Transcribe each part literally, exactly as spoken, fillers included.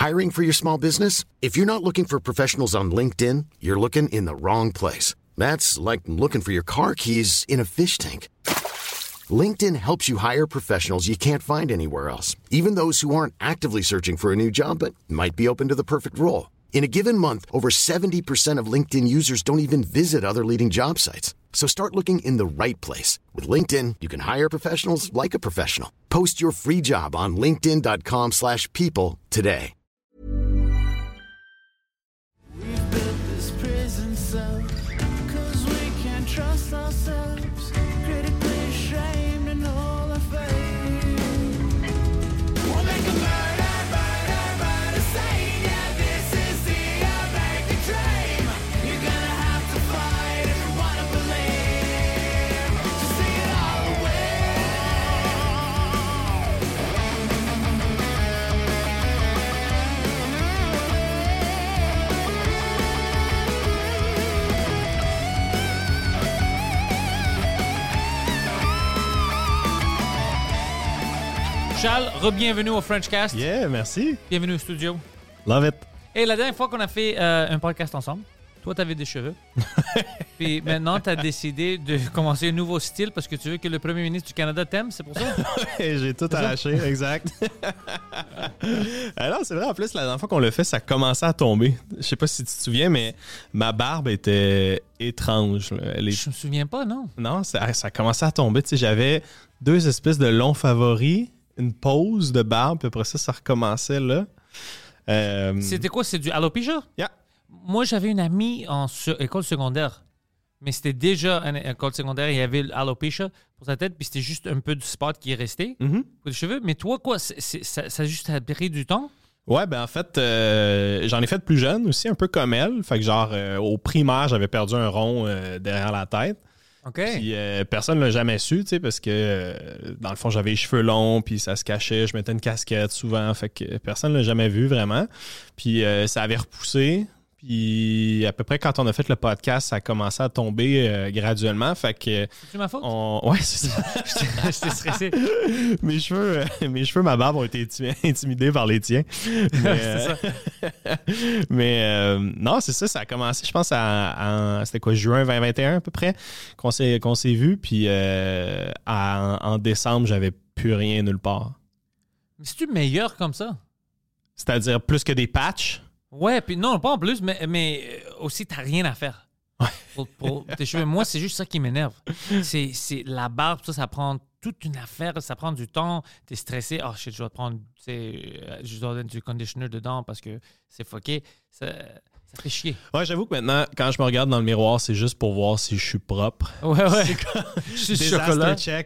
Hiring for your small business? If you're not looking for professionals on LinkedIn, you're looking in the wrong place. That's like looking for your car keys in a fish tank. LinkedIn helps you hire professionals you can't find anywhere else, even those who aren't actively searching for a new job but might be open to the perfect role. In a given month, over seventy percent of LinkedIn users don't even visit other leading job sites. So start looking in the right place. With LinkedIn, you can hire professionals like a professional. Post your free job on linkedin.com slash people today. We've built this prison cell because we can't trust ourselves. Critically ashamed and all our faith. We'll make a murder, murder, murder scene. Yeah, this is the American dream. You're gonna have to fight if you wanna believe. To see it all Charles, re-bienvenue au Frenchcast. Yeah, merci. Bienvenue au studio. Love it. Et la dernière fois qu'on a fait euh, un podcast ensemble, toi, tu avais des cheveux. Puis maintenant, tu as décidé de commencer un nouveau style parce que tu veux que le premier ministre du Canada t'aime, c'est pour ça? J'ai tout arraché, exact. Alors, c'est vrai, en plus, la dernière fois qu'on l'a fait, ça commençait à tomber. Je sais pas si tu te souviens, mais ma barbe était étrange. Là. Elle est... Je me souviens pas, non? Non, ça, ça commençait à tomber. Tu sais, j'avais deux espèces de longs favoris, une pause de barbe, puis après ça, ça recommençait là. Euh... C'était quoi? C'est du alopecia? Yeah. Moi, j'avais une amie en se- école secondaire, mais c'était déjà une école secondaire, il y avait l'alopecia pour sa tête, puis c'était juste un peu du spot qui est resté Mm-hmm. pour les cheveux. Mais toi, quoi, c'est, c'est, ça, ça a juste pris du temps? Ouais, ben en fait, euh, j'en ai fait plus jeune aussi, un peu comme elle. Fait que genre, euh, au primaire, j'avais perdu un rond euh, derrière la tête. OK. Puis euh, personne ne l'a jamais su, tu sais, parce que euh, dans le fond, j'avais les cheveux longs, puis ça se cachait, je mettais une casquette souvent, fait que personne ne l'a jamais vu vraiment. Puis euh, ça avait repoussé, puis à peu près quand on a fait le podcast, ça a commencé à tomber euh, graduellement, fait que... C'est ma faute? On... Ouais, c'est ça. J'étais stressé. mes cheveux, euh, mes cheveux, ma barbe ont été inti- intimidés par les tiens. Mais, C'est ça. euh, mais euh, non, c'est ça, ça a commencé, je pense, à, à- c'était quoi, juin vingt vingt et un à peu près, qu'on s'est, qu'on s'est vu. Puis euh, à- en, en décembre, j'avais plus rien nulle part. Mais c'est-tu meilleur comme ça? C'est-à-dire plus que des patchs. Ouais, puis non, pas en plus, mais, mais aussi, t'as rien à faire. Ouais. Pour, pour tes cheveux. Moi, c'est juste ça qui m'énerve. C'est, c'est la barbe, ça, ça prend toute une affaire, ça prend du temps. T'es stressé. Oh shit, je dois prendre, tu sais, je dois mettre du conditioner dedans parce que c'est fucké. Ça, ça fait chier. Ouais, j'avoue que maintenant, quand je me regarde dans le miroir, c'est juste pour voir si je suis propre. Ouais, ouais. C'est comme Je suis disaster chocolat. check,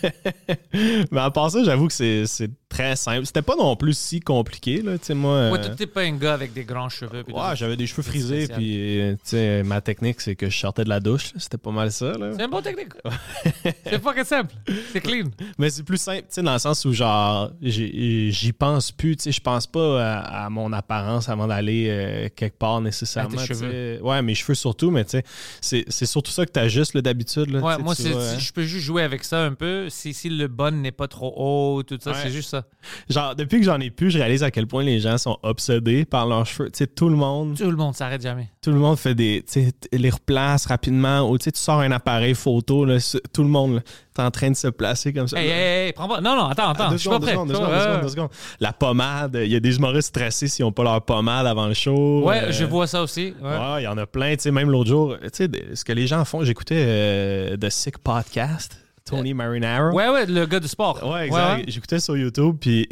ouais. Mais à part ça, j'avoue que c'est, c'est très simple. C'était pas non plus si compliqué, là, tu sais, moi... Ouais, euh, t'es pas un gars avec des grands cheveux. puis Ouais, tout. j'avais des cheveux C'est frisés, spécial. puis euh, tu sais, ma technique, c'est que je sortais de la douche. là. C'était pas mal ça, là. C'est un bon technique. C'est fucking simple. C'est clean. Mais c'est plus simple, tu sais, dans le sens où, genre, j'ai- j'y pense plus, tu sais, je pense pas à, à mon apparence avant d'aller euh, quelque part nécessairement. À tes tu sais. cheveux. Ouais, mes cheveux surtout, mais tu sais, c'est, c'est surtout ça que t'ajustes, là, d'habitude, là. Ouais, tu sais, moi, tu c'est, vois, si hein. je peux juste jouer avec ça un peu. Si, si le bun n'est pas trop haut, tout ça, Ouais. c'est juste ça. Genre, depuis que j'en ai plus, je réalise à quel point les gens sont obsédés par leurs cheveux. Tu sais, tout le monde, Tout le monde s'arrête jamais. tout le monde fait des, tu sais, t- les replace rapidement, ou tu sais, tu sors un appareil photo, là, c- tout le monde, là, t'es en train de se placer comme ça. Hey, là. hey, hey, prends pas. Non, non, attends, attends. Deux Je suis pas secondes, deux prêt. secondes, deux Ouais, secondes, deux ouais, secondes, deux secondes. La pommade, il y a des humoristes stressés s'ils n'ont pas leur pommade avant le show. Ouais, Euh, je vois ça aussi. Ouais. Ouais, il y en a plein. Tu sais, même l'autre jour, tu sais, de- ce que les gens font, j'écoutais euh, The Sick Podcast, Tony Marinaro. Ouais, ouais, le gars du sport. Ouais, exact. Ouais, ouais. J'écoutais sur YouTube, puis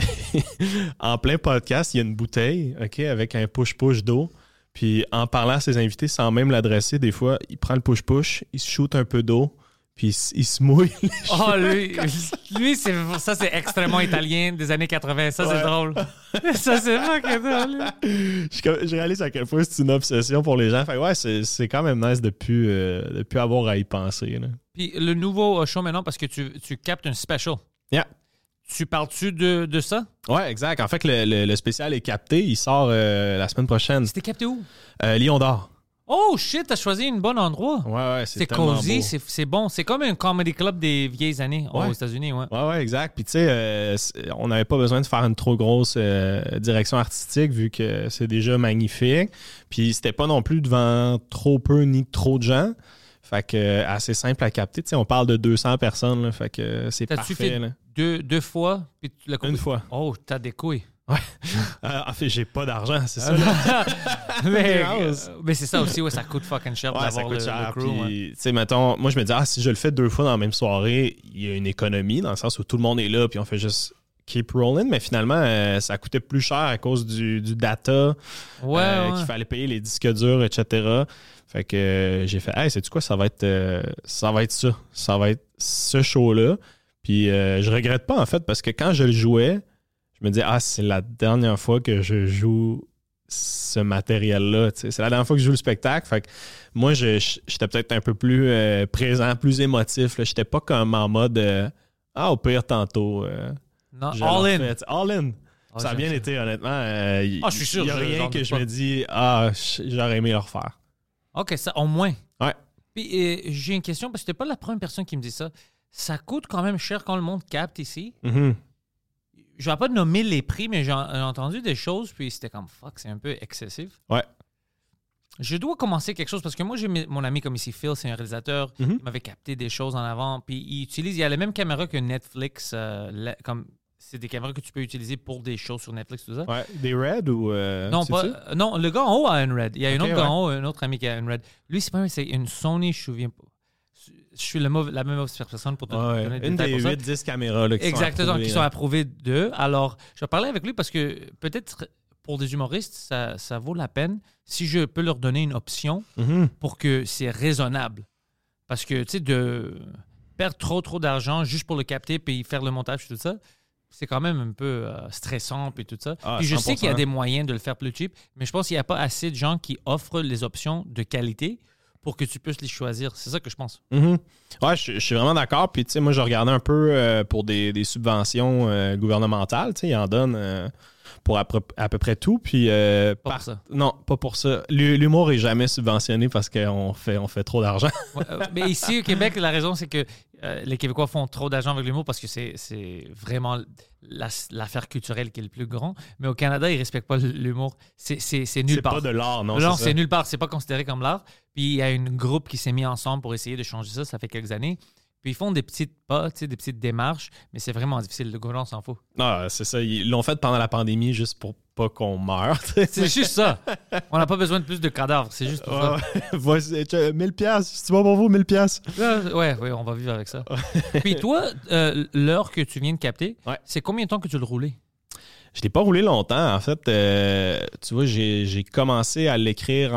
en plein podcast, il y a une bouteille, OK, avec un push-push d'eau. Puis en parlant à ses invités, sans même l'adresser, des fois, il prend le push-push, il se shoot un peu d'eau, puis il, s- il se mouille. les Oh, cheveux. lui, lui c'est, ça, c'est extrêmement italien des années quatre-vingts. Ça, c'est Ouais. drôle. Ça, c'est fucking drôle. je, comme- je réalise à quel point c'est une obsession pour les gens. Fait que ouais, c'est, c'est quand même nice de plus, euh, de plus avoir à y penser. Là. Puis le nouveau euh, show maintenant, parce que tu, tu captes un special. Yeah. Tu parles-tu de, de ça? Ouais, exact. En fait, le, le- le spécial est capté. Il sort euh, la semaine prochaine. C'était capté où? Euh, Lion d'Or. Oh shit, t'as choisi un bon endroit. Ouais, ouais, c'est C'est tellement cosy, beau. c'est, c'est bon. C'est comme un comedy club des vieilles années Ouais. aux États-Unis, ouais. Ouais, ouais, exact. Puis tu sais, euh, c'est- on n'avait pas besoin de faire une trop grosse euh, direction artistique vu que c'est déjà magnifique. Puis c'était pas non plus devant trop peu ni trop de gens. Fait que euh, assez simple à capter. Tu sais, on parle de deux cents personnes, là, fait que euh, c'est T'as-tu parfait. fait Là. deux, deux fois? Puis tu l'as coupé? Une fois. Oh, t'as des couilles. Euh, en fait, j'ai pas d'argent, c'est ça. mais, Gross. euh, mais c'est ça aussi, ouais, ça coûte fucking cher Ouais, ça d'avoir coûte le, cher. le crew. ouais. Puis, tu sais, mettons, moi, je me dis, ah, si je le fais deux fois dans la même soirée, il y a une économie dans le sens où tout le monde est là, puis on fait juste keep rolling. Mais finalement, euh, ça coûtait plus cher à cause du, du data, Ouais, euh, ouais. qu'il fallait payer les disques durs, et cetera. Fait que euh, j'ai fait, hey, sais-tu quoi, ça va être, euh, ça va être ça. Ça va être ce show-là. Puis euh, je regrette pas, en fait, parce que quand je le jouais, je me disais, ah, c'est la dernière fois que je joue ce matériel-là. tu sais. C'est la dernière fois que je joue le spectacle. Fait que moi, je- je- j'étais peut-être un peu plus euh, présent, plus émotif. Là. J'étais pas comme en mode, euh, ah, au pire, tantôt. euh, Non, je all le in. refais. All in. Oh, Ça a j'aime bien ça. été, honnêtement. Euh, y- Ah, je suis sûr, Il n'y a je- rien j'en que doute je me pas. dis, ah, j'aurais aimé le refaire. OK, ça, au moins. Ouais. Puis euh, j'ai une question, parce que t'es pas la première personne qui me dit ça. Ça coûte quand même cher quand le monde capte ici. Mhm. Je vais pas nommer les prix, mais j'ai j'ai entendu des choses, puis c'était comme fuck, c'est un peu excessif. Ouais. Je dois commencer quelque chose parce que moi, j'ai mes- mon ami comme ici, Phil, c'est un réalisateur. Mhm. Il m'avait capté des choses en avant. Puis il utilise, il y a la même caméra que Netflix. euh, la- comme c'est des caméras que tu peux utiliser pour des shows sur Netflix, tout ça. Ouais. Des Red ou. euh, Non, sais-tu? pas, euh, non, le gars en haut a une Red. Il y a un Ok, autre gars ouais. en haut, un autre ami qui a une Red. Lui, c'est pas c'est une Sony, je me souviens pas. Je suis le mauvais- la même mauvaise personne pour te Ouais, donner des une détails des pour ça. huit dix caméras là, qui Exactement, sont approuvées, qui là. sont approuvés d'eux. Alors, je vais parler avec lui parce que peut-être pour des humoristes, ça, ça vaut la peine si je peux leur donner une option Mhm. pour que c'est raisonnable. Parce que, tu sais, de perdre trop, trop d'argent juste pour le capter puis faire le montage et tout ça, c'est quand même un peu euh, stressant puis tout ça. Ah, puis je cent sais pour qu'il y a cent. des moyens de le faire plus cheap, mais je pense qu'il n'y a pas assez de gens qui offrent les options de qualité pour que tu puisses les choisir. C'est ça que je pense. Mhm. Ouais, je, je suis vraiment d'accord. Puis, tu sais, moi, je regardais un peu euh, pour des, des subventions euh, gouvernementales. Tu sais, ils en donnent euh, pour à peu, à peu près tout. Puis, euh, Pas par- pour ça. Non, pas pour ça. L'hu- L'humour est jamais subventionné parce qu'on fait, on fait trop d'argent. Ouais, euh, mais ici, au Québec, la raison, c'est que euh, les Québécois font trop d'argent avec l'humour parce que c'est, c'est vraiment la- l'affaire culturelle qui est le plus grand. Mais au Canada, ils ne respectent pas l'humour. C'est, c'est, c'est nulle C'est part. pas de l'art, non? Non, c'est c'est ça. nulle part. C'est pas considéré comme l'art. Puis il y a un groupe qui s'est mis ensemble pour essayer de changer ça. Ça fait quelques années. Puis ils font des petites pas, tu sais, des petites démarches, mais c'est vraiment difficile. Le gouvernement s'en fout. Ah, c'est ça. Ils l'ont fait pendant la pandémie juste pour pas qu'on meure. tu sais. C'est juste ça. On n'a pas besoin de plus de cadavres. C'est juste pour ça. Ouais. Voici, tu- mille piastres. C'est bon pour vous, mille piastres? Euh, Ouais, ouais, on va vivre avec ça. Puis toi, euh, l'heure que tu viens de capter, Ouais. c'est combien de temps que tu le roulais? Je l'ai pas roulé longtemps. En fait, euh, tu vois, j'ai j'ai commencé à l'écrire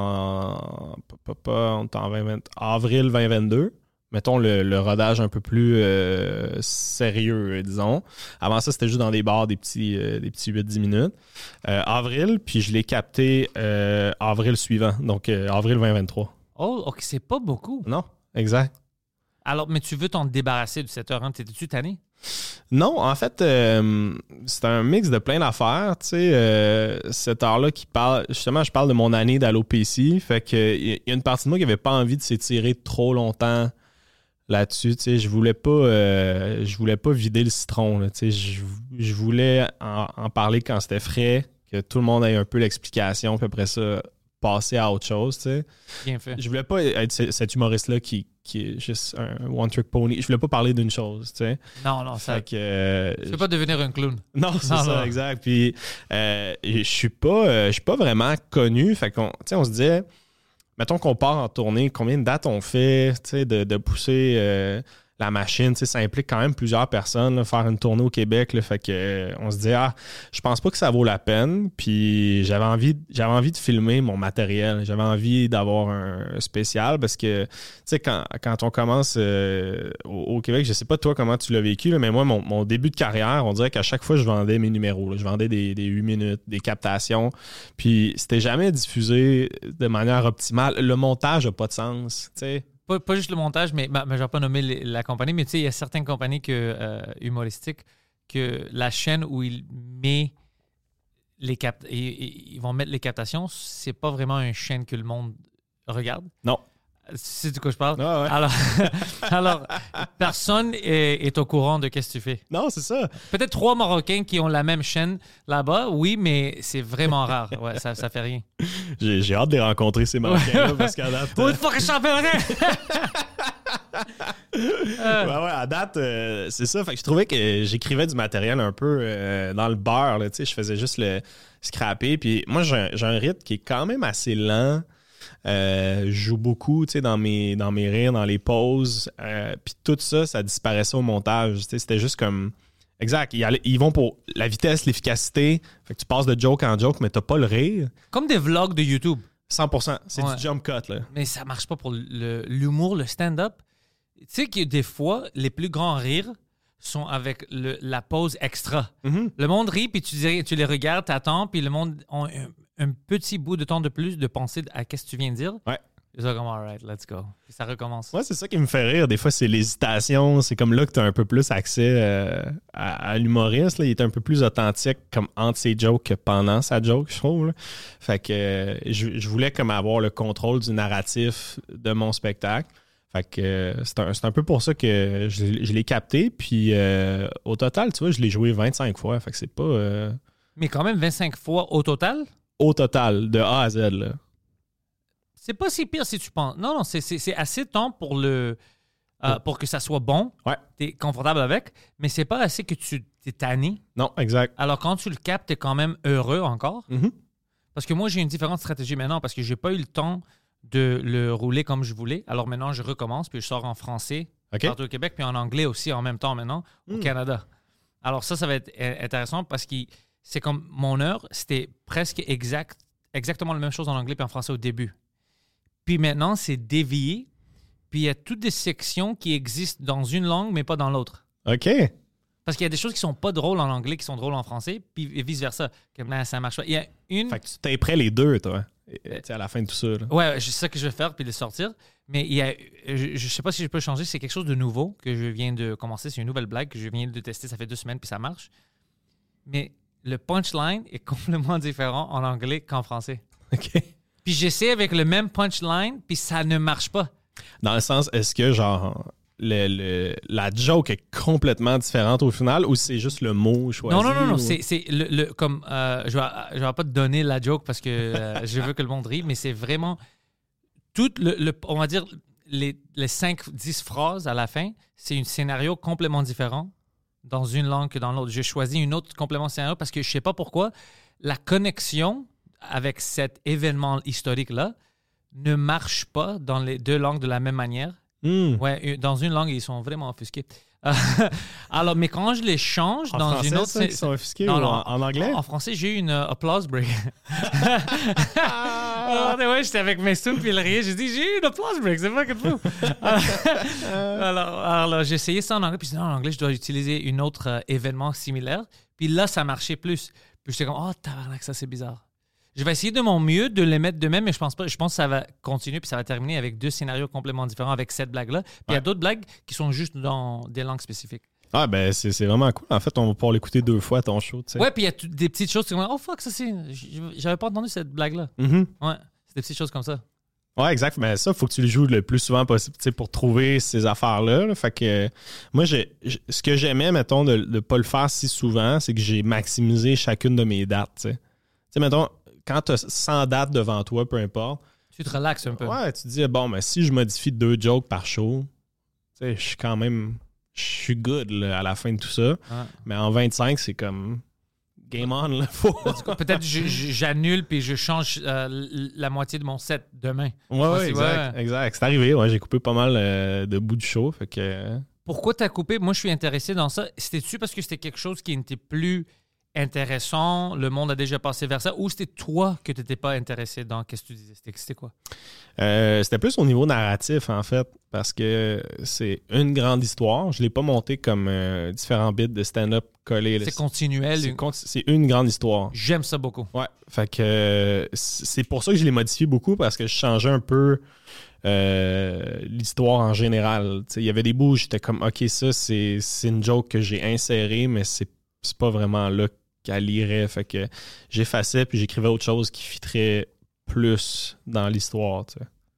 en, pas- pas- pas- on est en vingt vingt avril vingt vingt-deux. Mettons le, le rodage un peu plus euh, sérieux, euh, disons. Avant ça, c'était juste dans des bars, des petits, euh, des petits huit dix minutes. Euh, avril, puis je l'ai capté euh, avril suivant, donc euh, avril vingt vingt-trois. Oh, ok, c'est pas beaucoup. Non, exact. Alors, mais tu veux t'en débarrasser de cette heure, hein? T'étais-tu tanné? Non, en fait, euh, c'est un mix de plein d'affaires. Tu sais, euh, cette heure-là qui parle, justement, je parle de mon année d'alopécie. Fait que il y a une partie de moi qui avait pas envie de s'étirer trop longtemps là-dessus. Tu sais, je voulais pas, euh, je voulais pas vider le citron. Là, tu sais, je, je voulais en, en parler quand c'était frais, que tout le monde ait un peu l'explication, puis après ça, passer à autre chose. Tu sais. Bien fait. Je voulais pas être ce- cet humoriste-là qui, qui est juste un one-trick pony. Je voulais pas parler d'une chose. Tu sais. Non, non, ça. Fait que, euh, Tu veux pas devenir un clown. non, c'est Non, ça, non. exact. Puis, euh, je suis pas, euh, je suis pas vraiment connu. Fait qu'on, tu sais, on se disait, mettons qu'on part en tournée, combien de dates on fait, tu sais, de, de pousser euh, la machine, tu sais, ça implique quand même plusieurs personnes, là, faire une tournée au Québec, là, fait que euh, on se dit, ah, je pense pas que ça vaut la peine. Puis j'avais envie, j'avais envie de filmer mon matériel, j'avais envie d'avoir un spécial parce que, tu sais, quand, quand on commence euh, au, au Québec, je sais pas toi comment tu l'as vécu, là, mais moi, mon, mon début de carrière, on dirait qu'à chaque fois, je vendais mes numéros, là. Je vendais des, des huit minutes, des captations, puis c'était jamais diffusé de manière optimale. Le montage a pas de sens, tu sais. Pas, pas juste le montage, mais, mais je vais pas nommer les- la compagnie, mais tu sais, il y a certaines compagnies que, euh, humoristiques que la chaîne où ils mettent les cap- et- et- ils vont mettre les captations, c'est pas vraiment une chaîne que le monde regardes? Non. C'est de quoi je parle? Ah ouais. Alors, alors, personne est, est au courant de qu'est-ce que tu fais. Non, c'est ça. Peut-être trois Marocains qui ont la même chaîne là-bas, oui, mais c'est vraiment rare. Ouais, ça, ça fait rien. J'ai, j'ai hâte de les rencontrer, ces Marocains-là, parce qu'à date... Who the fuck is champion? Euh... Ouais, ouais, à date, euh, c'est ça. Fait que je trouvais que j'écrivais du matériel un peu euh, dans le beurre. Là, je faisais juste le scraper. Puis moi, j'ai un, j'ai un rythme qui est quand même assez lent. Euh, je joue beaucoup dans mes, dans mes rires, dans les pauses. Euh, puis tout ça, ça disparaissait au montage. C'était juste comme... Exact. Ils, allaient, ils vont pour la vitesse, l'efficacité. Fait que tu passes de joke en joke, mais t'as pas le rire. Comme des vlogs de YouTube. cent pour cent. C'est ouais. du jump cut. Là. Mais ça marche pas pour le, l'humour, le stand-up. Tu sais que des fois, les plus grands rires sont avec le, la pause extra. Mm-hmm. Le monde rit, puis tu, dirais, tu les regardes, t'attends, puis le monde a un, un petit bout de temps de plus de penser à qu'est-ce que tu viens de dire. Ouais. Ils sont comme, all right, let's go. Puis ça recommence. Ouais, c'est ça qui me fait rire. Des fois, c'est l'hésitation. C'est comme là que tu as un peu plus accès euh, à, à l'humoriste. Là. Il est un peu plus authentique comme entre ses jokes que pendant sa joke, je trouve. Là. Fait que euh, je, je voulais comme avoir le contrôle du narratif de mon spectacle. Fait que euh, c'est, un, c'est un peu pour ça que je, je l'ai capté. Puis euh, au total, tu vois, je l'ai joué vingt-cinq fois. Fait que c'est pas... Euh... Mais quand même vingt-cinq fois au total? Au total, de A à Z, là. C'est pas si pire si tu penses. Non, non, c'est, c'est, c'est assez de temps pour, le, euh, pour que ça soit bon. Ouais. T'es confortable avec, mais c'est pas assez que tu t'es tanné. Non, exact. Alors quand tu le captes, t'es quand même heureux encore. Mm-hmm. Parce que moi, j'ai une différente stratégie maintenant parce que j'ai pas eu le temps de le rouler comme je voulais. Alors maintenant, je recommence, puis je sors en français okay. partout au Québec, puis en anglais aussi en même temps maintenant au mm. Canada. Alors ça, ça va être intéressant parce que c'est comme mon heure, c'était presque exact, exactement la même chose en anglais puis en français au début. Puis maintenant, c'est dévié, puis il y a toutes des sections qui existent dans une langue, mais pas dans l'autre. OK. Parce qu'il y a des choses qui sont pas drôles en anglais, qui sont drôles en français, puis vice-versa. Comme là, ça marche pas. Il y a une... Fait que tu t'es les deux, toi, euh, à la fin de tout ça. Là. Ouais, c'est ça que je vais faire, puis le sortir. Mais il y a, je, je sais pas si je peux changer, c'est quelque chose de nouveau que je viens de commencer. C'est une nouvelle blague que je viens de tester, ça fait deux semaines, puis ça marche. Mais le punchline est complètement différent en anglais qu'en français. OK. Puis j'essaie avec le même punchline, puis ça ne marche pas. Dans le sens, est-ce que genre le, le, la joke est complètement différente au final ou c'est juste le mot choisi? Non, non, non, non. Ou... C'est, c'est le, le, comme, euh, je ne vais, vais pas te donner la joke parce que euh, je veux que le monde rie, mais c'est vraiment tout le, le on va dire, les, les cinq dix phrases à la fin, c'est un scénario complètement différent dans une langue que dans l'autre. J'ai choisi une autre complément scénario parce que je ne sais pas pourquoi la connexion avec cet événement historique-là ne marche pas dans les deux langues de la même manière. Mm. Ouais, dans une langue, ils sont vraiment offusqués. Alors, mais quand je les change en dans français, une autre... Ça, ils sont offusqués non, ou non, en, en anglais? En, en français, j'ai eu une uh, applause break. Alors, ouais, j'étais avec mes tunes puis il riait. J'ai dit, j'ai eu une applause break, c'est pas que fou. alors, alors j'ai essayé ça en anglais. Puis non, en anglais, je dois utiliser un autre euh, événement similaire. Puis là, ça marchait plus. Puis j'étais comme, oh, tabarnak, ça, c'est bizarre. Je vais essayer de mon mieux de les mettre de même, mais je pense pas. Je pense que ça va continuer puis ça va terminer avec deux scénarios complètement différents avec cette blague-là. Puis il ouais. y a d'autres blagues qui sont juste dans des langues spécifiques. Ah, ben, c'est, c'est vraiment cool. En fait, on va pouvoir l'écouter deux fois, ton show, tu sais. Ouais, puis il y a t- des petites choses qui sont oh fuck, ça c'est. J'avais pas entendu cette blague-là. Mm-hmm. Ouais, c'est des petites choses comme ça. Ouais, exact. Mais ça, il faut que tu le joues le plus souvent possible, tu sais, pour trouver ces affaires-là. Là. Fait que euh, moi, j'ai, j'ai, ce que j'aimais, mettons, de ne pas le faire si souvent, c'est que j'ai maximisé chacune de mes dates, tu sais. Tu sais, mettons, quand tu as cent dates devant toi, peu importe. Tu te relaxes un peu. Ouais, tu te dis, bon, mais si je modifie deux jokes par show, tu sais, je suis quand même. Je suis good là, à la fin de tout ça. Ouais. Mais en vingt-cinq, c'est comme. Game on, là. Faut... Peut-être que j'annule puis je change euh, la moitié de mon set demain. Ouais, ouais, exact, ouais. exact. C'est arrivé, ouais, j'ai coupé pas mal euh, de bouts du show. Fait que... Pourquoi t'as coupé? Moi, je suis intéressé dans ça. C'était-tu parce que c'était quelque chose qui n'était plus intéressant, le monde a déjà passé vers ça, ou c'était toi que tu n'étais pas intéressé dans qu'est-ce que tu disais? C'était, c'était quoi? Euh, c'était plus au niveau narratif, en fait, parce que c'est une grande histoire. Je ne l'ai pas monté comme euh, différents bits de stand-up collés. C'est continuel. C'est, une... c'est une grande histoire. J'aime ça beaucoup. Ouais, fait que euh, c'est pour ça que je l'ai modifié beaucoup, parce que je changeais un peu euh, l'histoire en général. Il y avait des bouts où j'étais comme, OK, ça, c'est, c'est une joke que j'ai insérée, mais c'est, c'est pas vraiment là qu'elle irait. Fait que j'effaçais puis j'écrivais autre chose qui fitterait plus dans l'histoire. Tu sais.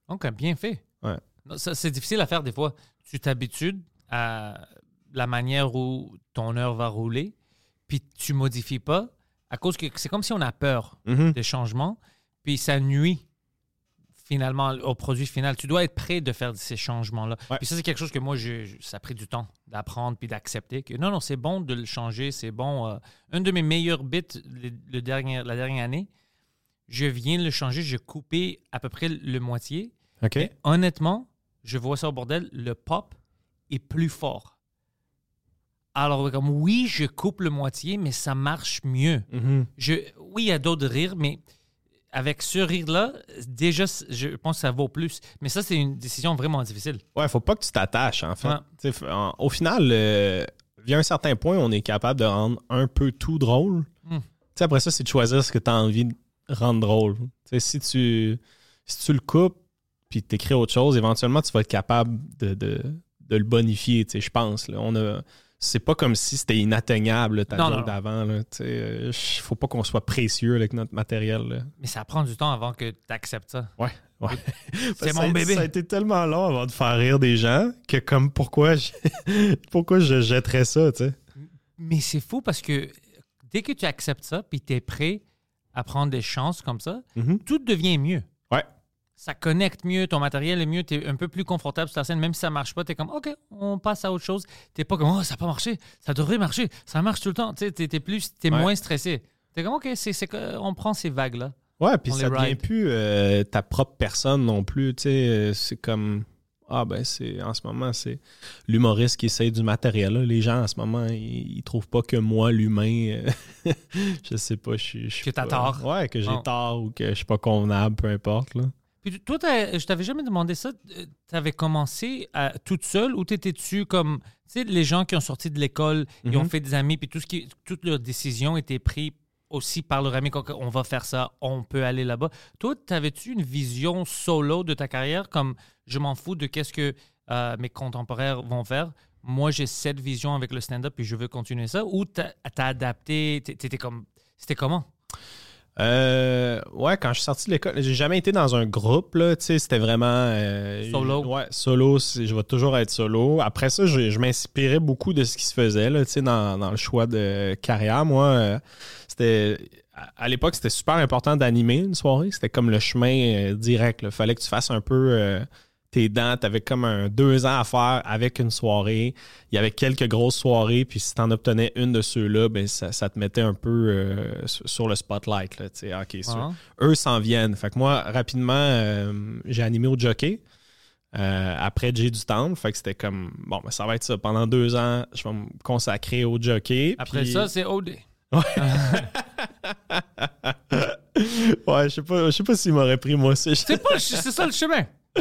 OK, bien fait. Ouais. Non, ça, c'est difficile à faire des fois. Tu t'habitues à la manière où ton heure va rouler, puis tu modifies pas, à cause que c'est comme si on a peur Mm-hmm. des changements, puis ça nuit finalement au produit final. Tu dois être prêt de faire ces changements-là. Ouais. Puis ça, c'est quelque chose que moi, je, je- ça a pris du temps d'apprendre puis d'accepter que non, non, c'est bon de le changer, c'est bon. Euh, un de mes meilleurs bits le, le dernier, la dernière année, je viens de le changer, j'ai coupé à peu près le moitié. OK. Et honnêtement, je vois ça au bordel, le pop est plus fort. Alors, comme oui, je coupe le moitié, mais ça marche mieux. Mm-hmm. Je, oui, il y a d'autres rires, mais avec ce rire-là, déjà, je pense que ça vaut plus. Mais ça, c'est une décision vraiment difficile. Ouais, faut pas que tu t'attaches, en fait. Ouais. Tu sais, en- au final, euh, via un certain point, on est capable de rendre un peu tout drôle. Mm. Tu sais, après ça, c'est de choisir ce que tu as envie de rendre drôle. Tu sais, si tu, si tu le coupes puis tu écris autre chose, éventuellement, tu vas être capable de, de, de le bonifier, tu sais, je pense. Là. On a... C'est pas comme si c'était inatteignable, là, ta Non, non, joke non. d'avant. Il euh, faut pas qu'on soit précieux avec notre matériel. Là. Mais ça prend du temps avant que tu acceptes ça. Ouais, ouais. C'est Ça mon a- bébé. Ça a été tellement long avant de faire rire des gens que comme pourquoi je, pourquoi je jetterais ça, tu sais. Mais c'est fou parce que dès que tu acceptes ça puis tu es prêt à prendre des chances comme ça, Mhm. tout devient mieux. Ouais. Ça connecte mieux, ton matériel est mieux, tu es un peu plus confortable sur la scène, même si ça marche pas, tu es comme OK, on passe à autre chose. Tu pas comme oh, ça n'a pas marché, ça devrait marcher, ça marche tout le temps. Tu sais, t'es, t'es plus t'es Ouais. moins stressé. Tu es comme OK, c'est, c'est, que- on prend ces vagues-là. Ouais, puis On ça les devient ride. plus euh, ta propre personne non plus, tu sais. euh, C'est comme ah ben c'est en ce moment c'est l'humoriste qui essaye du matériel. Là. Les gens en ce moment ils, ils trouvent pas que moi l'humain, euh, je sais pas, je suis je suis Que t'as pas- tort. Ouais, que j'ai Oh. tort ou que je suis pas convenable, peu importe là. Puis toi, t'as- je t'avais jamais demandé ça. Tu avais commencé à, toute seule ou t'étais-tu comme, tu sais, les gens qui ont sorti de l'école, ils ont Mhm. fait des amis, puis tout ce qui, toutes leurs décisions étaient prises aussi par leur ami. qu'on- On va faire ça, on peut aller là-bas. Toi, t'avais-tu une vision solo de ta carrière comme je m'en fous de qu'est-ce que euh, mes contemporains vont faire? Moi, j'ai cette vision avec le stand-up et je veux continuer ça. Ou t'as, t'as adapté, t'é- t'étais comme, c'était comment? Euh, ouais, quand je suis sorti de l'école, j'ai jamais été dans un groupe, là, tu sais, c'était vraiment... euh, Solo. je- ouais, solo, c'est- je vais toujours être solo. Après ça, je, je m'inspirais beaucoup de ce qui se faisait, là, tu sais, dans, dans le choix de carrière. Moi, euh, c'était... À à l'époque, c'était super important d'animer une soirée. C'était comme le chemin euh, direct, là. Fallait que tu fasses un peu... euh, tes dents, t'avais comme un deux ans à faire avec une soirée. Il y avait quelques grosses soirées, puis si t'en obtenais une de ceux-là, ben ça, ça te mettait un peu euh, sur sur le spotlight. Là, tu sais, OK, ça. Ah. Eux s'en viennent. Fait que moi, rapidement, euh, j'ai animé au jockey. Euh, après Jay du Temple. Fait que c'était comme, bon, ben, ça va être ça. Pendant deux ans, je vais me consacrer au jockey. Après puis- ça, c'est O D. Ouais, je sais pas, je sais pas s'il m'aurait pris, moi aussi. C'est pas, c'est ça le chemin.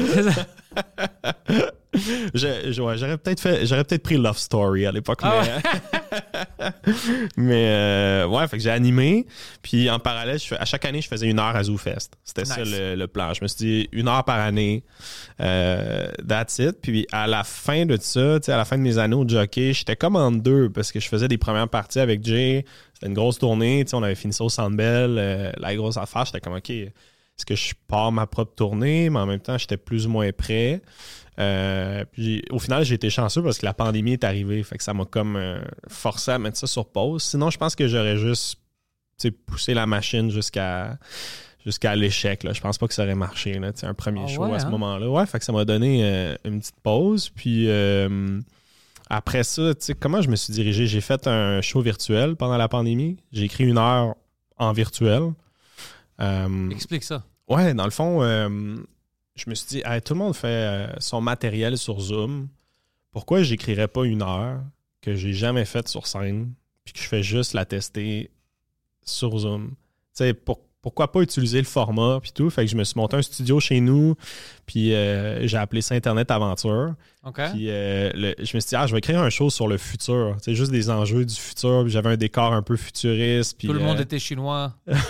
Je- je- ouais, j'aurais peut-être fait, j'aurais peut-être pris Love Story à l'époque, Ah mais, mais euh, ouais, fait que j'ai animé. Puis en parallèle, je fais- à chaque année, je faisais une heure à ZooFest. C'était ça Nice. le, le plan. Je me suis dit une heure par année, euh, that's it. Puis à la fin de ça, tu sais, à la fin de mes années au jockey, j'étais comme en deux parce que je faisais des premières parties avec Jay. C'était une grosse tournée. Tu sais, on avait fini ça au Centre Bell, euh, la grosse affaire. J'étais comme ok. Est-ce que je pars ma propre tournée, mais en même temps, j'étais plus ou moins prêt. Euh, puis au final, j'ai été chanceux parce que la pandémie est arrivée. Fait que ça m'a comme euh, forcé à mettre ça sur pause. Sinon, je pense que j'aurais juste tu sais, poussé la machine jusqu'à jusqu'à l'échec. Là. Je pense pas que ça aurait marché. Là, tu sais, un premier Ah show ouais, à ce hein? moment-là. Ouais, fait que ça m'a donné euh, une petite pause. Puis euh, après ça, tu sais, comment je me suis dirigé? J'ai fait un show virtuel pendant la pandémie. J'ai écrit une heure en virtuel. Euh, Explique ça. Ouais, dans le fond, euh, je me suis dit, hey, tout le monde fait euh, son matériel sur Zoom. Pourquoi j'écrirais pas une heure que j'ai jamais faite sur scène puis que je fais juste la tester sur Zoom? Tu sais, pour, pourquoi pas utiliser le format puis tout? Fait que je me suis monté un studio chez nous puis euh, j'ai appelé ça Internet Aventure. OK. Puis euh, le- je me suis dit, ah, je vais écrire un show sur le futur. C'est juste des enjeux du futur. Puis j'avais un décor un peu futuriste. Puis, Tout le monde euh, était chinois.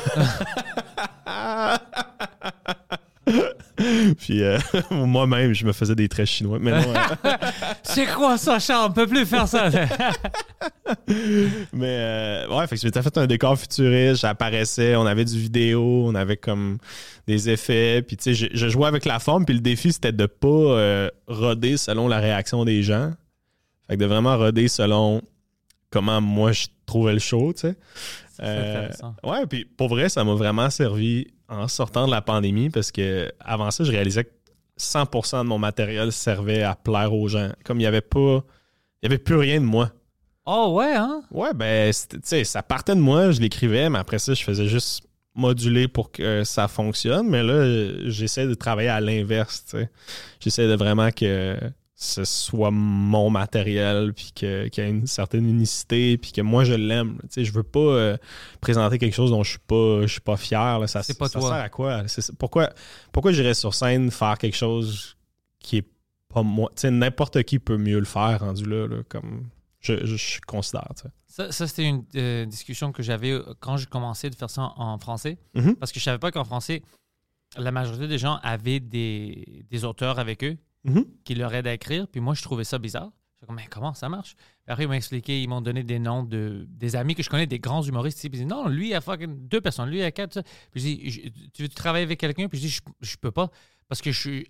Puis euh, moi-même, je me faisais des traits chinois. Mais non, euh, C'est quoi ça, Charles? On peut plus faire ça. Mais euh, ouais, fait que je m'étais fait un décor futuriste, j'apparaissais, on avait du vidéo, on avait comme des effets, puis tu sais, je, je jouais avec la forme, puis le défi c'était de pas euh, roder selon la réaction des gens. Fait que de vraiment roder selon comment moi je trouvais le show, tu sais. Euh, ouais, puis pour vrai, ça m'a vraiment servi en sortant de la pandémie parce que avant ça, je réalisais que cent pour cent de mon matériel servait à plaire aux gens. Comme il n'y avait pas. Il n'y avait plus rien de moi. Oh ouais, hein? Ouais, ben, tu sais, ça partait de moi, je l'écrivais, mais après ça, je faisais juste moduler pour que ça fonctionne. Mais là, j'essaie de travailler à l'inverse, tu sais. J'essaie de vraiment que ce soit mon matériel, puis que, qu'il y ait une certaine unicité, puis que moi, je l'aime. Tu sais, je veux pas euh, présenter quelque chose dont je suis pas, je suis pas fier. Là. Ça, C'est pas ça toi. sert à quoi? C'est, pourquoi, pourquoi j'irais sur scène faire quelque chose qui est pas moi? Tu sais, n'importe qui peut mieux le faire, rendu là, là comme je, je, je considère. Tu sais. Ça, ça c'était une euh, discussion que j'avais quand j'ai commencé de faire ça en, en français, Mm-hmm. parce que je savais pas qu'en français, la majorité des gens avaient des, des auteurs avec eux Mm-hmm. qui leur aident à écrire. Puis moi, je trouvais ça bizarre. Je me disais, mais comment ça marche? Puis après, ils m'ont expliqué, ils m'ont donné des noms de des amis que je connais, des grands humoristes. Puis ils disent, non, lui, il y a fucking deux personnes, lui, il y a quatre. Ça. Puis je dis, je- tu veux travailler avec quelqu'un? Puis je dis, je, je peux pas. Parce que je suis.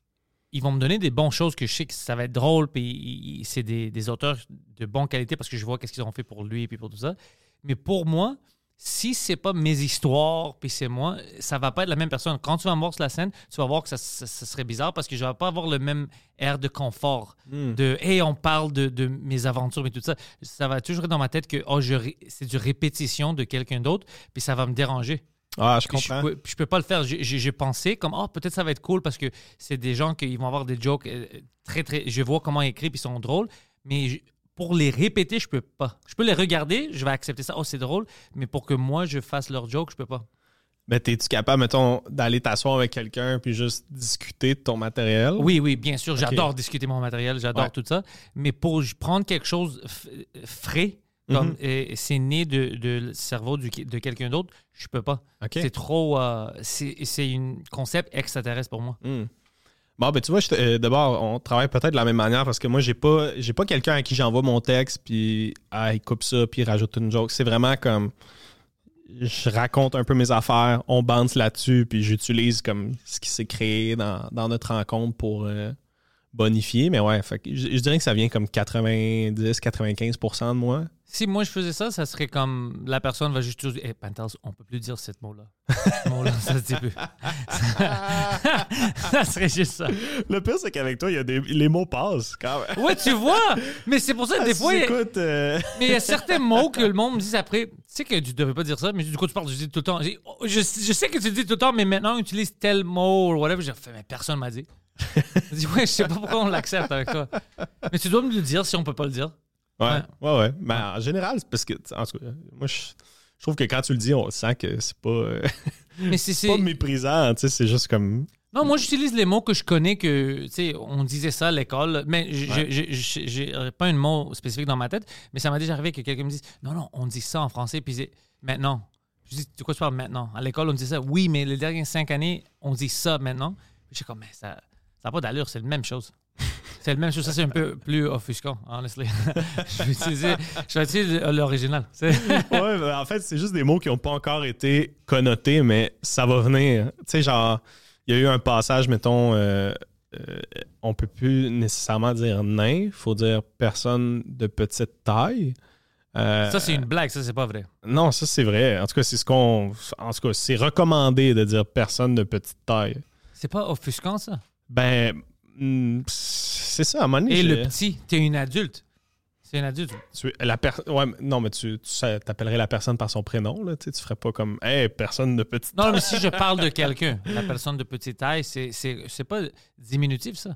Ils vont me donner des bonnes choses que je sais que ça va être drôle. Puis ils- c'est des, des auteurs de bonne qualité parce que je vois qu'est-ce qu'ils ont fait pour lui et puis pour tout ça. Mais pour moi, si c'est pas mes histoires, puis c'est moi, ça va pas être la même personne. Quand tu vas me voir sur la scène, tu vas voir que ça, ça- ça serait bizarre parce que je vais pas avoir le même air de confort. Mm. De « Hey, on parle de, de mes aventures et tout ça ». Ça va toujours être dans ma tête que oh, je ré- c'est du répétition de quelqu'un d'autre, puis ça va me déranger. Ah, je Puis je, comprends. peux, puis je peux pas le faire. J'ai- J'ai j'ai pensé comme « Oh, peut-être ça va être cool parce que c'est des gens qui vont avoir des jokes euh, très, très... Je vois comment ils écrivent, puis ils sont drôles, mais... je- pour les répéter, je peux pas. Je peux les regarder, je vais accepter ça. Oh, c'est drôle. Mais pour que moi, je fasse leur joke, je peux pas. Ben, t'es-tu capable, mettons, d'aller t'asseoir avec quelqu'un puis juste discuter de ton matériel? Oui, oui, bien sûr. J'adore discuter mon matériel, j'adore Ouais. tout ça. Mais pour j- prendre quelque chose f- frais, comme Mhm. euh, c'est né de, de le cerveau du- de quelqu'un d'autre, je peux pas. OK. C'est trop. euh, c'est c'est un concept extraterrestre pour moi. Hmm. Bon, ben tu vois, je te- euh, d'abord, on travaille peut-être de la même manière parce que moi, j'ai pas j'ai pas quelqu'un à qui j'envoie mon texte, puis ah, il coupe ça, puis il rajoute une joke. C'est vraiment comme je raconte un peu mes affaires, on bounce là-dessus, puis j'utilise comme ce qui s'est créé dans, dans notre rencontre pour euh, bonifier. Mais ouais, fait que je, je dirais que ça vient comme quatre-vingt-dix à quatre-vingt-quinze pour cent de moi. Si moi je faisais ça, ça serait comme la personne va juste toujours dire hey, Pantelis, on peut plus dire ce mot-là. Ce mot-là, ça se dit plus. Ça serait juste ça. Le pire, c'est qu'avec toi, il y a des, les mots passent quand même. Ouais, tu vois. Mais c'est pour ça que des fois. il y a- Écoute, euh, Mais il y a certains mots que le monde me dit après. Tu sais que tu devrais pas dire ça, mais du coup, tu parles, je dis tout le temps. Je, dis, oh, je, je sais que tu le dis tout le temps, mais maintenant, utilise tel mot ou whatever. J'ai fait, mais personne m'a dit. Je dis, ouais, je sais pas pourquoi on l'accepte avec toi. Mais tu dois me le dire si on peut pas le dire. ouais, Ouais. ouais, ouais. Mais en général, c'est parce que, en tout cas, moi, je, je trouve que quand tu le dis, on sent que c'est pas, euh, Mais c'est. c'est- pas méprisant, tu sais, c'est juste comme. Non, moi, j'utilise les mots que je connais, que, tu sais, on disait ça à l'école, mais j- Ouais. j'ai- j'ai j'ai pas un mot spécifique dans ma tête, mais ça m'a déjà arrivé que quelqu'un me dise, non, non, on dit ça en français, puis c'est maintenant. Je dis, de quoi tu parles maintenant? À l'école, on dit ça. Oui, mais les dernières cinq années, on dit ça maintenant. Puis j'ai comme, mais ça n'a pas d'allure, c'est la même chose. C'est la même chose. Ça, c'est un peu plus offusquant, honestly. je vais utiliser, je vais utiliser l'original. C'est- Ouais, ben, en fait, c'est juste des mots qui n'ont pas encore été connotés, mais ça va venir. Tu sais, genre, il y a eu un passage, mettons, euh, euh, on peut plus nécessairement dire nain, il faut dire personne de petite taille. Euh, Ça, c'est une blague, ça, c'est pas vrai. Non, ça, c'est vrai. En tout cas, c'est ce qu'on. En tout cas, c'est recommandé de dire personne de petite taille. C'est pas offusquant, ça. Ben, hmm, c'est ça, à un moment donné. Et je- le petit, t'es une adulte. C'est une adulte. Tu, la per- ouais, mais- non, mais tu, tu sais, t'appellerais la personne par son prénom, là, tu sais, tu ferais pas comme hey, personne de petite Non, mais si je parle de quelqu'un, la personne de petite taille, c'est, c'est, c'est pas diminutif, ça.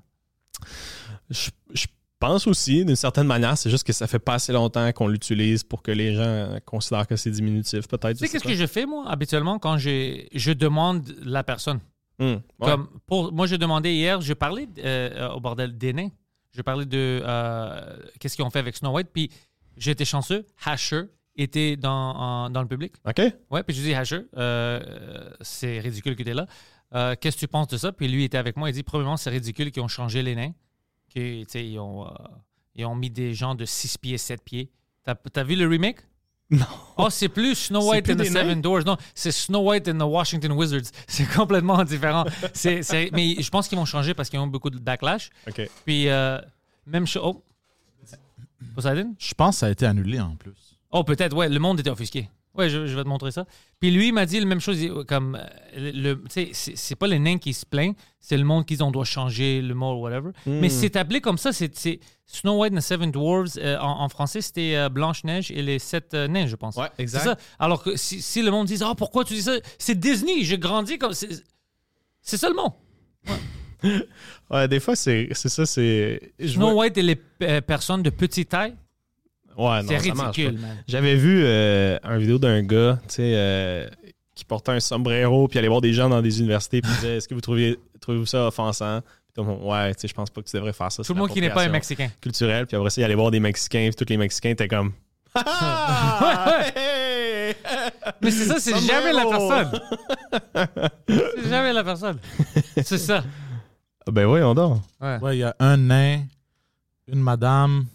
Je, je pense aussi, d'une certaine manière, c'est juste que ça fait pas assez longtemps qu'on l'utilise pour que les gens considèrent que c'est diminutif, peut-être. Tu sais, qu'est-ce que je fais, moi, habituellement, quand j'ai, je demande la personne? Hum, ouais. Comme pour, moi, j'ai demandé hier, je parlais euh, au bordel des nains. Je parlais de euh, qu'est-ce qu'ils ont fait avec Snow White, puis j'ai été chanceux. Asher était dans, en- dans le public. OK? Ouais, puis je dis Asher, euh, c'est ridicule que tu es là. Euh, qu'est-ce que tu penses de ça? Puis lui était avec moi. Il dit, premièrement, c'est ridicule qu'ils ont changé les nains. Qu'ils, tu sais, ils, ont, euh, ils ont mis des gens de six pieds, sept pieds. T'as, t'as vu le remake? Non. Oh, c'est plus Snow C'est White plus and the des Seven nains? Doors. Non, c'est Snow White and the Washington Wizards. C'est complètement différent. c'est, c'est, mais je pense qu'ils vont changer parce qu'ils ont beaucoup de backlash. OK. Puis, euh, même chose. Oh. Poseidon? Je pense que ça a été annulé en plus. Oh, peut-être, ouais, le monde était offusqué. Ouais, je, je vais te montrer ça. Puis lui, il m'a dit la même chose, il- comme, euh, le, tu sais, c'est, c'est pas les nains qui se plaignent, c'est le monde qui dit on doit changer le mot ou whatever. Mais c'est appelé comme ça, c'est, c'est Snow White and the Seven Dwarfs. euh, en, en français, c'était euh, Blanche-Neige et les sept euh, nains, je pense. Ouais, exact. C'est ça. Alors que si, si le monde dit, ah, pourquoi tu dis ça? C'est Disney, j'ai grandi comme. C'est, c'est ça le mot. Ouais, des fois, c'est, c'est ça, c'est... je Snow vois- White et les euh, personnes de petite taille, Ouais, non, c'est ça marche ridicule, pas. man. J'avais vu euh, une vidéo d'un gars, tu sais, euh, qui portait un sombrero, puis allait voir des gens dans des universités, puis disait, est-ce que vous trouvez, trouvez-vous ça offensant? Puis tout le monde, ouais, tu sais, je pense pas que tu devrais faire ça. Tout le monde qui n'est pas un Mexicain. Culturel, puis après ça, il allait voir des Mexicains, puis tous les Mexicains étaient comme... Ah! Hey! Mais c'est ça, c'est Sombrero! jamais la personne. C'est jamais la personne. C'est ça. Ah, ben oui, on dort. Ouais. Ouais, il y a un nain, une madame,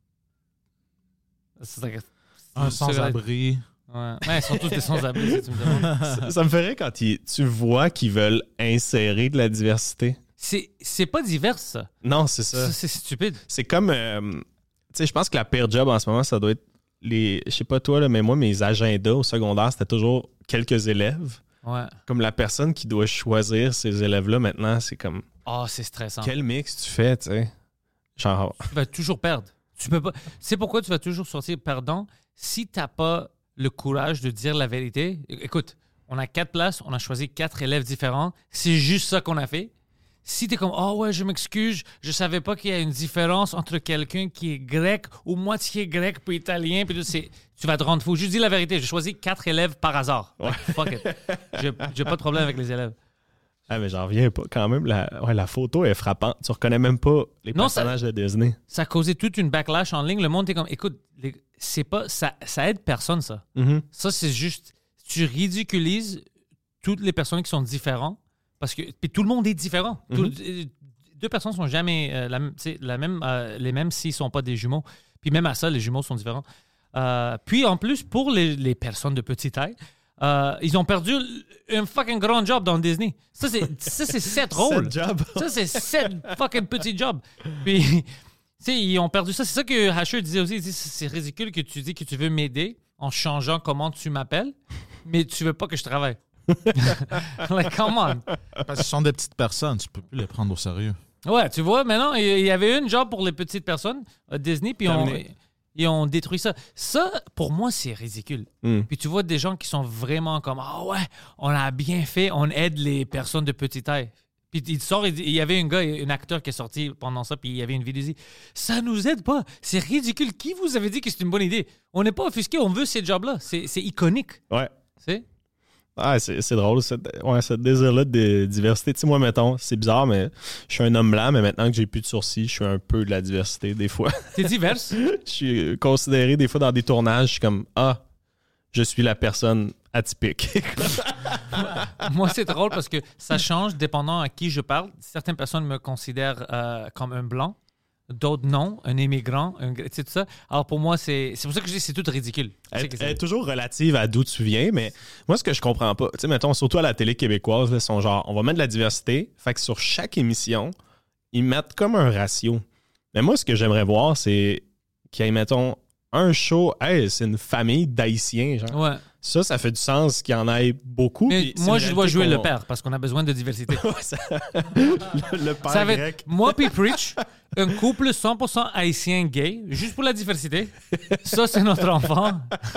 C'est- un c'est- sans-abri. Ouais. Ouais, ils sont tous des sans-abri, si tu me demandes. Ça, ça me ferait quand ils- tu vois qu'ils veulent insérer de la diversité. C'est, c'est pas divers, ça. Non, c'est ça. Ça, c'est stupide. C'est comme... euh, tu sais, je pense que la pire job en ce moment, ça doit être les... Je sais pas toi, là, mais moi, mes agendas au secondaire, c'était toujours quelques élèves. Ouais. Comme la personne qui doit choisir ces élèves-là, maintenant, c'est comme... Oh, c'est stressant. Quel mix tu fais, tu sais? Genre... Tu vas toujours perdre. Tu peux pas. C'est pourquoi tu vas toujours sortir perdant si t'as pas le courage de dire la vérité. É- Écoute, on a quatre places, on a choisi quatre élèves différents. C'est juste ça qu'on a fait. Si t'es comme, oh ouais, je m'excuse, je savais pas qu'il y a une différence entre quelqu'un qui est grec ou moitié grec puis italien, puis tout, c'est, tu vas te rendre fou. Juste dis la vérité, j'ai choisi quatre élèves par hasard. Like, fuck it. J'ai, j'ai pas de problème avec les élèves. Ah, mais j'en reviens pas. Quand même, la, ouais, la photo est frappante. Tu reconnais même pas les Non, ça- personnages de Disney. Ça a causé toute une backlash en ligne. Le monde est comme, écoute, les- c'est pas, ça, ça aide personne, ça. Mhm. Ça, c'est juste, tu ridiculises toutes les personnes qui sont différentes parce que puis tout le monde est différent. Tout- euh, deux personnes sont jamais euh, la, même- tu sais, la même, euh, les mêmes s'ils sont pas des jumeaux. Puis même à ça, les jumeaux sont différents. Euh, puis en plus, pour les, les personnes de petite taille, euh, ils ont perdu un fucking grand job dans Disney. Ça, c'est, ça, c'est sept rôles. Sept jobs. Ça, c'est sept fucking petits jobs. Puis, tu sais, ils ont perdu ça. C'est ça que Hasher disait aussi. Il dit, c'est ridicule que tu dis que tu veux m'aider en changeant comment tu m'appelles, mais tu veux pas que je travaille. Like, come on. Parce qu'ils sont des petites personnes, tu peux plus les prendre au sérieux. Ouais, tu vois, maintenant, il y avait une job pour les petites personnes à Disney, puis on, Terminé. ils ont détruit ça. Ça, pour moi, c'est ridicule. Mm. Puis tu vois des gens qui sont vraiment comme, ah ouais, on a bien fait, on aide les personnes de petite taille. Puis il sort, il dit- il y avait un gars, un acteur qui est sorti pendant ça, puis il y avait une vidéo, il dit, ça nous aide pas, c'est ridicule. Qui vous avait dit que c'est une bonne idée? On n'est pas offusqué, on veut ces jobs-là. C'est, c'est iconique. Ouais. C'est? Ah, c'est, c'est drôle, ce ouais, ce désir-là de diversité. Tu sais, moi, mettons, c'est bizarre, mais je suis un homme blanc, mais maintenant que j'ai plus de sourcils, je suis un peu de la diversité, des fois. C'est diverse. Je suis considéré, des fois, dans des tournages, je suis comme, ah, je suis la personne atypique. Moi, c'est drôle parce que ça change dépendant à qui je parle. Certaines personnes me considèrent euh, comme un blanc, d'autres non, un immigrant, un, tu sais, tout ça. Alors pour moi, c'est, c'est pour ça que je dis que c'est tout ridicule. Je sais Elle, que elle c'est- est toujours relative à d'où tu viens, mais moi, ce que je comprends pas, tu sais, mettons, surtout à la télé québécoise, là, ils sont genre, on va mettre de la diversité, fait que sur chaque émission, ils mettent comme un ratio. Mais moi, ce que j'aimerais voir, c'est qu'il y ait, mettons, un show, hey, c'est une famille d'Haïtiens, genre. Ouais. Ça, ça fait du sens qu'il y en ait beaucoup. Mais puis c'est moi, une je dois réalité jouer le qu'on- père parce qu'on a besoin de diversité. Ouais, ça- le, le père Ça va grec. être moi puis Preach, un couple cent pour cent haïtien gay, juste pour la diversité. Ça, c'est notre enfant.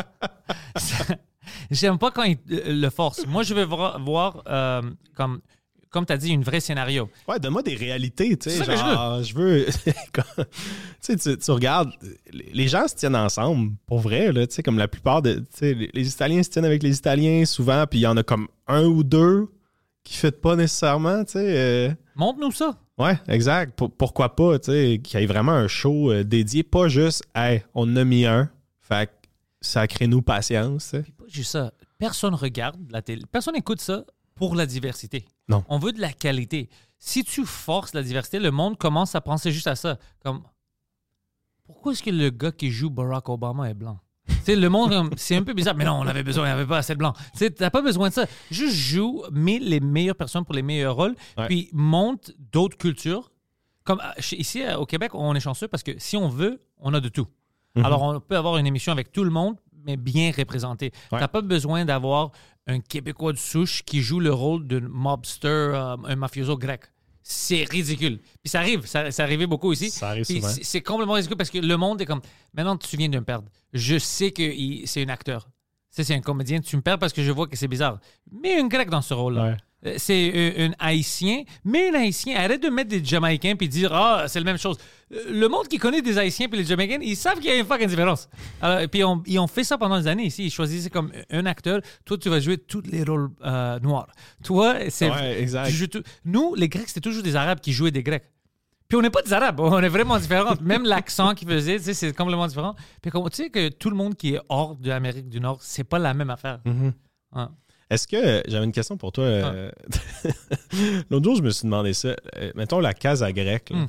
Ça- J'aime pas quand ils euh, le forcent. Moi, je vais voir, voir, euh, comme, comme tu as dit, un vrai scénario. Ouais, donne-moi des réalités, tu sais. C'est ça que Genre, je veux. Quand- tu sais, tu, tu regardes, les gens se tiennent ensemble, pour vrai, là, tu sais, comme la plupart de. Tu sais, les, les Italiens se tiennent avec les Italiens souvent, puis il y en a comme un ou deux qui ne pas nécessairement, tu sais. euh, Montre-nous ça. Ouais, exact. Pour- pourquoi pas, tu sais, qu'il y ait vraiment un show euh, dédié, pas juste, hey, on en a mis un, fait que sacrez-nous patience, tu sais. Pas juste ça. Personne regarde la télé. Personne écoute ça pour la diversité. Non. On veut de la qualité. Si tu forces la diversité, le monde commence à penser juste à ça. Comme pourquoi est-ce que le gars qui joue Barack Obama est blanc? Tu sais, le monde, comme, c'est un peu bizarre. Mais non, on avait besoin, il n'y avait pas assez de blanc. Tu sais, t'as pas besoin de ça. Juste joue, mets les meilleures personnes pour les meilleurs rôles, Ouais. puis monte d'autres cultures. Comme euh, chez- ici, euh, au Québec, on est chanceux parce que si on veut, on a de tout. Mhm. Alors, on peut avoir une émission avec tout le monde, mais bien représenté. Ouais. T'as pas besoin d'avoir un Québécois de souche qui joue le rôle d'un mobster, euh, un mafioso grec. C'est ridicule. Puis ça arrive, ça, ça arrivait beaucoup ici. Ça arrive Puis souvent. c'est, c'est complètement ridicule parce que le monde est comme, maintenant tu viens de me perdre. Je sais que il- c'est un acteur. Ça, c'est un comédien. Tu me perds parce que je vois que c'est bizarre. Mets un grec dans ce rôle-là. Ouais. Euh, C'est un, un Haïtien. Mais un Haïtien, arrête de mettre des Jamaïcains puis dire, ah, c'est la même chose. Euh, Le monde qui connaît des Haïtiens puis les Jamaïcains, ils savent qu'il y a une fucking différence. Alors, et puis on- ils ont fait ça pendant des années ici. Ils choisissaient comme un acteur. Toi, tu vas jouer tous les rôles euh, noirs. Toi, c'est. Ouais, exact. tu joues tout- Nous, les Grecs, c'était toujours des Arabes qui jouaient des Grecs. Puis on n'est pas des Arabes, on est vraiment différents. Même l'accent qu'ils faisaient, tu sais, c'est complètement différent. Puis comme, tu sais que tout le monde qui est hors de l'Amérique du Nord, c'est pas la même affaire. Mhm. Ouais. Est-ce que j'avais une question pour toi? euh, L'autre jour, je me suis demandé ça. Euh, mettons la casa grecque. là. Hmm.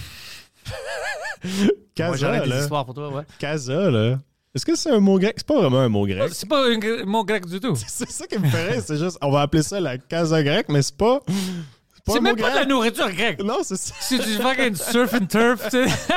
Moi, Casa, j'aurais des là. histoires pour toi, ouais. Casa, là. Est-ce que c'est un mot grec? C'est pas vraiment un mot grec. C'est pas un gr- mot grec du tout. C'est ça qui me ferait. C'est juste, on va appeler ça la casa grecque, mais c'est pas. C'est pas C'est un même mot pas de la grec. nourriture grecque. Non, c'est ça. C'est du fucking surf and turf, tu sais.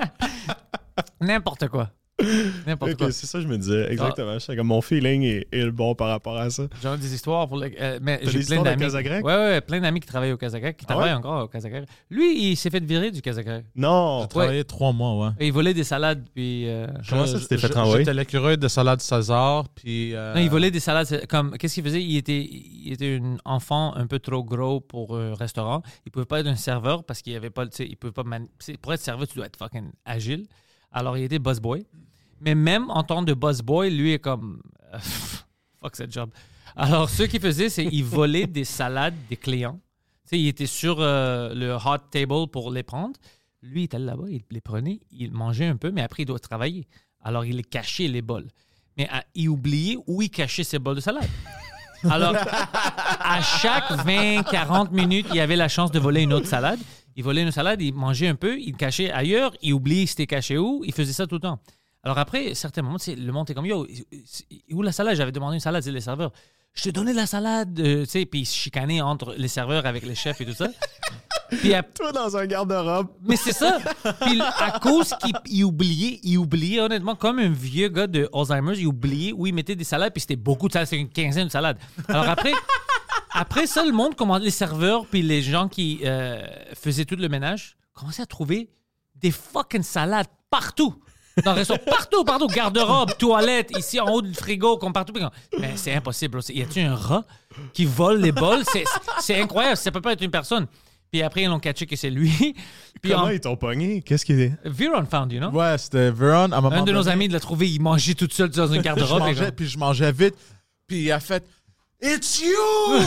N'importe quoi. N'importe Ok, quoi. c'est ça que je me disais. Exactement. Je sais comme mon feeling est, est le bon par rapport à ça. J'ai des histoires pour le. euh, mais T'as j'ai des plein histoires de d'amis. Casagrec? Ouais, ouais, plein d'amis qui travaillent au Casagrec, qui Ah travaillent ouais? encore au Casagrec. Lui, il s'est fait virer du Casagrec. Non. J'ai travaillé trois mois, ouais. Et il volait des salades, puis. euh, Comment Je- ça, tu t'es fait je- renvoyer? J'étais l'écureuil de salade César, puis... euh, Non, il volait des salades. c'est Comme, qu'est-ce qu'il faisait? Il était, il était un enfant un peu trop gros pour un restaurant. Il pouvait pas être un serveur parce qu'il y avait pas, tu sais, il pouvait pas mani- tu sais, pour être serveur, tu dois être fucking agile. Alors, il était busboy. Mais même en tant que busboy, lui est comme, euh, fuck cette job. Alors, ce qu'il faisait, c'est qu'il volait des salades des clients. Tu sais, il était sur euh, le hot table pour les prendre. Lui, il était là-bas, il les prenait, il mangeait un peu, mais après, il doit travailler. Alors, il cachait les bols. Mais à- il oubliait où il cachait ses bols de salade. Alors, à chaque vingt à quarante minutes, il avait la chance de voler une autre salade. Il volait une salade, il mangeait un peu, il le cachait ailleurs, il oubliait c'était caché où, il faisait ça tout le temps. Alors après, certains moments, tu sais, le monde est comme, yo, où la salade? J'avais demandé une salade, c'est les serveurs. Je te donnais la salade, euh, tu sais, puis il se chicanait entre les serveurs avec les chefs et tout ça. Puis à- Toi dans un garde-robe. mais c'est ça. Puis à cause qu'il il oubliait, il oubliait honnêtement, comme un vieux gars de Alzheimer's, il oubliait où il mettait des salades, puis c'était beaucoup de salades, c'était une quinzaine de salades. Alors après, après ça, le monde, comment, les serveurs, puis les gens qui euh, faisaient tout le ménage, commençaient à trouver des fucking salades partout. Dans le restaurant, partout, partout, garde-robe, toilette, ici en haut du frigo, comme partout. Puis comme, mais c'est impossible. Y a-t-il un rat qui vole les bols? C'est, c'est incroyable, ça peut pas être une personne. Puis après, ils l'ont catché que c'est lui. Puis Comment en, ils t'ont pogné? Qu'est-ce qu'il est? Viron found, you know? Ouais, c'était Veron. À un moment Un de nos donné, amis l'a trouvé, il mangeait tout seul dans une je garde-robe. et mangeais, comme- puis je mangeais vite. Puis il a fait « It's you!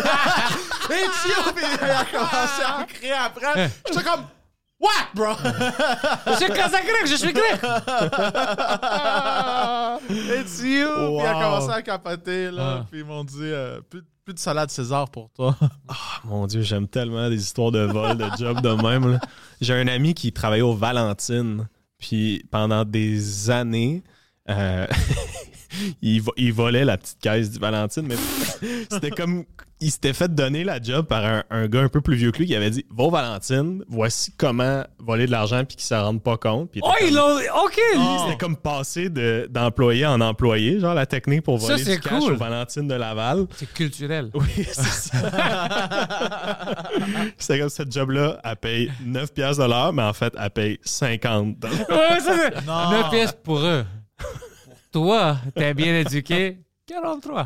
It's you! » Puis il a commencé à me crier après. J'étais comme « What, bro? Je suis grec, je suis grec! It's you! » Puis il a Wow. commencé à capoter, là. Ah. Puis ils m'ont dit euh, plus, plus de salade César pour toi. Mon Dieu, j'aime tellement des histoires de vol, de job de même. là. J'ai un ami qui travaillait au Valentine. Puis pendant des années, euh, il, vo- il volait la petite caisse du Valentine. Mais c'était comme. Il s'était fait donner la job par un, un gars un peu plus vieux que lui qui avait dit Va au Valentine, voici comment voler de l'argent puis qu'il s'en rende pas compte. Puis il Oh, était ils comme- l'ont. OK! C'était comme passer de- d'employé en employé, genre la technique pour Ça, voler c'est du cash cool. au Valentine de Laval. C'est culturel. Oui, c'est ça. C'est comme cette job-là, elle paye neuf piastres de l'heure, mais en fait, elle paye cinquante dollars. Ouais, ça, c'est Non. neuf pièces pour eux. Pour toi, t'es bien éduqué. quarante-trois.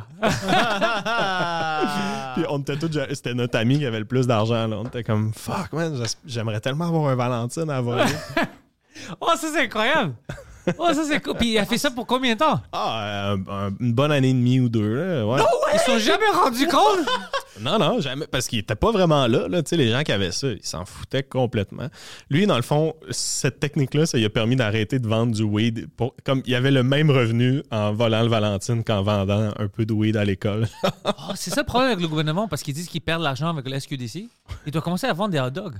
Puis on était tous, c'était notre ami qui avait le plus d'argent. Là. On était comme, fuck, man, j'as- j'aimerais tellement avoir un Valentine à voler. Oh, ça, c'est incroyable. Oh, ça, c'est cool. Puis il a fait ça pour combien de temps? Ah, euh, un- une bonne année et demie ou deux. Là, ouais. Ils se sont jamais rendus compte. Non, non, jamais. Parce qu'il était pas vraiment là. là. Tu sais, les gens qui avaient ça, ils s'en foutaient complètement. Lui, dans le fond, cette technique-là, ça lui a permis d'arrêter de vendre du weed. Pour, comme il avait le même revenu en volant le Valentine qu'en vendant un peu de weed à l'école. Oh, c'est ça le problème avec le gouvernement, parce qu'ils disent qu'ils perdent l'argent avec le S Q D C. Ils doivent commencer à vendre des hot dogs.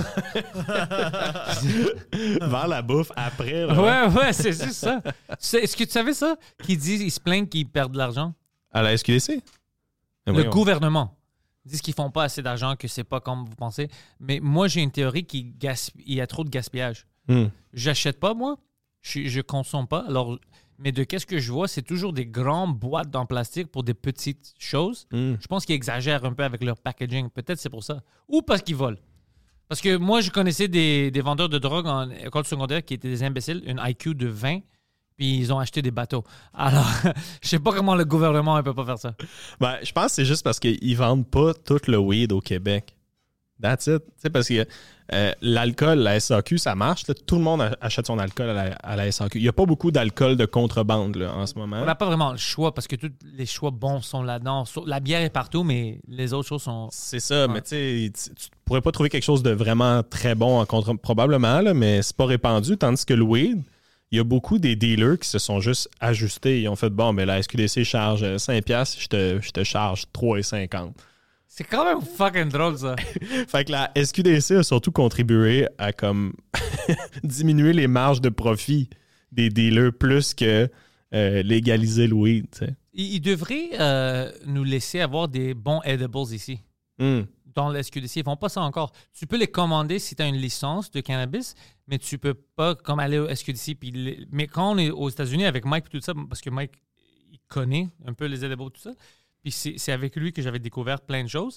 Vendre la bouffe après. Là. Ouais, ouais, c'est juste ça. C'est- Est-ce que tu savais ça? Qu'ils disent, ils se plaignent qu'ils perdent de l'argent. À la S Q D C? Mais Le voyons. gouvernement. Ils disent qu'ils font pas assez d'argent, que c'est pas comme vous pensez. Mais moi, j'ai une théorie qu'il gasp... il y a trop de gaspillage. Hmm. J'achète pas, moi. Je, je consomme pas. Alors, mais de qu'est-ce que je vois, c'est toujours des grandes boîtes en plastique pour des petites choses. Hmm. Je pense qu'ils exagèrent un peu avec leur packaging. Peut-être c'est pour ça. Ou parce qu'ils volent. Parce que moi, je connaissais des, des vendeurs de drogue en école secondaire qui étaient des imbéciles, une I Q de vingt, puis ils ont acheté des bateaux. Alors, je sais pas comment le gouvernement ne peut pas faire ça. Ben, je pense que c'est juste parce qu'ils vendent pas tout le weed au Québec. That's it. Tu sais, parce que euh, l'alcool, la S A Q, ça marche. Là. Tout le monde a- achète son alcool à la, à la S A Q. Il n'y a pas beaucoup d'alcool de contrebande là, en ce moment. On n'a pas vraiment le choix parce que tous les choix bons sont là-dedans. So- La bière est partout, mais les autres choses sont... C'est ça, mais tu sais, tu tu pourrais pas trouver quelque chose de vraiment très bon en contre probablement, là, mais c'est pas répandu. Tandis que le weed, il y a beaucoup des dealers qui se sont juste ajustés. Ils ont fait bon, mais la S Q D C charge cinq piastres, je te, je te charge trois cinquante. C'est quand même fucking drôle, ça. Fait que la S Q D C a surtout contribué à comme diminuer les marges de profit des dealers plus que euh, légaliser le weed, tu sais. Ils, ils devraient euh, nous laisser avoir des bons edibles ici. Hmm. Dans le S Q D C, ils font pas ça encore. Tu peux les commander si tu as une licence de cannabis, mais tu peux pas comme aller au S Q D C. Puis les- Mais quand on est aux États-Unis avec Mike et tout ça, parce que Mike, il connaît un peu les edibles tout ça, puis c'est c'est avec lui que j'avais découvert plein de choses.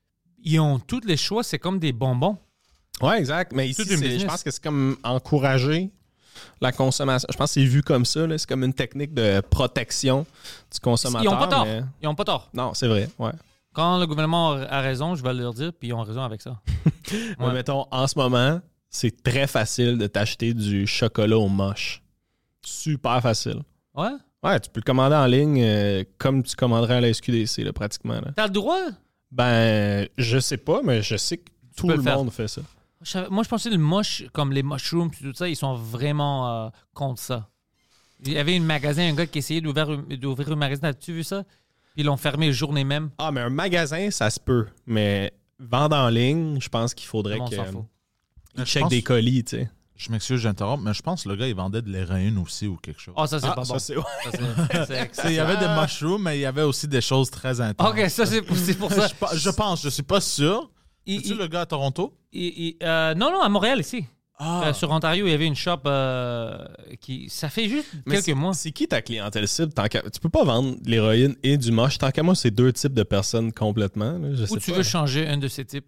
Ils ont tous les choix, c'est comme des bonbons. Ouais, exact. Mais ici, Toute une c'est- je business. pense que c'est comme encourager la consommation. Je pense que c'est vu comme ça. là. C'est comme une technique de protection du consommateur. Ils ont pas tort. mais- Ils ont pas tort. Non, c'est vrai. Ouais. Quand le gouvernement a raison, je vais leur dire, puis ils ont raison avec ça. Mais Ouais. mettons, en ce moment, c'est très facile de t'acheter du chocolat au moche. Super facile. Ouais? Ouais, tu peux le commander en ligne euh, comme tu commanderais à la S Q D C, là, pratiquement. Là. T'as le droit? Ben, je sais pas, mais je sais que tout peux le le faire. monde fait ça. Je savais- Moi, je pensais le moche, comme les mushrooms et tout ça, ils sont vraiment euh, contre ça. Il y avait un magasin, un gars qui essayait d'ouvrir, d'ouvrir un magasin. As-tu vu ça? Puis ils l'ont fermé le journée même. Ah, mais un magasin, ça se peut. Mais vendre en ligne, je pense qu'il faudrait Tout le monde que s'en fout. il Je check pense- des colis, tu sais. Je m'excuse, j'interromps, mais je pense que le gars, il vendait de l'héroïne aussi ou quelque chose. Ah, ça, c'est Ah, pas ça, bon. c'est... Ça, c'est- c'est excellent. Il y avait des mushrooms, mais il y avait aussi des choses très intenses. OK, ça, c'est c'est pour ça. Je, pa- je pense, je suis pas sûr. Il- C'est-tu il- le gars à Toronto? il- il- euh, non, non, à Montréal, ici. Ah. Euh, sur Ontario, il y avait une shop euh, qui... Ça fait juste Mais quelques c'est- mois. C'est qui ta clientèle cible? Tant qu'à- Tu peux pas vendre de l'héroïne et du moche. Tant qu'à moi, c'est deux types de personnes complètement. là. Je Ou sais tu pas. veux changer un de ces types.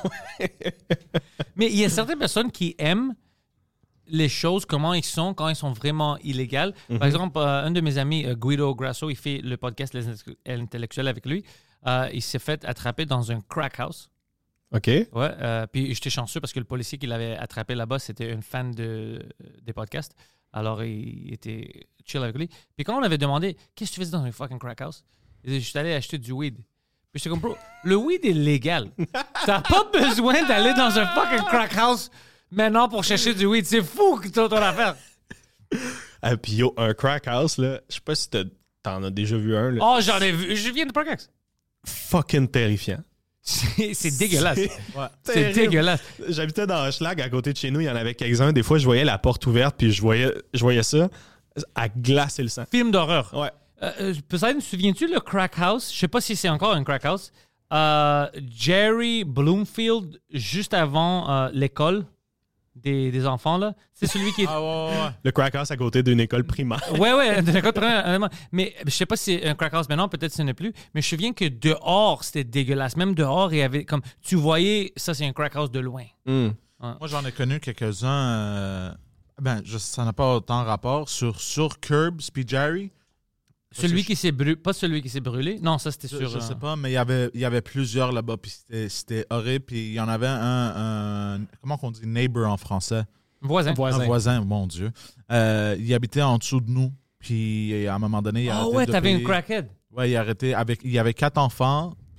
Mais il y a certaines personnes qui aiment les choses, comment ils sont, quand ils sont vraiment illégales. Par exemple, euh, un de mes amis, euh, Guido Grasso, il fait le podcast Les Intellectuels avec lui. Euh, il s'est fait attraper dans un crack house. OK. Ouais, euh, puis j'étais chanceux parce que le policier qui l'avait attrapé là-bas, c'était une fan de, des podcasts. Alors, il était chill avec lui. Puis quand on avait demandé, qu'est-ce que tu faisais dans un fucking crack house? Il disait, je suis allé acheter du weed. Puis j'étais comme, bro, le weed est légal. T'as pas besoin d'aller dans un fucking crack house maintenant pour chercher du weed. C'est fou que t'as ton affaire. Ah, puis yo, un crack house, là, je sais pas si t'as- t'en as déjà vu un, là. Oh, j'en ai vu. Je viens de crack house. Fucking terrifiant. C'est c'est dégueulasse. C'est Terrible. dégueulasse. J'habitais dans Hochelag, à côté de chez nous, il y en avait quelques-uns. Des fois, je voyais la porte ouverte, puis je voyais, je voyais ça à glacer le sang. Film d'horreur. Ouais. Euh, euh, Poseidon, souviens-tu le crack house? Je sais pas si c'est encore un crack house. Euh, Jerry Bloomfield, juste avant euh, l'école des, des enfants, là. C'est celui qui est... Ah ouais, ouais, ouais. Le crack house à côté d'une école primaire. Ouais, ouais, de l'école primaire, honnêtement. Mais je sais pas si c'est un crack house maintenant, peut-être ce n'est plus. Mais je me souviens que dehors, c'était dégueulasse. Même dehors, il y avait comme... Tu voyais, ça, c'est un crack house de loin. Hmm. Moi, j'en ai connu quelques-uns. euh, Ben, je- ça n'a pas autant rapport. Sur, sur Curbs puis Jerry. Celui je- qui s'est brûlé... Pas celui qui s'est brûlé. Non, ça, c'était Je, sur... je euh, sais pas, mais il y avait, il y avait plusieurs là-bas. Puis c'était, c'était horrible. Puis il y en avait un, un- comment qu'on dit, neighbor en français. Voisin. Un voisin, mon Dieu. Euh, il habitait en dessous de nous. Puis à un moment donné, il a Oh arrêté ouais, de t'avais payer. une crackhead. Ouais, il a arrêté avec. Il y avait quatre enfants.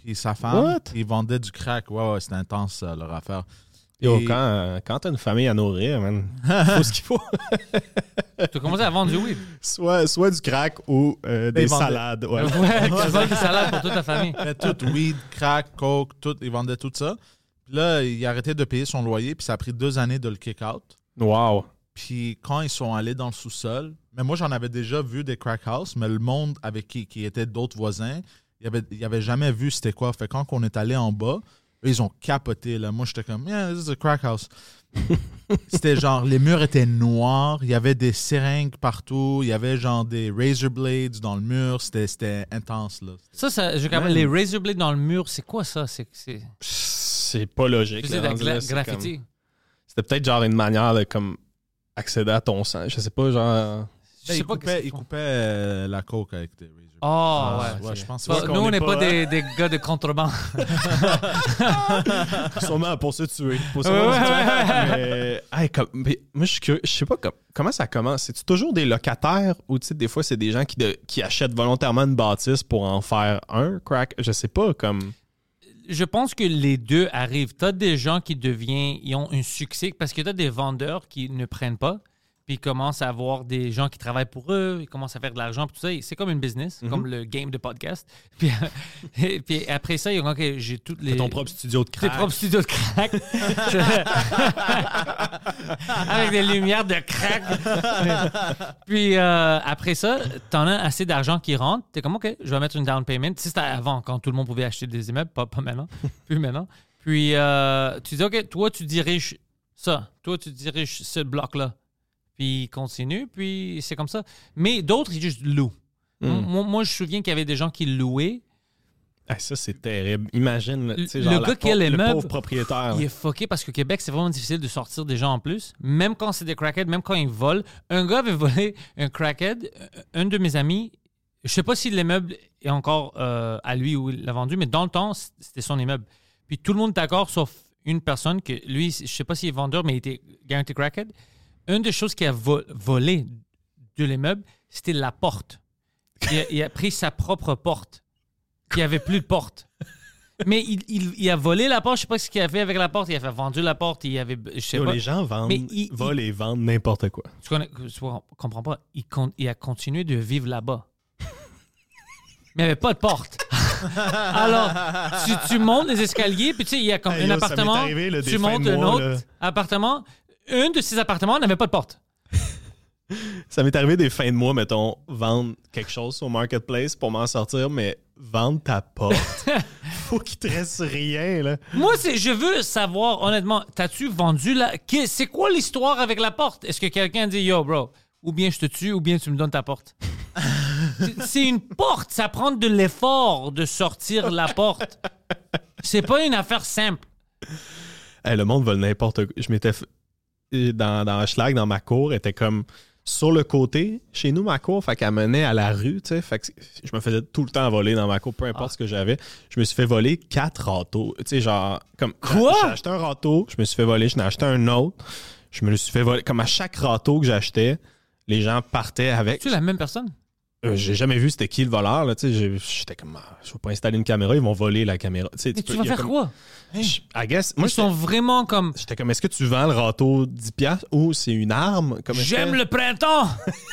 puis sa femme. What? Ils vendaient du crack. Ouais, ouais, c'était intense, ça, leur affaire. Yo, Et- quand, quand t'as une famille à nourrir, man, faut ce qu'il faut. Tu as commencé à vendre du weed. Soit, soit du crack ou euh, des Ils vendaient. salades. Ouais. Ouais, tu vends des salades pour toute ta famille. Mais tout, weed, crack, coke, tout, ils vendaient tout ça. Puis là, il a arrêté de payer son loyer, puis ça a pris deux années de le kick-out. Wow. Puis quand ils sont allés dans le sous-sol, mais moi, j'en avais déjà vu des crack house, mais le monde avec qui, qui était d'autres voisins, ils n'avaient ils avaient jamais vu c'était quoi. Fait quand on est allé en bas, eux, ils ont capoté. Là. Moi, j'étais comme, yeah, this is a crack house. C'était genre, les murs étaient noirs, il y avait des seringues partout, il y avait genre des razor blades dans le mur, c'était, c'était intense. Là. Ça, ça je capable. Les razor blades dans le mur, c'est quoi ça? C'est, c'est... C'est pas logique. C'est de là, la rendu gra- là, c'est graffiti. comme- C'était peut-être genre une manière de comme accéder à ton sang. Je sais pas, genre. Je sais il pas coupait, qu'est-ce il qu'ils font. coupait euh, la coke avec des razor blades. Oh, Ah, ouais. ouais, je pense Bon, que qu'on nous, on est n'est pas, pas- des, des gars de contrebande. Sûrement pour se tuer. Pour Ouais, ouais, ouais. Mais, hey, comme- mais moi, je suis curieux. Je sais pas comme- comment ça commence. C'est-tu toujours des locataires ou tu sais, des fois, c'est des gens qui, de- qui achètent volontairement une bâtisse pour en faire un crack? Je sais pas, comme. Je pense que les deux arrivent. Tu as des gens qui deviennent, ils ont un succès parce que tu as des vendeurs qui ne prennent pas, puis ils commencent à avoir des gens qui travaillent pour eux, ils commencent à faire de l'argent, puis tout ça. C'est comme une business, Mhm. comme le game de podcast. Puis, et puis après ça, ils ont OK, j'ai toutes les. C'est ton propre studio de Tes crack. propres studios de crack. Avec des lumières de crack. Puis euh, après ça, t'en as assez d'argent qui rentre. T'es comme, OK, je vais mettre une down payment. Si c'était avant, quand tout le monde pouvait acheter des immeubles, pas, pas maintenant. Plus maintenant. Puis euh, tu dis, OK, toi, tu diriges ça. Toi, tu diriges ce bloc-là. Puis il continue, puis c'est comme ça. Mais d'autres, ils juste louent. Mm. Moi, moi, je me souviens qu'il y avait des gens qui louaient. Ah, ça, c'est terrible. Imagine, là, tu sais, Le genre, gars la qui a pauvre- les le meubles, pauvre propriétaire. Il là. est fucké parce qu'au Québec, c'est vraiment difficile de sortir des gens en plus. Même quand c'est des crackheads, même quand ils volent. Un gars avait volé un crackhead. Un de mes amis, je sais pas si l'immeuble est encore euh, à lui ou il l'a vendu, mais dans le temps, c'était son immeuble. Puis tout le monde est d'accord, sauf une personne que lui, je sais pas s'il est vendeur, mais il était guaranteed crackhead. Une des choses qu'il a vo- volé de l'immeuble, c'était la porte. Il a, il a pris sa propre porte. Il n'y avait plus de porte. Mais il, il, il a volé la porte. Je sais pas ce qu'il a fait avec la porte. Il a fait vendu la porte. Il avait, je sais Yo, pas. les gens vendent, Mais il- volent et vendent n'importe quoi. Tu connais, tu comprends pas. Il, con- il a continué de vivre là-bas. Mais il n'y avait pas de porte. Alors, tu, tu montes les escaliers, puis tu sais, il y a comme Hey, un yo, ça appartement. m'est arrivé, là, des tu fins montes de un mois, autre là. appartement. Un de ces appartements n'avait pas de porte. Ça m'est arrivé des fins de mois, mettons, vendre quelque chose sur Marketplace pour m'en sortir, mais vendre ta porte, faut qu'il te reste rien, là. Moi, c'est, je veux savoir, honnêtement, t'as-tu vendu la. que- C'est quoi l'histoire avec la porte? Est-ce que quelqu'un dit yo, bro, ou bien je te tue, ou bien tu me donnes ta porte? C'est- c'est une porte, ça prend de l'effort de sortir la porte. C'est pas une affaire simple. Hey, le monde vole n'importe quoi. Je m'étais. f- Dans, dans Schlag, dans ma cour, était comme sur le côté. Chez nous, ma cour, fait qu'elle menait à la rue, tu sais. Fait que je me faisais tout le temps voler dans ma cour, peu importe Ah. ce que j'avais. Je me suis fait voler quatre râteaux. Tu sais, genre. Comme, Quoi? J'ai acheté un râteau, je me suis fait voler, je n'ai acheté un autre. Je me le suis fait voler. Comme à chaque râteau que j'achetais, les gens partaient avec. Tu es la même personne? Euh, j'ai jamais vu c'était qui le voleur, là. Tu sais, j'ai- j'étais comme. ah, je vais pas installer une caméra, ils vont voler la caméra. Tu sais, Mais peux- tu vas il y a faire comme- quoi? Je- I guess. Moi, Ils sont vraiment comme. J'étais comme, est-ce que tu vends le râteau dix piastres ou c'est une arme? Comme est-ce J'aime que- le printemps!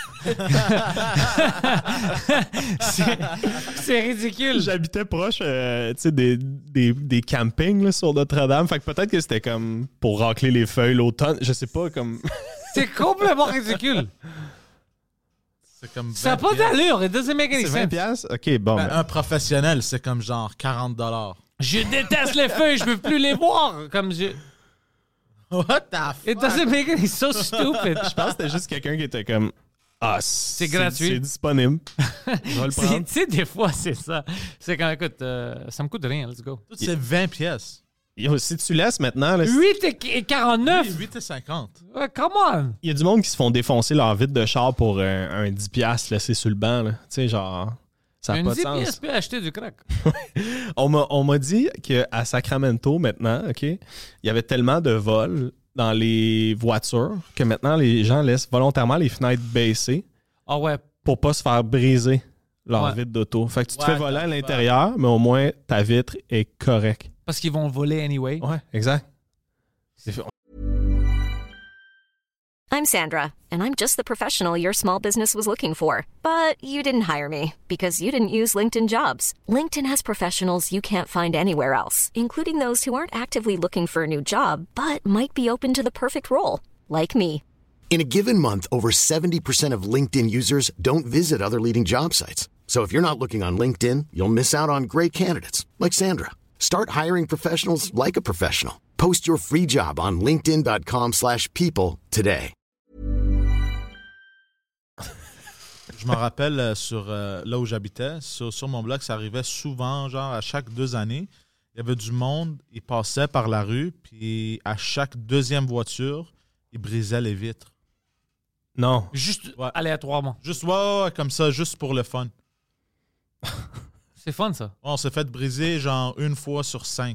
c'est, c'est ridicule. J'habitais proche euh, tu sais, des, des, des campings là, sur Notre-Dame. Fait que peut-être que c'était comme pour racler les feuilles l'automne. Je sais pas, comme. C'est complètement ridicule. C'est comme Ça n'a vingt pas piastres. d'allure. It doesn't make any C'est vingt sense. piastres? OK, bon. Ben, ben, un professionnel, c'est comme genre quarante dollars. Je déteste les feuilles, je veux plus les voir. Comme je... What the fuck? It doesn't make any so stupid. je pense que c'était juste quelqu'un qui était comme. Ah, c'est gratuit. C'est disponible. Je vais le C'est- prendre. Tu sais, des fois, c'est ça. C'est quand, écoute, euh, ça me coûte rien, let's go. Tout, c'est vingt pièces. Yo, si tu laisses maintenant, là, huit et quarante-neuf. huit et cinquante. Ouais, come on. il y a du monde qui se font défoncer leur vitre de char pour un, un dix piastres laissé sur le banc. là. Tu sais, genre. Ça n'a Un pas de dix sens. pièces peut acheter du crack. On m'a, on m'a dit qu'à Sacramento, maintenant, OK, il y avait tellement de vols dans les voitures que maintenant, les gens laissent volontairement les fenêtres baissées Ah ouais. pour pas se faire briser leur Ouais. vitre d'auto. Fait que tu te Ouais, fais voler à t'as l'intérieur, mais au moins ta vitre est correcte. Parce qu'ils vont voler anyway. Ouais, exact. C'est fait- I'm Sandra, and I'm just the professional your small business was looking for. But you didn't hire me because you didn't use LinkedIn Jobs. LinkedIn has professionals you can't find anywhere else, including those who aren't actively looking for a new job, but might be open to the perfect role, like me. In a given month, over seventy percent of LinkedIn users don't visit other leading job sites. So if you're not looking on LinkedIn, you'll miss out on great candidates like Sandra. Start hiring professionals like a professional. Post your free job on linkedin.com slash people today. Je me rappelle euh, sur euh, là où j'habitais, sur, sur mon bloc, ça arrivait souvent, genre à chaque deux années. Il y avait du monde, ils passaient par la rue, puis à chaque deuxième voiture, ils brisaient les vitres. Non. Juste Ouais. aléatoirement. Juste, ouais, ouais, ouais, comme ça, juste pour le fun. C'est fun, ça. On s'est fait briser genre une fois sur cinq.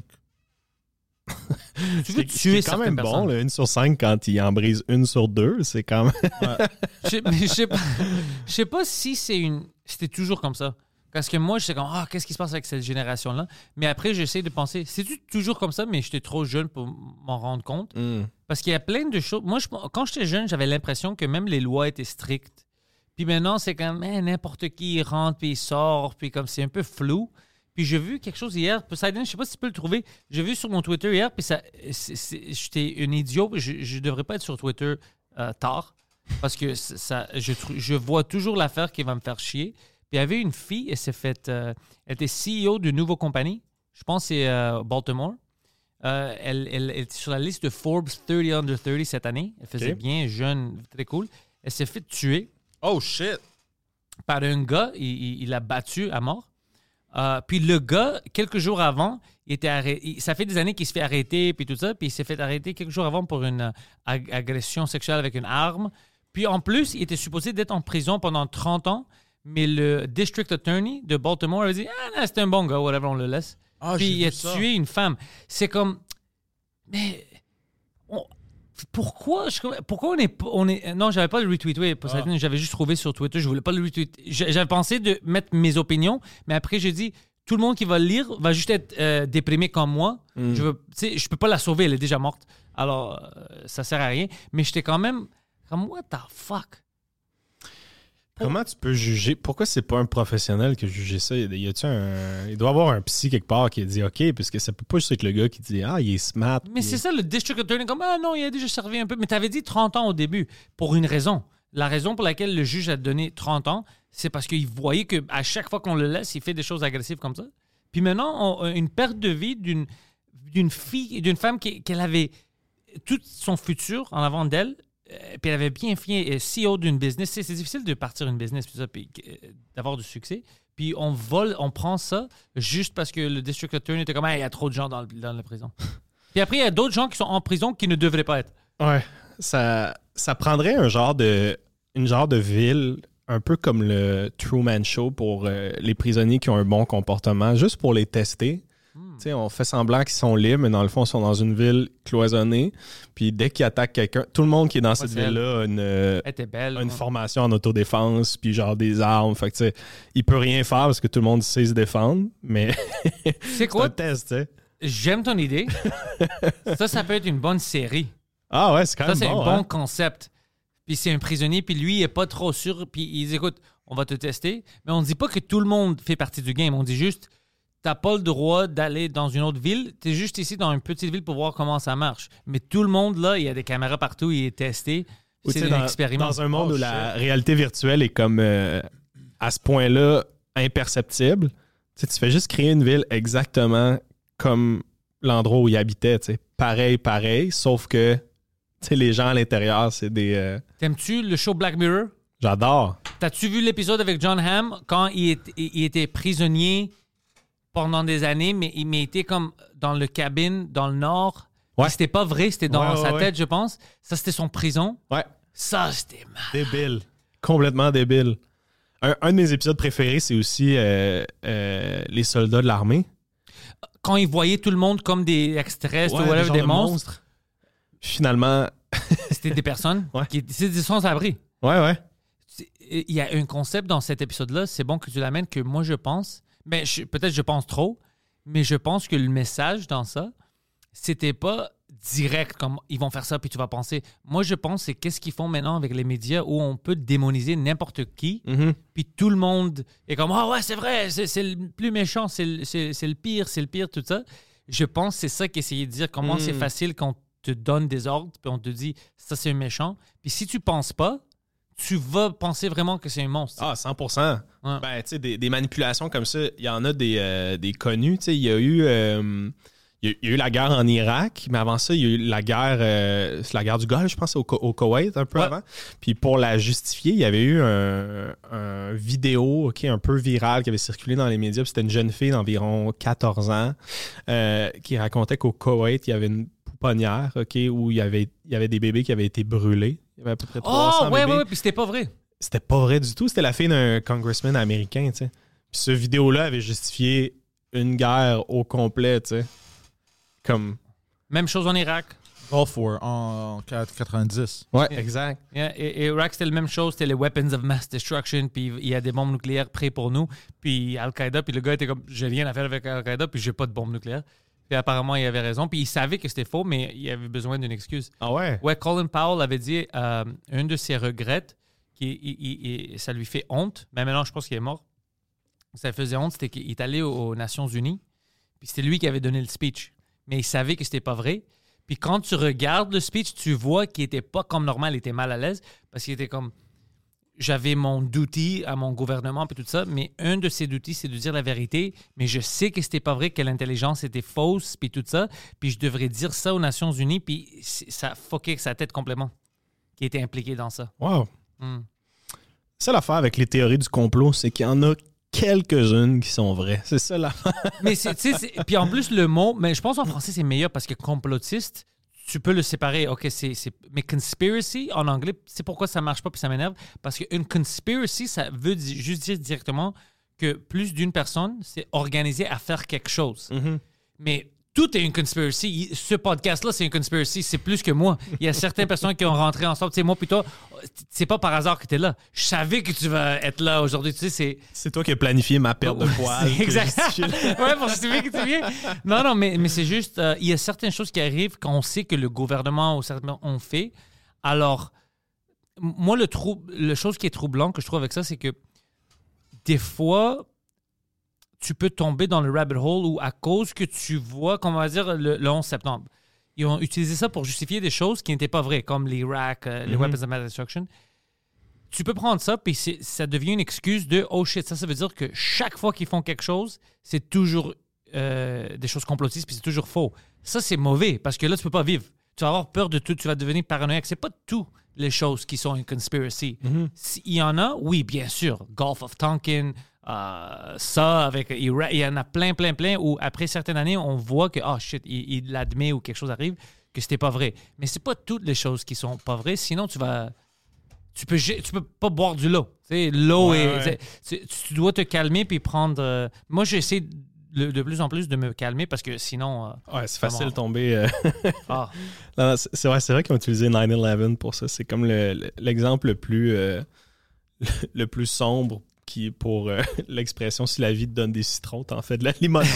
Tu veux C'est tuer c'est quand certaines même bon, personnes. là, une sur cinq quand il en brise une sur deux. C'est quand même. Je sais- mais je sais pas, je sais pas si c'est une, c'était toujours comme ça. Parce que moi, je sais comme, ah, qu'est-ce qui se passe avec cette génération-là? Mais après, j'essaie de penser, c'est-tu toujours comme ça, mais j'étais trop jeune pour m'en rendre compte? Mm. Parce qu'il y a plein de choses. Moi, je- quand j'étais jeune, j'avais l'impression que même les lois étaient strictes. Puis maintenant, c'est comme, eh, n'importe qui il rentre, puis il sort, puis comme c'est un peu flou. Puis j'ai vu quelque chose hier. Poseidon, je sais pas si tu peux le trouver. J'ai vu sur mon Twitter hier, puis ça, c'est- c'est- j'étais un idiot. Je, je devrais pas être sur Twitter euh, tard. Parce que ça, ça- je, trou- je vois toujours l'affaire qui va me faire chier. Puis il y avait une fille, elle s'est faite. euh, elle était C E O d'une nouvelle compagnie. Je pense que c'est euh, Baltimore. Euh, elle, elle- elle était sur la liste de Forbes thirty under thirty cette année. Elle faisait Ok. bien, jeune, très cool. Elle s'est fait tuer Oh shit! par un gars. Il, il- il l'a battu à mort. Euh, puis le gars, quelques jours avant, il était arrêté. il- ça fait des années qu'il se fait arrêter, puis tout ça. Puis il s'est fait arrêter quelques jours avant pour une euh, ag- agression sexuelle avec une arme. Puis en plus, il était supposé d'être en prison pendant trente ans. Mais le district attorney de Baltimore avait dit, ah, non, c'est un bon gars, whatever, on le laisse. Ah, Puis j'ai il a vu ça. tué une femme. C'est comme. Mais. on- pourquoi, je- pourquoi on est. On est non, j'avais pas le retweeté. Ah. J'avais juste trouvé sur Twitter. Je voulais pas le retweeter. J'- J'avais pensé de mettre mes opinions, mais après, j'ai dit tout le monde qui va le lire va juste être euh, déprimé comme moi. Mm. Je veux, tu sais, je peux pas la sauver, elle est déjà morte. Alors, euh, ça sert à rien. Mais j'étais quand même. Comme, what the fuck? Comment tu peux juger? Pourquoi c'est pas un professionnel qui a jugé ça? Y a-tu un... Il doit y avoir un psy quelque part qui a dit OK, parce que ça peut pas juste être le gars qui dit Ah, il est smart. Mais c'est ça, le district attorney, comme, ah non, il a déjà servi un peu. Mais tu avais dit trente ans au début, pour une raison. La raison pour laquelle le juge a donné trente ans, c'est parce qu'il voyait qu'à chaque fois qu'on le laisse, il fait des choses agressives comme ça. Puis maintenant, on- une perte de vie d'une, d'une fille, d'une femme qui, qu'elle avait tout son futur en avant d'elle, euh, puis elle avait bien fait euh, C E O d'une business. C'est, c'est difficile de partir une business, puis ça, puis euh, d'avoir du succès. Puis on vole, on prend ça juste parce que le district attorney était comme, ah, il y a trop de gens dans, le, dans la prison. Puis après, il y a d'autres gens qui sont en prison qui ne devraient pas être. Ouais. Ça, ça prendrait un genre de, une genre de ville, un peu comme le Truman Show pour euh, les prisonniers qui ont un bon comportement, juste pour les tester. Tu sais, on fait semblant qu'ils sont libres, mais dans le fond, ils sont dans une ville cloisonnée. Puis dès qu'ils attaquent quelqu'un, tout le monde qui est dans cette c'est elle. ville-là a une, euh, Elle était belle. a une ouais. formation en autodéfense, puis genre des armes. Fait que tu sais, il peut rien faire parce que tout le monde sait se défendre, mais C'est c'est un quoi? test, tu sais. J'aime ton idée. Ça, ça peut être une bonne série. Ah ouais, c'est quand Ça, même c'est bon. un bon hein? concept. Puis c'est un prisonnier, puis lui, il est pas trop sûr. Puis il dit, écoute, on va te tester. Mais on ne dit pas que tout le monde fait partie du game. On dit juste, t'as pas le droit d'aller dans une autre ville. T'es juste ici dans une petite ville pour voir comment ça marche. Mais tout le monde, là, il y a des caméras partout, il est testé. Ou tu C'est sais, un dans, expériment. dans un monde Oh, où la shit. réalité virtuelle est comme euh, à ce point-là imperceptible, tu sais, tu fais juste créer une ville exactement comme l'endroit où il habitait, tu sais. Pareil, pareil, sauf que tu sais, les gens à l'intérieur, c'est des... euh, T'aimes-tu le show Black Mirror? J'adore. T'as-tu vu l'épisode avec John Hamm quand il, est- il était prisonnier pendant des années, mais il mais il était comme dans le cabine dans le nord? Ouais. Puis c'était pas vrai, c'était dans Ouais, ouais, sa ouais. tête, je pense. Ça, c'était son prison. Ouais. Ça, c'était mal. Débile. Complètement débile. Un, un de mes épisodes préférés, c'est aussi euh, euh, les soldats de l'armée. Quand il voyait tout le monde comme des extraterrestres Ouais, ou whatever, genres des de monstres, Finalement, c'était des personnes Ouais. qui étaient sans abri. ouais, ouais. il y a un concept dans cet épisode-là, c'est bon que tu l'amènes, que moi, je pense, ben, je, peut-être je pense trop, mais je pense que le message dans ça, c'était pas direct, comme ils vont faire ça, puis tu vas penser. Moi, je pense c'est qu'est-ce qu'ils font maintenant avec les médias où on peut démoniser n'importe qui, Mhm. puis tout le monde est comme « Ah ouais, c'est vrai, c'est, c'est le plus méchant, c'est le, c'est, c'est le pire, c'est le pire, tout ça. » Je pense que c'est ça qu'essayer de dire, comment Mm. c'est facile quand on te donne des ordres, puis on te dit « Ça, c'est un méchant. » Puis si tu penses pas, tu vas penser vraiment que c'est un monstre. Ah, cent pour cent. Ouais. Ben, tu sais, des, des manipulations comme ça, il y en a des, euh, des connus. Tu sais, il y a eu... euh, Il y, a, il y a eu la guerre en Irak, mais avant ça, il y a eu la guerre, euh, c'est la guerre du Golfe, je pense, au, au Koweït, un peu Ouais. avant. Puis pour la justifier, il y avait eu un, un vidéo ok, un peu virale qui avait circulé dans les médias. Puis c'était une jeune fille d'environ quatorze ans euh, qui racontait qu'au Koweït, il y avait une pouponnière ok, où il y, avait, il y avait des bébés qui avaient été brûlés. Il y avait à peu près trois cents Oh, ouais, bébés. ouais, ouais, puis c'était pas vrai. C'était pas vrai du tout. C'était la fille d'un congressman américain, tu sais. Puis ce vidéo-là avait justifié une guerre au complet, tu sais. Comme... Même chose en Irak. Gulf War en quatre-vingt-dix. Ouais, exact. Yeah, et, et Irak, c'était la même chose. C'était les weapons of mass destruction. Puis il y a des bombes nucléaires prêtes pour nous. Puis Al-Qaïda, puis le gars était comme, j'ai rien à faire avec Al-Qaïda, puis j'ai pas de bombes nucléaires. Puis apparemment, il avait raison. Puis il savait que c'était faux, mais il avait besoin d'une excuse. Ah ouais? Ouais, Colin Powell avait dit, euh, un de ses regrets, qui, il- il- il- ça lui fait honte, mais maintenant, je pense qu'il est mort. Ça faisait honte, c'était qu'il est allé aux Nations Unies, puis c'était lui qui avait donné le speech. Mais il savait que c'était pas vrai. Puis quand tu regardes le speech, tu vois qu'il était pas comme normal, il était mal à l'aise, parce qu'il était comme, j'avais mon duty à mon gouvernement, puis tout ça, mais un de ces duties, c'est de dire la vérité, mais je sais que c'était pas vrai, que l'intelligence était fausse, puis tout ça, puis je devrais dire ça aux Nations Unies, puis c'est- ça fuckait sa tête complètement, qui était impliqué dans ça. Wow. Hmm. Ça, l'affaire avec les théories du complot, c'est qu'il y en a quelques-unes qui sont vraies. C'est ça l'affaire. Mais c'est, tu sais, c'est- puis en plus, le mot, mais je pense en français, c'est meilleur parce que complotiste, tu peux le séparer. OK, c'est, c'est, mais conspiracy, en anglais, c'est pourquoi ça marche pas puis ça m'énerve. Parce qu'une conspiracy, ça veut di- juste dire directement que plus d'une personne s'est organisée à faire quelque chose. Mais tout est une conspiracy. Il- Ce podcast-là, c'est une conspiracy. C'est plus que moi. Il y a certaines personnes qui ont rentré ensemble. Tu sais, moi, puis toi, c'est pas par hasard que tu es là. Je savais que tu vas être là aujourd'hui. Tu sais, c'est... C'est toi qui as planifié ma perte de poils. C'est que exact. j'ai justifié. Ouais, pour justifier que tu viens. Non, non, mais, mais c'est juste, euh, il y a certaines choses qui arrivent quand on sait que le gouvernement ou certainement on fait. Alors, m- moi, le trou, la chose qui est troublant que je trouve avec ça, c'est que des fois, tu peux tomber dans le rabbit hole où à cause que tu vois, comme on va dire, le, le onze septembre, ils ont utilisé ça pour justifier des choses qui n'étaient pas vraies, comme l'Irak, euh, les Mhm. weapons of mass destruction. Tu peux prendre ça, puis c'est- ça devient une excuse de « Oh shit », ça, ça veut dire que chaque fois qu'ils font quelque chose, c'est toujours euh, des choses complotistes, puis c'est toujours faux. Ça, c'est mauvais, parce que là, tu peux pas vivre. Tu vas avoir peur de tout, tu vas devenir paranoïaque. C'est pas toutes les choses qui sont une conspiracy. S'il y en a, oui, bien sûr. Gulf of Tonkin, euh, ça, avec Irak, il y en a plein, plein, plein, où après certaines années, on voit que « Oh shit », il, il l'admet ou quelque chose arrive, que c'était pas vrai. Mais c'est pas toutes les choses qui sont pas vraies, sinon tu vas... Tu peux, gé- tu peux pas boire du lot. Tu sais, l'eau Ouais, est. ouais. c'est- Tu, tu dois te calmer puis prendre. euh, moi, j'essaie de, de plus en plus de me calmer parce que sinon. euh, Ouais, c'est Comment? facile de tomber. euh, ah, non, non, c'est c'est vrai, c'est vrai qu'ils ont utilisé nine eleven pour ça. C'est comme le- le- l'exemple le plus, euh, le, le plus sombre qui pour euh, l'expression si la vie te donne des citrons, t'en fais de la limonade.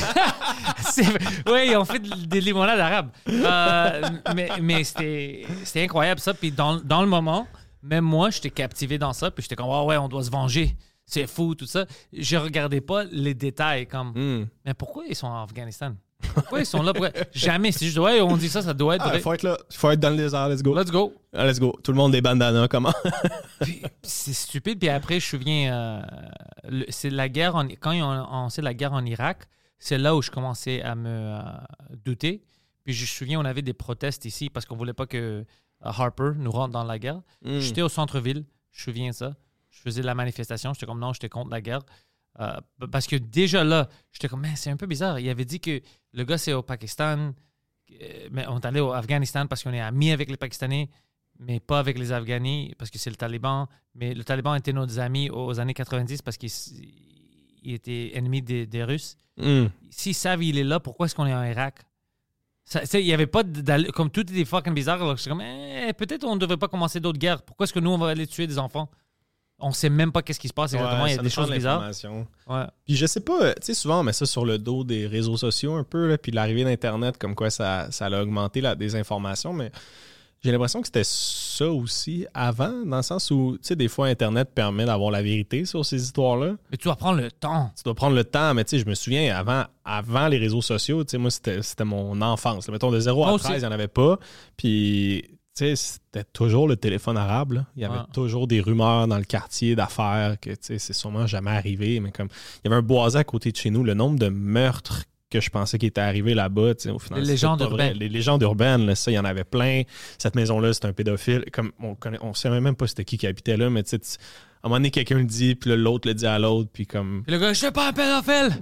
oui, ils ont fait de- des limonades arabes. Euh, mais mais c'était c'était incroyable ça. Puis dans, dans le moment, même moi, j'étais captivé dans ça. Puis j'étais comme, ah ouais, on doit se venger. C'est fou, tout ça. Je regardais pas les détails comme, Hmm. mais pourquoi ils sont en Afghanistan? Pourquoi ils sont là? Pourquoi? Jamais. C'est juste, ouais, on dit ça, ça doit être Ah, vrai. faut être là. Faut être dans le désert. Let's go. Let's go. Ah, let's go. Tout le monde des bandanas. Comment? Puis, c'est stupide. Puis après, je me souviens, euh, le- c'est la guerre en, quand ils ont lancé la guerre en Irak, c'est là où je commençais à me euh, douter. Puis je me souviens, on avait des protestes ici parce qu'on voulait pas que euh, Harper nous rentre dans la guerre. Hmm. J'étais au centre-ville, je me souviens de ça. Je faisais la manifestation, j'étais comme non, j'étais contre la guerre. Euh, parce que déjà là, j'étais comme, mais c'est un peu bizarre. Il avait dit que le gars, c'est au Pakistan, euh, mais on est allé au Afghanistan parce qu'on est amis avec les Pakistanais, mais pas avec les Afghans parce que c'est le Taliban. Mais le Taliban était nos amis aux années quatre-vingt-dix parce qu'il s- il était ennemi des, des Russes. Hmm. S'ils savent il est là, pourquoi est-ce qu'on est en Irak? Ça- tu sais, il n'y avait pas de- d'all- comme tout était fucking bizarre. Alors, je suis comme, eh, peut-être on ne devrait pas commencer d'autres guerres. Pourquoi est-ce que nous, on va aller tuer des enfants? On sait même pas qu'est-ce qui se passe exactement. Ouais, il y a ça des nous prend choses de bizarres. l'information. Ouais. Puis je sais pas, tu sais, souvent on met ça sur le dos des réseaux sociaux un peu, là, puis l'arrivée d'Internet, comme quoi ça, ça a augmenté la désinformation, mais j'ai l'impression que c'était ça aussi avant, dans le sens où, tu sais, des fois Internet permet d'avoir la vérité sur ces histoires-là. Mais tu dois prendre le temps. Tu dois prendre le temps, mais tu sais, je me souviens, avant, avant les réseaux sociaux, tu sais, moi, c'était, c'était mon enfance. Là. Mettons, de zéro à treize, il n'y en avait pas, puis... Tu sais, c'était toujours le téléphone arabe. Là. Il y avait ouais. toujours des rumeurs dans le quartier d'affaires que, tu sais, c'est sûrement jamais arrivé. Mais comme il y avait un boisé à côté de chez nous, le nombre de meurtres que je pensais qui étaient arrivés là-bas, tu sais, au final, les c'est légendes pas vrai. urbaines. Les légendes urbaines, là, ça, il y en avait plein. Cette maison-là, c'est un pédophile. Comme on connaît, on savait même pas c'était qui qui habitait là, mais tu sais, tu- à un moment donné, quelqu'un le dit, puis là, l'autre le dit à l'autre, puis comme... Puis le gars, je suis pas un pédophile.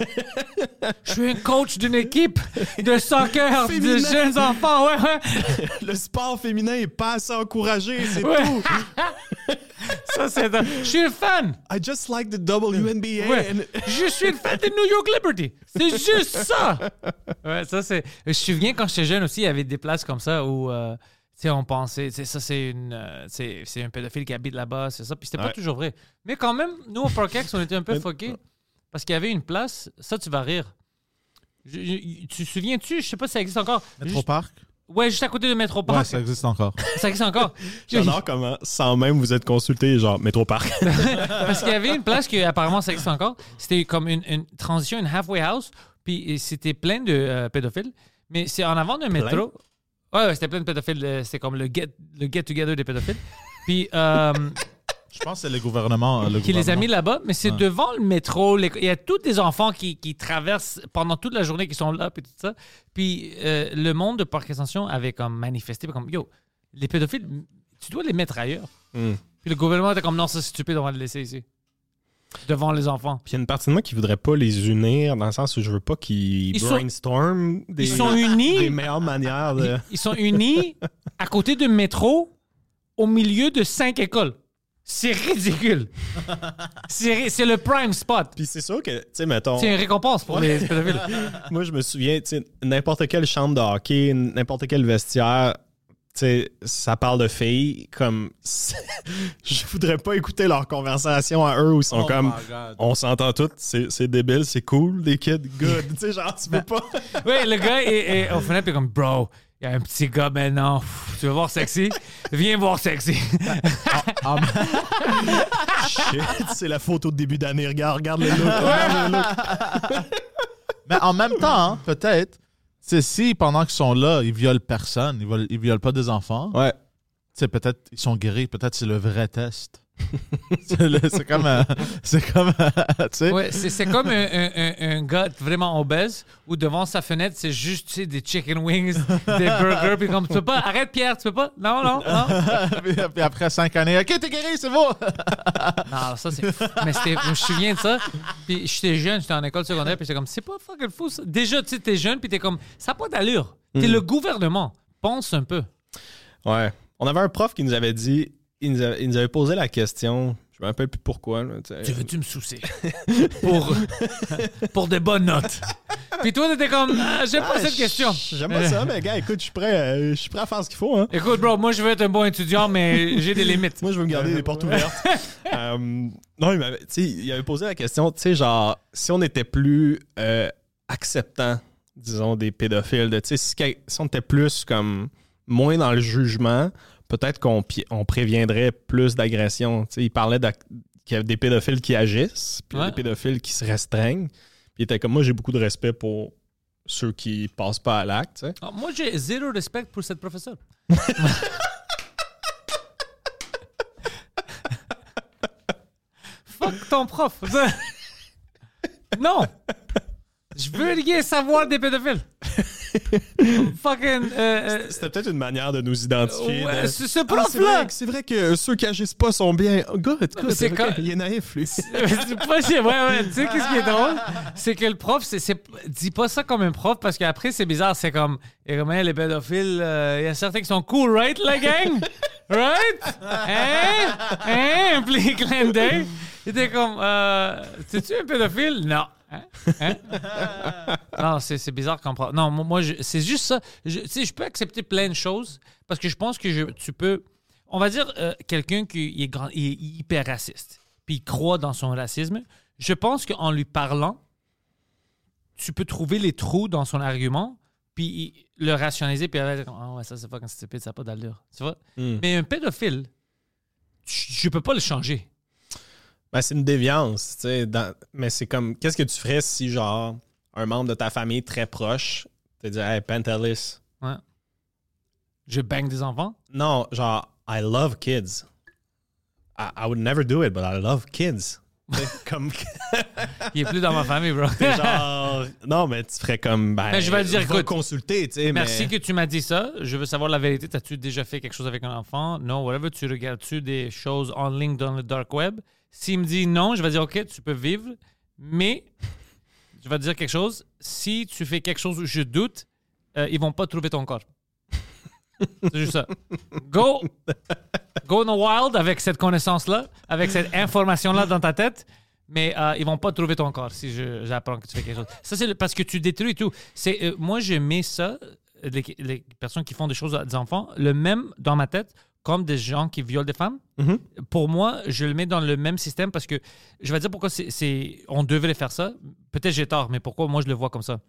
Je suis un coach d'une équipe de soccer de Féminin. jeunes enfants. Ouais, ouais. Le sport féminin est pas assez encouragé, c'est Ouais. tout. Ça, c'est... Je suis un fan. I just like the W N B A. Ouais. and- Je suis une fan de New York Liberty. C'est juste ça. Ouais, ça, c'est... Je me souviens quand j'étais jeune aussi, il y avait des places comme ça où... euh, tu sais, on pensait, tu sais, ça, c'est une, euh, c'est, c'est un pédophile qui habite là-bas, c'est ça. Puis c'était pas Ouais. toujours vrai. Mais quand même, nous, au Parkex, on était un peu fuckés. Parce qu'il y avait une place, ça, tu vas rire. Je- je- tu te souviens-tu, je sais pas si ça existe encore. Metro Juste- Park? Ouais, juste à côté de Metro Ouais, Park. ça existe encore. Ça existe encore. J'adore comment, sans même vous êtes consulté, genre Métro Park. Parce qu'il y avait une place qui apparemment ça existe encore. C'était comme une, une transition, une halfway house. Puis c'était plein de euh, pédophiles. Mais c'est en avant d'un métro. Ouais, ouais, c'était plein de pédophiles. euh, C'était comme le get, le get together des pédophiles. Puis euh, Je pense que c'est le gouvernement. Le qui les a gouvernement. mis là-bas. Mais c'est Ouais. devant le métro. les- Il y a tous des enfants qui, qui traversent pendant toute la journée, qui sont là, puis tout ça. Puis euh, le monde de Parc Extension avait comme manifesté, comme yo, les pédophiles, tu dois les mettre ailleurs. Mm. Puis le gouvernement était comme non, ça c'est stupide, on va le laisser ici. Devant les enfants. Puis il y a une partie de moi qui voudrait pas les unir, dans le sens où je veux pas qu'ils Ils sont- brainstorment des, Ils sont unis. des meilleures manières de... Ils, ils sont unis à côté du métro au milieu de cinq écoles. C'est ridicule. C'est, ri- c'est le prime spot. Puis c'est sûr que, tu sais, mettons... C'est une récompense pour les pédophiles. Moi, je me souviens, tu sais, n'importe quelle chambre de hockey, n'importe quel vestiaire, tu sais, ça parle de filles, comme... je voudrais pas écouter leur conversation à eux où ils sont Oh comme... my God. On s'entend tous, c'est, c'est débile, c'est cool, des kids, good. Tu sais, genre, tu veux pas... Oui, le gars est, est au fenêtre, puis comme, bro, il y a un petit gars maintenant. Pff, tu veux voir sexy? Viens voir sexy. Ah, Shit, c'est la photo de début d'année, regarde, regarde le look. regarde le look. mais en même temps, hein, peut-être, c'est si pendant qu'ils sont là, ils violent personne, ils violent, ils violent pas des enfants, Ouais. tu sais, peut-être ils sont guéris, peut-être c'est le vrai test. c'est, le- c'est comme un- c'est comme un- tu sais. Ouais, c'est, c'est comme un, un- un- un gars vraiment obèse où devant sa fenêtre, c'est juste tu sais, des chicken wings, des burgers, puis comme, tu peux pas, arrête Pierre, tu peux pas? Non, non, non. puis, puis après cinq années, ok, t'es guéri, c'est bon. Non, ça, c'est fou. Mais c'était, je me souviens de ça. Puis j'étais jeune, j'étais en école secondaire, puis j'étais comme, c'est pas fucking fou, ça. Déjà, tu sais, t'es jeune, puis t'es comme, ça n'a pas d'allure. T'es le gouvernement. Pense un peu. Ouais. On avait un prof qui nous avait dit, il nous avait, il nous avait posé la question, je me rappelle plus pourquoi. Là, tu sais. Tu veux-tu me soucier? Pour, pour des bonnes notes. Puis toi, t'étais comme, ah, j'aime pas Ah, cette question. J'aime pas ça, mais gars, écoute, je suis prêt, euh, je suis prêt à faire ce qu'il faut. Hein. Écoute, bro, moi, je veux être un bon étudiant, mais j'ai des limites. Moi, je veux me garder les portes ouvertes. Euh, non, il m'avait, tu sais, il avait posé la question, tu sais, genre, si on était plus euh, acceptant, disons, des pédophiles, de, tu sais, si, si on était plus comme moins dans le jugement, peut-être qu'on pi- on préviendrait plus d'agressions. Tu sais, il parlait d'ac- qu'il y a des pédophiles qui agissent, puis il y a Ouais. des pédophiles qui se restreignent. Puis il était comme, moi, j'ai beaucoup de respect pour ceux qui passent pas à l'acte, tu sais. Ah, moi, j'ai zéro respect pour cette professeure. Fuck ton prof. Non. Je veux rien savoir des pédophiles. Fucking. euh, euh, C'était peut-être une manière de nous identifier. ouais, de- ce, ce Ah, c'est, prof-là. vrai, c'est vrai que ceux qui agissent pas sont bien. Oh, good, good, c'est ok, quand- il est naïf, lui. C'est pas ouais, ouais. Tu sais, qu'est-ce qui est drôle? C'est que le prof, c'est, c'est, dis pas ça comme un prof parce qu'après, c'est bizarre. C'est comme, et comme, hein, les pédophiles, il euh, y a certains qui sont cool, right, la gang? Right? Hein? Hein? Puis clin d'œil. Il était comme, euh, c'est-tu un pédophile? Non. Hein? Hein? Non, c'est, c'est bizarre comme prof. Non, moi, moi je- c'est juste ça. Je- Tu sais, je peux accepter plein de choses parce que je pense que je, tu peux. on va dire euh, quelqu'un qui est, grand, il est hyper raciste, puis il croit dans son racisme, je pense qu'en lui parlant, tu peux trouver les trous dans son argument, puis le rationaliser, puis elle va dire « Ah ouais, ça c'est fucking stupide, ça n'a pas d'allure. » Tu vois? Mm. Mais un pédophile, je ne peux pas le changer. Ben, c'est une déviance, tu sais. Dans... Mais c'est comme, qu'est-ce que tu ferais si, genre, un membre de ta famille très proche te dit « Hey, Pantelis. » Ouais. Je bang des enfants? Non, genre, I love kids. I, I would never do it, but I love kids. Comme... Il est plus dans ma famille, bro. genre, non, mais tu ferais comme, ben, mais je vais te dire, va écoute, consulter, tu sais. Merci mais... que tu m'as dit ça. Je veux savoir la vérité. T'as-tu déjà fait quelque chose avec un enfant? Non, whatever. Tu regardes-tu des choses en ligne dans le dark web? S'il me dit non, je vais dire, OK, tu peux vivre, mais je vais te dire quelque chose. Si tu fais quelque chose où je doute, euh, ils vont pas trouver ton corps. C'est juste ça. Go, go in the wild avec cette connaissance-là, avec cette information-là dans ta tête, mais euh, ils vont pas trouver ton corps si je, j'apprends que tu fais quelque chose. Ça, c'est le, parce que tu détruis tout. C'est, euh, moi, je mets ça, les, les personnes qui font des choses à des enfants, le même dans ma tête comme des gens qui violent des femmes. Mm-hmm. Pour moi, je le mets dans le même système parce que je vais dire pourquoi c'est, c'est, on devrait faire ça. Peut-être j'ai tort, mais pourquoi moi je le vois comme ça.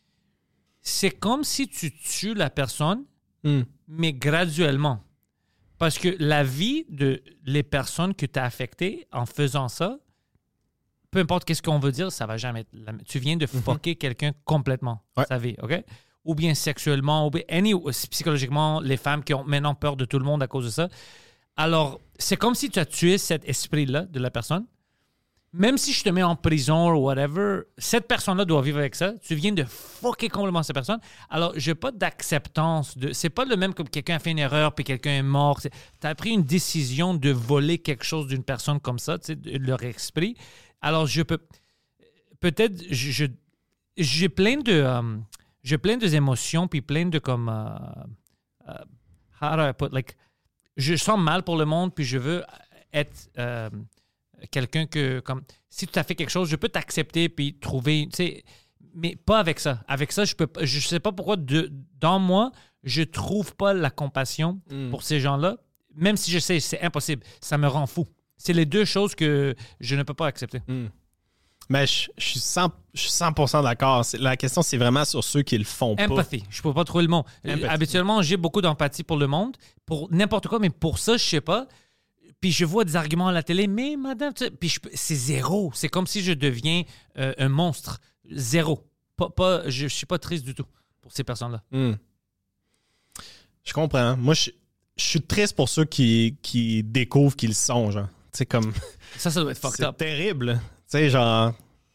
C'est comme si tu tues la personne, mm. mais graduellement. Parce que la vie de les personnes que tu as affectées en faisant ça, peu importe qu'est-ce qu'on veut dire, ça va jamais... Tu viens de fucker mm-hmm. quelqu'un complètement, ouais. sa vie, OK? Ou bien sexuellement, ou bien any, psychologiquement, les femmes qui ont maintenant peur de tout le monde à cause de ça. Alors, c'est comme si tu as tué cet esprit-là de la personne. Même si je te mets en prison ou whatever, cette personne-là doit vivre avec ça. Tu viens de fucker complètement cette personne. Alors, je n'ai pas d'acceptance. De... C'est pas le même comme quelqu'un a fait une erreur puis quelqu'un est mort. Tu as pris une décision de voler quelque chose d'une personne comme ça, tu sais, de leur esprit. Alors, je peux... Peut-être, je, je... j'ai plein de... Um... J'ai plein d'émotions puis plein de comme... Uh... Uh... How do I put... Like... Je sens mal pour le monde puis je veux être... Uh... quelqu'un que, comme, si tu as fait quelque chose, je peux t'accepter puis trouver, tu sais, mais pas avec ça. Avec ça, je peux, je sais pas pourquoi, de, dans moi, je trouve pas la compassion mm. pour ces gens-là, même si je sais, c'est impossible. Ça me rend fou. C'est les deux choses que je ne peux pas accepter. Mm. Mais je, je, suis cent, je suis cent pour cent d'accord. C'est, la question, c'est vraiment sur ceux qui le font pas. Empathy. Je peux pas trouver le mot. Empathy. Habituellement, j'ai beaucoup d'empathie pour le monde, pour n'importe quoi, mais pour ça, je sais pas. Puis je vois des arguments à la télé, mais madame, tu sais, puis je, c'est zéro. C'est comme si je deviens euh, un monstre. Zéro. Pas, pas, je ne suis pas triste du tout pour ces personnes-là. Mm. Je comprends. Moi, je, je suis triste pour ceux qui, qui découvrent qu'ils le sont, genre. Tu sais, comme... Ça, ça doit être fucked c'est up. C'est terrible. Tu sais, genre...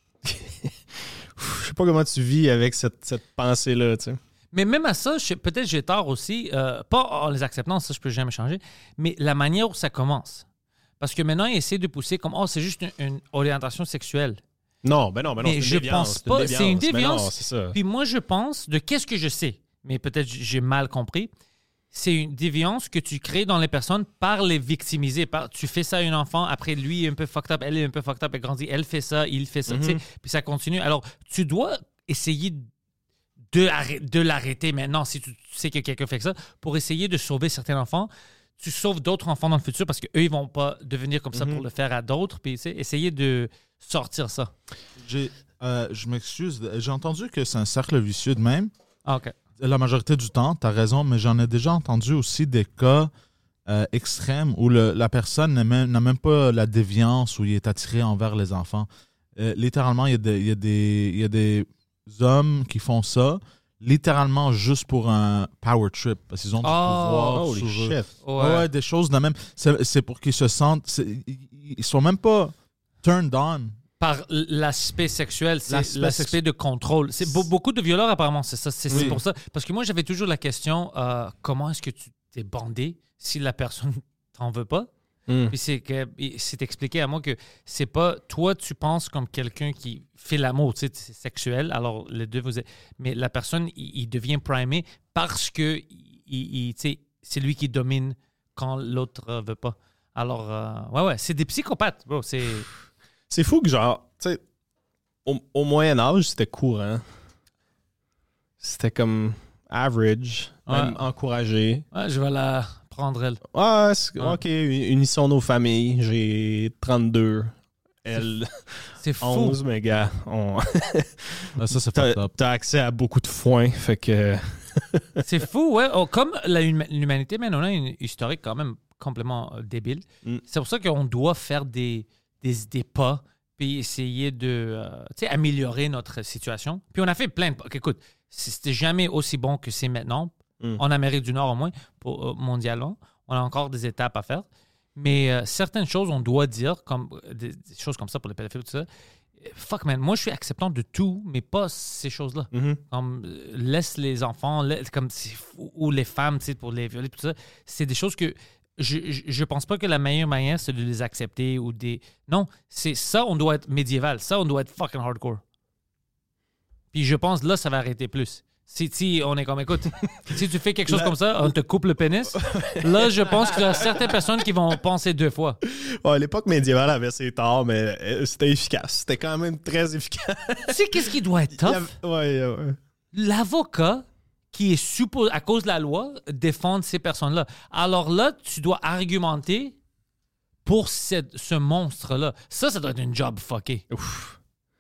Je sais pas comment tu vis avec cette, cette pensée-là, tu sais. Mais même à ça, je, peut-être j'ai tort aussi, euh, pas en les acceptant, ça je peux jamais changer, mais la manière où ça commence. Parce que maintenant, ils essaient de pousser comme « Oh, c'est juste une, une orientation sexuelle ». Non, ben non, ben non, mais c'est je une déviance. pense pas, c'est une déviance. Ben non, c'est ça. Puis moi, je pense, de qu'est-ce que je sais, mais peut-être j'ai mal compris, c'est une déviance que tu crées dans les personnes par les victimiser. Par, tu fais ça à un enfant, après lui il est un peu fucked up, elle est un peu fucked up, elle grandit, elle fait ça, il fait ça, mm-hmm. tu sais, puis ça continue. Alors, tu dois essayer de De, arrêt, de l'arrêter maintenant si tu sais que quelqu'un fait ça pour essayer de sauver certains enfants. Tu sauves d'autres enfants dans le futur parce qu'eux, ils vont pas devenir comme ça mm-hmm. pour le faire à d'autres. Puis, tu sais, essayer de sortir ça. J'ai, euh, je m'excuse. J'ai entendu que c'est un cercle vicieux de même. Ah, OK. La majorité du temps, tu as raison, mais j'en ai déjà entendu aussi des cas euh, extrêmes où le, la personne n'a même, n'a même pas la déviance où il est attiré envers les enfants. Euh, littéralement, il y a des... Il y a des, il y a des hommes qui font ça littéralement juste pour un power trip parce qu'ils ont du oh, pouvoir holy sur shit. eux. Ouais. ouais, des choses de même. C'est, c'est pour qu'ils se sentent... C'est, ils sont même pas turned on. Par l'aspect sexuel, c'est l'aspect, l'aspect sex... de contrôle. C'est be- beaucoup de violeurs, apparemment, c'est ça. C'est, oui. c'est pour ça. Parce que moi, j'avais toujours la question, euh, comment est-ce que tu t'es bandé si la personne t'en veut pas? Mm. Puis c'est, que, c'est expliqué à moi que c'est pas... Toi, tu penses comme quelqu'un qui fait l'amour, tu sais, c'est sexuel, alors les deux, vous êtes... Mais la personne, il, il devient primé parce que il, il, tu sais, c'est lui qui domine quand l'autre euh, veut pas. Alors, euh, ouais, ouais, c'est des psychopathes, bro. C'est... C'est fou que, genre, tu sais, au, au Moyen-Âge, c'était courant. C'était comme average, même ouais. encouragé. Ouais, je vais à la prendre elle. Ah, c'est- Ah. OK, unissons nos familles. J'ai trente-deux. Elle, C'est fou. onze, mais gars, on... Ah, ça, c'est t'as, fucked up. t'as accès à beaucoup de foin, fait que... C'est fou, ouais. Oh, comme la huma- l'humanité, man, on a une historique quand même complètement euh, débile. Mm. C'est pour ça qu'on doit faire des, des, des pas puis essayer de euh, tu sais, améliorer notre situation. Puis on a fait plein de pas. Écoute, c'était jamais aussi bon que c'est maintenant, Mm. en Amérique du Nord au moins, pour, euh, mondialement. On a encore des étapes à faire. Mais euh, certaines choses, on doit dire, comme euh, des, des choses comme ça pour les pédophiles, tout ça. Fuck, man, moi, je suis acceptant de tout, mais pas ces choses-là. Mhm. Comme, euh, laisse les enfants, laisse- comme, c'est fou- ou les femmes, tu sais, pour les violer, tout ça. C'est des choses que je, je, je pense pas que la meilleure manière, c'est de les accepter ou des... Non, c'est ça, on doit être médiéval. Ça, on doit être fucking hardcore. Puis je pense, là, ça va arrêter plus. Si, si on est comme, écoute, si tu fais quelque chose Là- comme ça, on te coupe le pénis, là, je pense qu'il y a certaines personnes qui vont penser deux fois. Ouais, l'époque médiévale avait ses torts, mais euh, c'était efficace. C'était quand même très efficace. Tu sais, qu'est-ce qui doit être Il y tough? avait- Ouais, ouais. L'avocat qui est supposé, à cause de la loi, défendre ces personnes-là. Alors là, tu dois argumenter pour cette- ce monstre-là. Ça, ça doit être une job fucké. Ouf.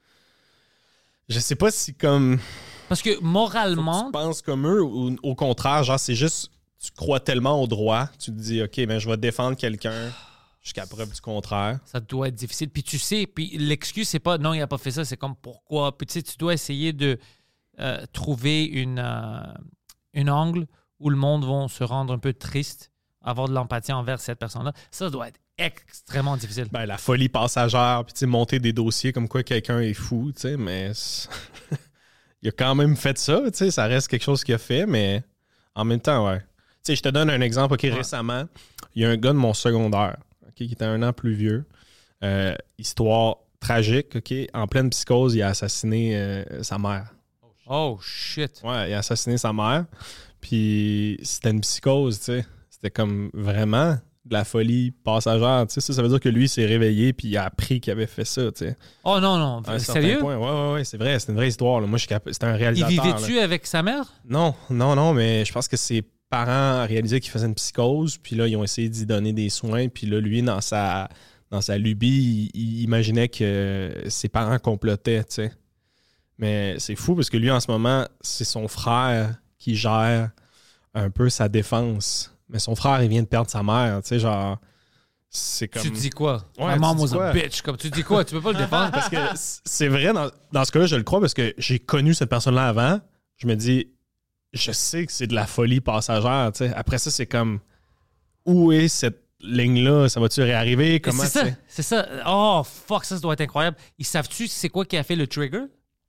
Je sais pas si comme... Parce que moralement, Tu penses comme eux ou au contraire, genre c'est juste tu crois tellement au droit, tu te dis OK, ben je vais défendre quelqu'un jusqu'à preuve du contraire. ça doit être difficile. Puis tu sais, puis l'excuse, c'est pas non, il a pas fait ça, c'est comme pourquoi. Puis tu sais, tu dois essayer de euh, trouver une, euh, une angle où le monde va se rendre un peu triste, avoir de l'empathie envers cette personne-là. Ça doit être extrêmement difficile. Ben la folie passagère, puis tu sais monter des dossiers comme quoi quelqu'un est fou, tu sais, mais c'est- il a quand même fait ça, tu sais, ça reste quelque chose qu'il a fait, mais en même temps, ouais. Tu sais, je te donne un exemple, OK, Ouais. récemment, il y a un gars de mon secondaire, OK, qui était un an plus vieux. Euh, histoire tragique, OK, en pleine psychose, il a assassiné euh, sa mère. Oh shit. Ouais, il a assassiné sa mère. Puis c'était une psychose, tu sais. C'était comme vraiment de la folie passagère, tu sais. Ça, ça veut dire que lui s'est réveillé puis il a appris qu'il avait fait ça, tu sais. Oh non, non. À un certain Sérieux? point. Ouais, ouais, ouais, c'est vrai. C'est une vraie histoire, là. Moi, je suis capable. C'était un Il réalisateur. vivait-tu là. avec sa mère? Non, non, non, mais je pense que ses parents réalisaient qu'il faisait une psychose, puis là, ils ont essayé d'y donner des soins, puis là, lui, dans sa, dans sa lubie, il, il imaginait que ses parents complotaient, tu sais. Mais c'est fou parce que lui, en ce moment, c'est son frère qui gère un peu sa défense. Mais son frère, il vient de perdre sa mère, tu sais, genre... C'est comme... Tu dis quoi? Ouais, My mom tu dis was quoi? a bitch. Comme tu dis quoi? Tu peux pas le défendre. Parce que c'est vrai, dans, dans ce cas-là, je le crois parce que j'ai connu cette personne-là avant. Je me dis, je sais que c'est de la folie passagère, tu sais. Après ça, c'est comme, où est cette ligne-là? Ça va-tu réarriver? Comment, C'est tu ça. sais? C'est ça. Oh, fuck, ça, ça doit être incroyable. Ils savent-tu c'est quoi qui a fait le trigger?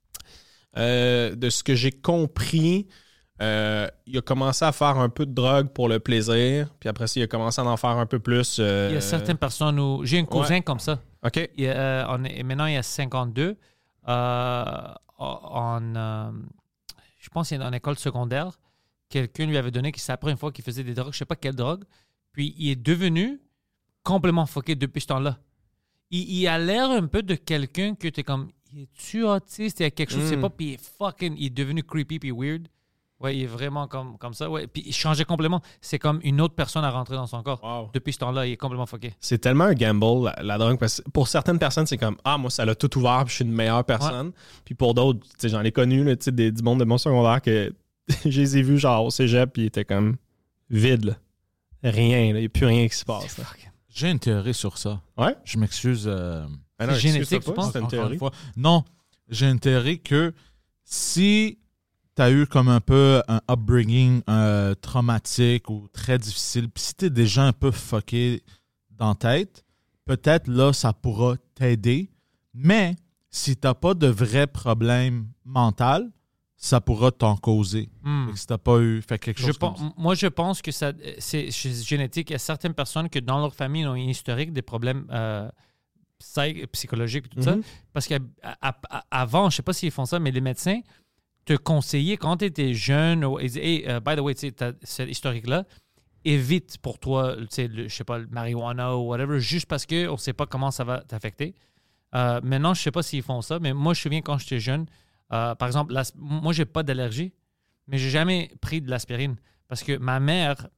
Euh, de ce que j'ai compris, euh, il a commencé à faire un peu de drogue pour le plaisir. Puis après ça, il a commencé à en faire un peu plus. euh, Il y a certaines personnes où... J'ai un cousin ouais. comme ça. OK. Il, euh, on est- maintenant, il y a cinquante-deux. Euh, en, euh, je pense qu'il est en école secondaire. Quelqu'un lui avait donné, que c'est la première fois qu'il faisait des drogues, je sais pas quelle drogue. Puis il est devenu complètement fucké depuis ce temps-là. Il, il a l'air un peu de quelqu'un que tu es comme, es-tu autiste? Il y a quelque chose, je sais Mm. pas. Puis il est fucking, il est devenu creepy puis weird. Ouais, il est vraiment comme, comme ça. Ouais. Puis il changeait complètement. C'est comme une autre personne à rentrer dans son corps. Wow. Depuis ce temps-là, il est complètement fucké. C'est tellement un gamble, la, la drogue, parce que pour certaines personnes, c'est comme, ah, moi, ça l'a tout ouvert, puis je suis une meilleure personne. Puis pour d'autres, tu sais, j'en ai connu, là, tu sais, des- du monde de mon secondaire que je les ai vus, genre, au cégep, puis ils étaient comme vide, là. Rien, il n'y a plus rien qui se passe. là. J'ai une théorie sur ça. Ouais? Je m'excuse. euh, Ah non, C'est génétique, excuse-toi tu pas, penses? c'est une encore théorie. une fois. Non, j'ai une théorie que si tu as eu comme un peu un upbringing euh, traumatique ou très difficile, puis si tu es déjà un peu fucké dans la tête, peut-être là, ça pourra t'aider. Mais si tu n'as pas de vrai problème mental, ça pourra t'en causer. Hmm. Fait que si tu n'as pas eu fait quelque Je chose pense- comme ça. moi, je pense que ça, c'est c'est génétique. Il y a certaines personnes que dans leur famille ont un historique des problèmes euh, psy- psychologiques et tout ça. Mhm. Parce qu'avant, je ne sais pas s'ils font ça, mais les médecins te conseillaient quand tu étais jeune. Ou, hey, uh, by the way, tu sais, cet historique-là, évite pour toi, tu sais, le- je sais pas, le marijuana ou whatever, juste parce qu'on ne sait pas comment ça va t'affecter. Euh, maintenant, je ne sais pas s'ils font ça, mais moi, je me souviens quand j'étais jeune, euh, par exemple, l'as- moi, j'ai pas d'allergie, mais j'ai jamais pris de l'aspirine parce que ma mère,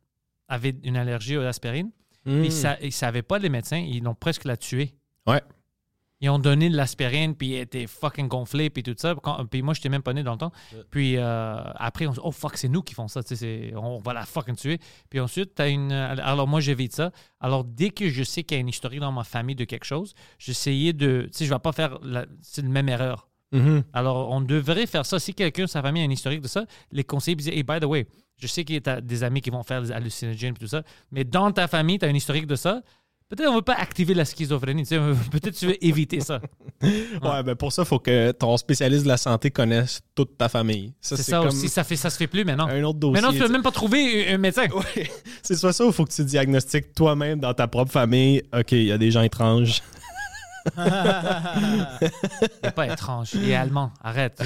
avait une allergie aux aspirines. Mm. Puis ça, ils ne savaient pas, les médecins, ils l'ont presque la tué. Ouais. Ils ont donné de l'aspirine, puis elle était fucking gonflée, puis tout ça. Quand, puis moi, je n'étais même pas né dans le temps. Puis euh, après, on se dit, oh fuck, c'est nous qui font ça. Tu sais, c'est- on va la fucking tuer. Puis ensuite, tu as une. Alors moi, j'évite ça. Alors dès que je sais qu'il y a une historique dans ma famille de quelque chose, j'essayais de. Tu sais, je ne vais pas faire la, c'est la même erreur. Mhm. Alors, on devrait faire ça. Si quelqu'un, sa famille a une historique de ça, les conseillers disaient, hey, by the way, je sais qu'il y a des amis qui vont faire des hallucinogènes et tout ça, mais dans ta famille, tu as une historique de ça. Peut-être on ne veut pas activer la schizophrénie. Tu sais, peut-être tu veux éviter ça. Ouais, ben pour ça, il faut que ton spécialiste de la santé connaisse toute ta famille. Ça, C'est ça comme aussi. Ça fait, ça se fait plus maintenant. un autre dossier. Maintenant, tu ne tu peux sais. même pas trouver un médecin. Ouais. C'est soit ça ou il faut que tu diagnostiques toi-même dans ta propre famille. OK, il y a des gens étranges. Il n'est pas étrange. Il est allemand. Arrête.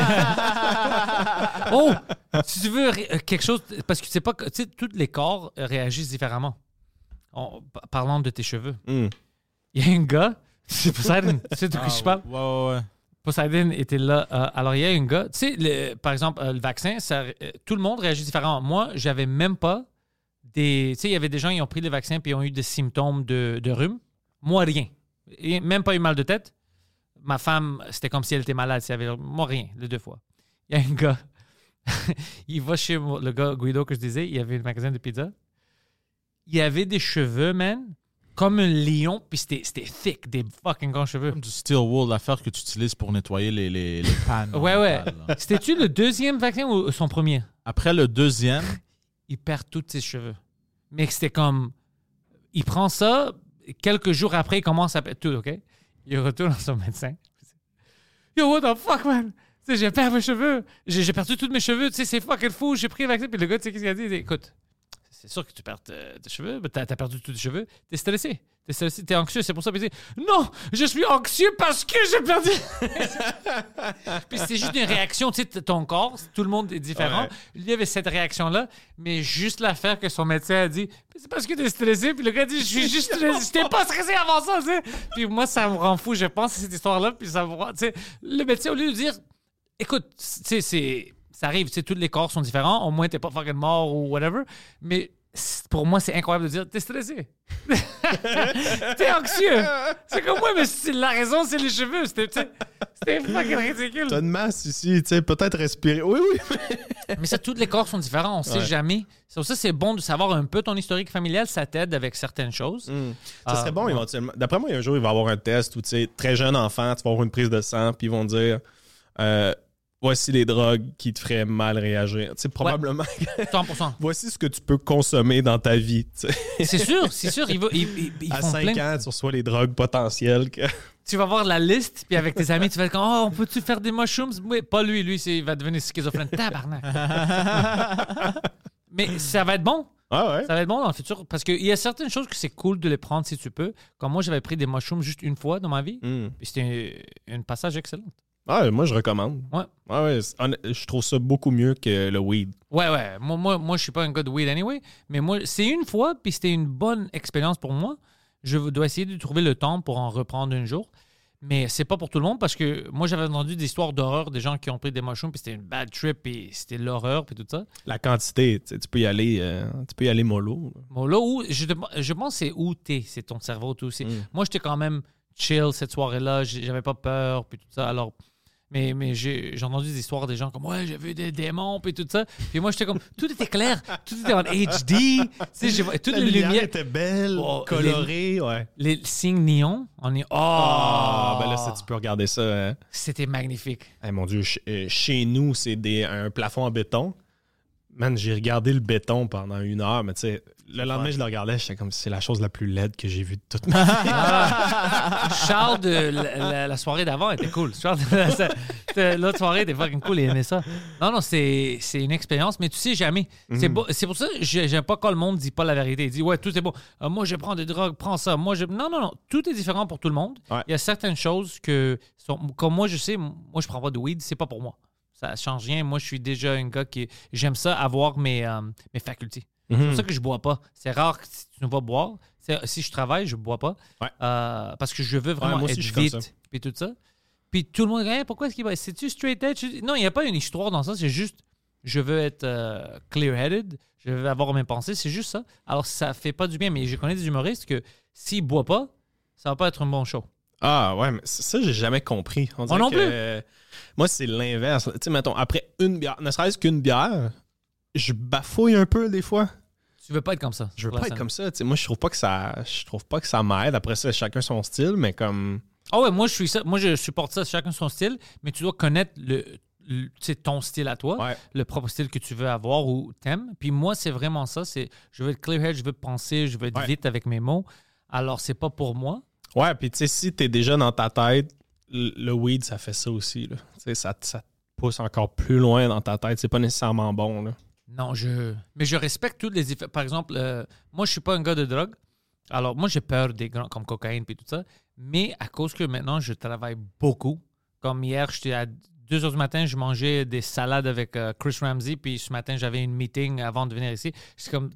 Oh! Si tu veux ré- quelque chose... Parce que tu sais pas... que- Tu sais, tous les corps euh, réagissent différemment. En pa- parlant de tes cheveux. Mm. Il y a un gars... C'est Poseidon. Tu sais de quoi je parle? Ouais, ouais, ouais. Poseidon était là. Euh, alors, il y a un gars... Tu sais, le- par exemple, euh, le vaccin, ça, euh, tout le monde réagit différemment. Moi, j'avais même pas des... Tu sais, il y avait des gens qui ont pris le vaccin puis ont eu des symptômes de, de rhume. Moi, rien. Et même pas eu mal de tête. Ma femme, c'était comme si elle était malade. Si elle avait... Moi, rien, les deux fois. Il y a un gars... il va chez moi- le gars Guido que je disais. Il y avait le magasin de pizza. Il avait des cheveux, man, comme un lion. Puis c'était, c'était thick, des fucking grands cheveux. Comme du steel wool, l'affaire que tu utilises pour nettoyer les, les, les pannes. en Ouais, ouais. métal, là. C'était-tu le deuxième vaccin ou son premier? Après le deuxième, Il perd tous ses cheveux. Mais c'était comme... Il prend ça, quelques jours après, il commence à perdre tout, OK? Il retourne à son médecin. Yo, what the fuck, man? Tu sais, j'ai perdu mes cheveux. J'ai, j'ai perdu tous mes cheveux. Tu sais, c'est fucking fou. J'ai pris le vaccin. Puis le gars, tu sais, qu'est-ce qu'il a dit? Il dit, écoute, c'est sûr que tu perds tes, tes cheveux. Mais t'as, t'as perdu tous tes cheveux. T'es stressé. T'es stressé. T'es anxieux. C'est pour ça. Puis il dit, non, je suis anxieux parce que j'ai perdu. Puis c'est juste une réaction. Tu sais, t- ton corps, tout le monde est différent. Ouais. Lui, il avait cette réaction-là. Mais juste l'affaire que son médecin a dit, c'est parce que t'es stressé. Puis le gars dit, je suis juste stressé. J'étais pas stressé avant ça, tu sais. Puis moi, ça me rend fou. Je pense à cette histoire-là. Puis ça me rend, tu sais, le médecin, au lieu de dire, écoute, tu sais, c'est, ça arrive, tu sais, tous les corps sont différents. Au moins, t'es pas fucking mort ou whatever. Mais c'est- pour moi, c'est incroyable de dire, t'es stressé. T'es anxieux. C'est comme moi, mais c'est, la raison, c'est les cheveux. C'était, tu sais, c'était fucking ridicule. T'as une masse ici, tu sais, peut-être respirer. Oui, oui. Mais ça, tous les corps sont différents. On sait Ouais. jamais. C'est pour ça que c'est bon de savoir un peu ton historique familial. Ça t'aide avec certaines choses. Mm. Ah, Ça serait bon ouais. éventuellement. D'après moi, il y a un jour, il va y avoir un test où, tu sais, très jeune enfant, tu vas avoir une prise de sang, puis ils vont dire euh, voici les drogues qui te feraient mal réagir. Tu sais, probablement, cent pour cent. voici ce que tu peux consommer dans ta vie. Tu sais. C'est sûr, c'est sûr. Ils, vont- ils, ils- ils À font cinq plein. ans, tu reçois les drogues potentielles. Que... Tu vas voir la liste, puis avec tes amis, tu vas être comme, oh, on peut-tu faire des mushrooms? Oui, pas lui, lui, c'est, il va devenir schizophrène. Tabarnak. Mais ça va être bon. Ah ouais? Ça va être bon dans le futur parce qu'il y a certaines choses que c'est cool de les prendre si tu peux. Comme moi, j'avais pris des mushrooms juste une fois dans ma vie, Mm. puis c'était un, un passage excellent. Ah, moi, je recommande. Ouais. Ah ouais, c'est- honn- je trouve ça beaucoup mieux que le weed. Ouais, ouais. Moi, moi, moi je suis pas un gars de weed anyway, mais moi, c'est une fois, puis c'était une bonne expérience pour moi. Je dois essayer de trouver le temps pour en reprendre un jour. Mais c'est pas pour tout le monde parce que moi, j'avais entendu des histoires d'horreur des gens qui ont pris des mushrooms, puis c'était une bad trip, puis c'était l'horreur, puis tout ça. La quantité, tu sais, tu peux y aller, euh, tu peux y aller mollo. Bon, là où, je, je pense que c'est où t'es, c'est ton cerveau, tout aussi. Mm. Moi, j'étais quand même chill cette soirée-là, j'ai- j'avais pas peur, puis tout ça. Alors, mais, mais j'ai, j'ai entendu des histoires des gens comme, ouais, j'ai vu des démons, puis tout ça. Puis moi, j'étais comme, tout était clair, tout était en H D. Tu sais, j'ai vu- toutes La les lumière lumières, était belle, Oh, colorée, ouais. les signes néons, on est, oh, Ah, ben là, ça, tu peux regarder ça. Hein. c'était magnifique. Eh, mon Dieu, ch- euh, chez nous, c'est des, un plafond en béton. Man, j'ai regardé le béton pendant une heure, mais tu sais, le lendemain, je le regardais, j'étais comme, c'est la chose la plus laide que j'ai vue de toute ma vie. Charles, de la, la- la soirée d'avant était cool. Charles, de la- de l'autre soirée était fucking cool, il aimait ça. Non, non, c'est, c'est une expérience, mais tu sais jamais. C'est, beau- c'est pour ça que j'ai- j'aime pas quand le monde dit pas la vérité. Il dit, ouais, tout est bon. Euh, moi, je prends des drogues, prends ça. Moi, je... Non, non, non. Tout est différent pour tout le monde. Ouais. Il y a certaines choses que, sont... comme moi, je sais, moi, je prends pas de weed, c'est pas pour moi. Ça change rien. Moi, je suis déjà un gars qui. J'aime ça, avoir mes, euh, mes facultés. C'est pour ça que je bois pas. C'est rare que tu ne vas boire. C'est- si je travaille, je bois pas. Ouais. Euh, parce que je veux vraiment Ouais, moi aussi, être je suis comme ça. vite. Puis tout ça. Puis tout le monde dit, hey, pourquoi est-ce qu'il va. C'est-tu straight edge? Non, il n'y a pas une histoire dans ça. C'est juste, je veux être euh, clear-headed, je veux avoir mes pensées, c'est juste ça. Alors, ça fait pas du bien, mais je connais des humoristes que s'ils boivent pas, ça va pas être un bon show. Ah ouais, mais ça, j'ai jamais compris. On dirait Moi non que, plus. euh, moi, c'est l'inverse. Tu sais, mettons, après une bière, ne serait-ce qu'une bière, je bafouille un peu des fois. Tu veux pas être comme ça. Je veux sur la pas être scène. comme ça. Tu sais, moi, je trouve pas que ça, je trouve pas que ça m'aide. Après ça, chacun son style, mais comme... Ah ouais, moi je suis ça. Moi je supporte ça, chacun son style, mais tu dois connaître le, le tu sais, ton style à toi, Ouais. le propre style que tu veux avoir ou t'aimes. Puis moi, c'est vraiment ça. C'est je veux être clear-head, je veux penser, je veux être Ouais. vite avec mes mots. Alors, c'est pas pour moi. Ouais, puis tu sais, si t'es déjà dans ta tête, le le weed, ça fait ça aussi. Là. Tu sais, ça, ça te pousse encore plus loin dans ta tête. C'est pas nécessairement bon. Là. Non, je. Mais je respecte tous les effets. Par exemple, euh, moi, je suis pas un gars de drogue. Alors, moi, j'ai peur des grands comme cocaïne et tout ça. Mais à cause que maintenant, je travaille beaucoup. Comme hier, j'étais à deux heures du matin, je mangeais des salades avec euh, Chris Ramsey. Puis ce matin, j'avais une meeting avant de venir ici. C'est comme.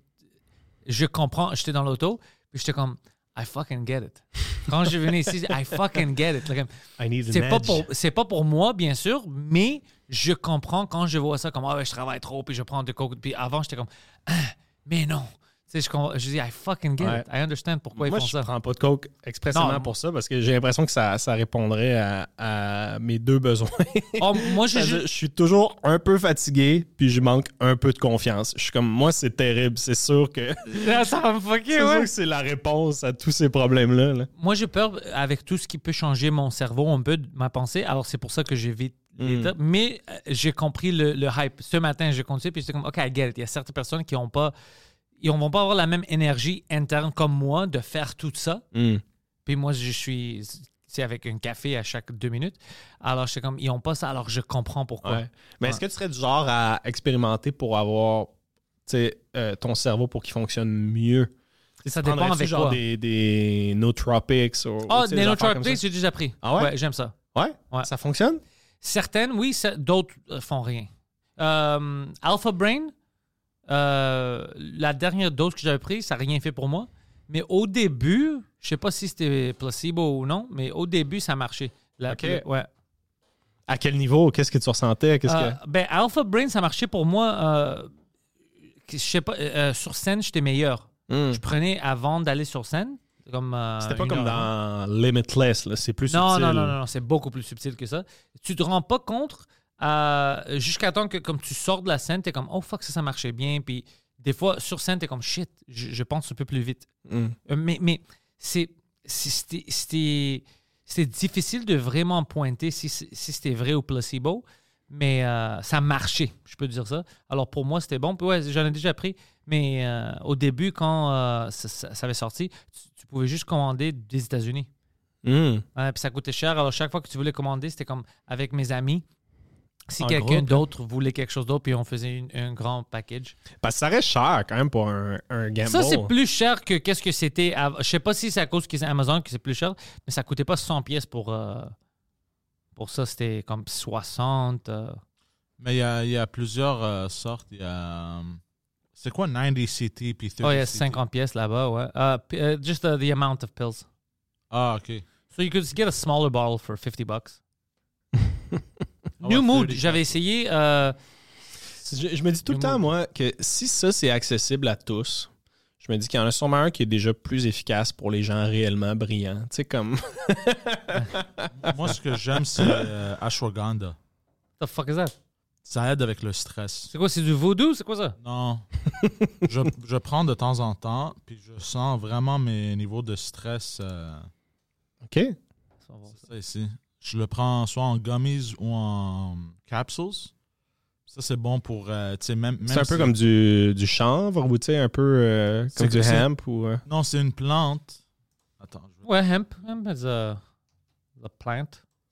Je comprends. J'étais dans l'auto. Puis j'étais comme. I fucking get it. Quand je venais ici, I fucking get it. Like, I need an c'est pas edge. pour c'est pas pour moi bien sûr, mais je comprends quand je vois ça comme ah ouais, je travaille trop puis je prends de coke puis avant j'étais comme ah, mais non. Tu sais je comprends- je dis I fucking get Ouais. it. I understand pourquoi Moi, ils font je ça. prends pas de coke expressément Non. pour ça parce que j'ai l'impression que ça, ça répondrait à, à mes deux besoins. Oh, moi j'ai C'est-à-dire, ju- je suis toujours un peu fatigué puis je manque un peu de confiance. Je suis comme, moi, c'est terrible. C'est sûr que, Ah, ça va me fucker, c'est sûr ouais. que c'est la réponse à tous ces problèmes-là. là. Moi j'ai peur avec tout ce qui peut changer mon cerveau un peu de ma pensée. Alors c'est pour ça que j'évite les Mm. drogues. Mais euh, j'ai compris le, le hype. Ce matin, j'ai continué puis j'étais comme OK, I get it. Il y a certaines personnes qui ont pas ils vont pas avoir la même énergie interne comme moi de faire tout ça. Mm. Puis moi, je suis c'est avec un café à chaque deux minutes. Alors, je suis comme, ils n'ont pas ça, alors je comprends pourquoi. Ouais. Mais est-ce Ouais. que tu serais du genre à expérimenter pour avoir tu sais, euh, ton cerveau pour qu'il fonctionne mieux? Ça dépend Prendrais-tu avec genre quoi. des, des nootropics ou, Ah, ou, tu sais, des des affaires comme nootropics, ça? j'ai déjà pris. Ah ouais? j'aime ça. Ouais? Ouais. Ça fonctionne? Certaines, oui, ça- d'autres euh, font rien. Euh, Alpha Brain, euh, la dernière dose que j'avais prise, ça n'a rien fait pour moi. Mais au début, je sais pas si c'était placebo ou non, mais au début, ça marchait. La- Ok. le- ouais. À quel niveau? Qu'est-ce que tu ressentais? Qu'est-ce Euh, que... ben, Alpha Brain, ça marchait pour moi. Euh, je sais pas, euh, sur scène, j'étais meilleur. Hmm. Je prenais avant d'aller sur scène. Comme, euh, C'était pas une comme heure avant. dans Limitless, là. C'est plus Non, subtil. non, non, non, non, c'est beaucoup plus subtil que ça. Tu te rends pas compte euh, jusqu'à temps que comme tu sors de la scène, t'es comme oh fuck, ça, ça marchait bien. Puis des fois, sur scène, t'es comme shit, je, je pense un peu plus vite. Hmm. Euh, mais mais c'est, c'est- c'était, c'était, c'était difficile de vraiment pointer si, si c'était vrai ou placebo. Mais euh, ça marchait, je peux dire ça. Alors pour moi, c'était bon. Puis ouais, j'en ai déjà pris. Mais euh, au début, quand euh, ça, ça- ça avait sorti, tu, tu pouvais juste commander des États-Unis. Hmm. Ouais, puis ça coûtait cher. Alors, chaque fois que tu voulais commander, c'était comme avec mes amis. Si En quelqu'un groupe, d'autre voulait quelque chose d'autre, puis on faisait une- un grand package. Parce que ça reste cher quand même pour un, un gamble. Ça, c'est plus cher que qu'est-ce que c'était. av- Je sais pas si c'est à cause que c'est Amazon que c'est plus cher, mais ça coûtait pas cent pièces pour, euh, pour ça. C'était comme soixante. euh. Mais il y a, il y a plusieurs euh, sortes. Il y a. euh, C'est quoi ninety C T puis thirty Oh, il y a C T? cinquante pièces là-bas, ouais. Uh, p- uh, just uh, the amount of pills. Ah, OK. So you could get a smaller bottle for fifty bucks. Ah New ouais, Mood, thirty j'avais essayé. euh, Je, je me dis tout le New temps, Mood. moi, que si ça, c'est accessible à tous, je me dis qu'il y en a sûrement un qui est déjà plus efficace pour les gens réellement brillants. Tu sais, comme... Moi, ce que j'aime, c'est euh, ashwagandha. the fuck is that? Ça aide avec le stress. C'est quoi, c'est du voodoo? C'est quoi ça? Non. je, je prends de temps en temps, puis je sens vraiment mes niveaux de stress. euh, OK. c'est ça ici. Je le prends soit en gummies ou en capsules. Ça, c'est bon pour. euh, tu sais, même, même C'est un peu si- comme du, du chanvre ou tu sais, un peu euh, C'est comme du que c'est- hemp ou... euh, Non, c'est une plante. Attends. Je vais- Ouais, hemp. Hemp is a, a plant.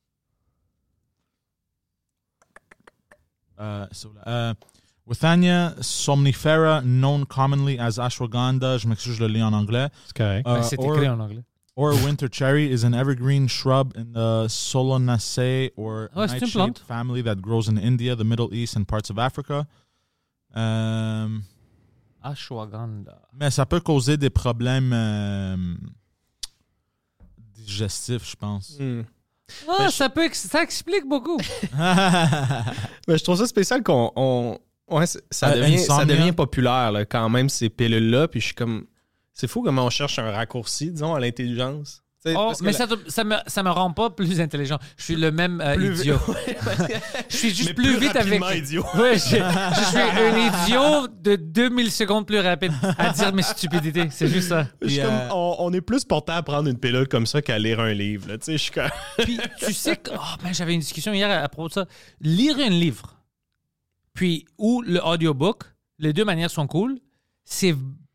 Euh, so, euh, Withania somnifera, known commonly as ashwagandha. Je m'excuse, je le lis en anglais. C'est correct. Euh, Ben, c'est or- écrit en anglais. Or winter cherry is an evergreen shrub in the Solanaceae or Oh, c'est une nightshade plante. family that grows in India, the Middle East, and parts of Africa. Euh, Ashwagandha. mais ça peut causer des problèmes euh, digestifs, je pense. Hmm. Ah, ça, peut, ex- ça explique beaucoup. Mais je trouve ça spécial qu'on on, Ouais, c'est- ça, Euh, devient, ça Insomnia. devient populaire là, quand même, ces pilules-là. Puis je suis comme. C'est fou comment on cherche un raccourci, disons, à l'intelligence. Tu sais, Oh, parce que mais la- ça, te- ça, me, ça me rend pas plus intelligent. Je suis le même euh, Plus- idiot. Ouais, parce que- Je suis juste mais plus, vite avec. rapidement idiot. Ouais, je, je suis un idiot de deux mille secondes plus rapide à dire mes stupidités. C'est juste ça. Je suis Puis, comme, euh, on, on est plus porté à prendre une pilule comme ça qu'à lire un livre. là. Tu sais, je suis comme. Puis tu sais que. Oh, ben, j'avais une discussion hier à, à propos de ça. Lire un livre, puis ou le audiobook, les deux manières sont cool. C'est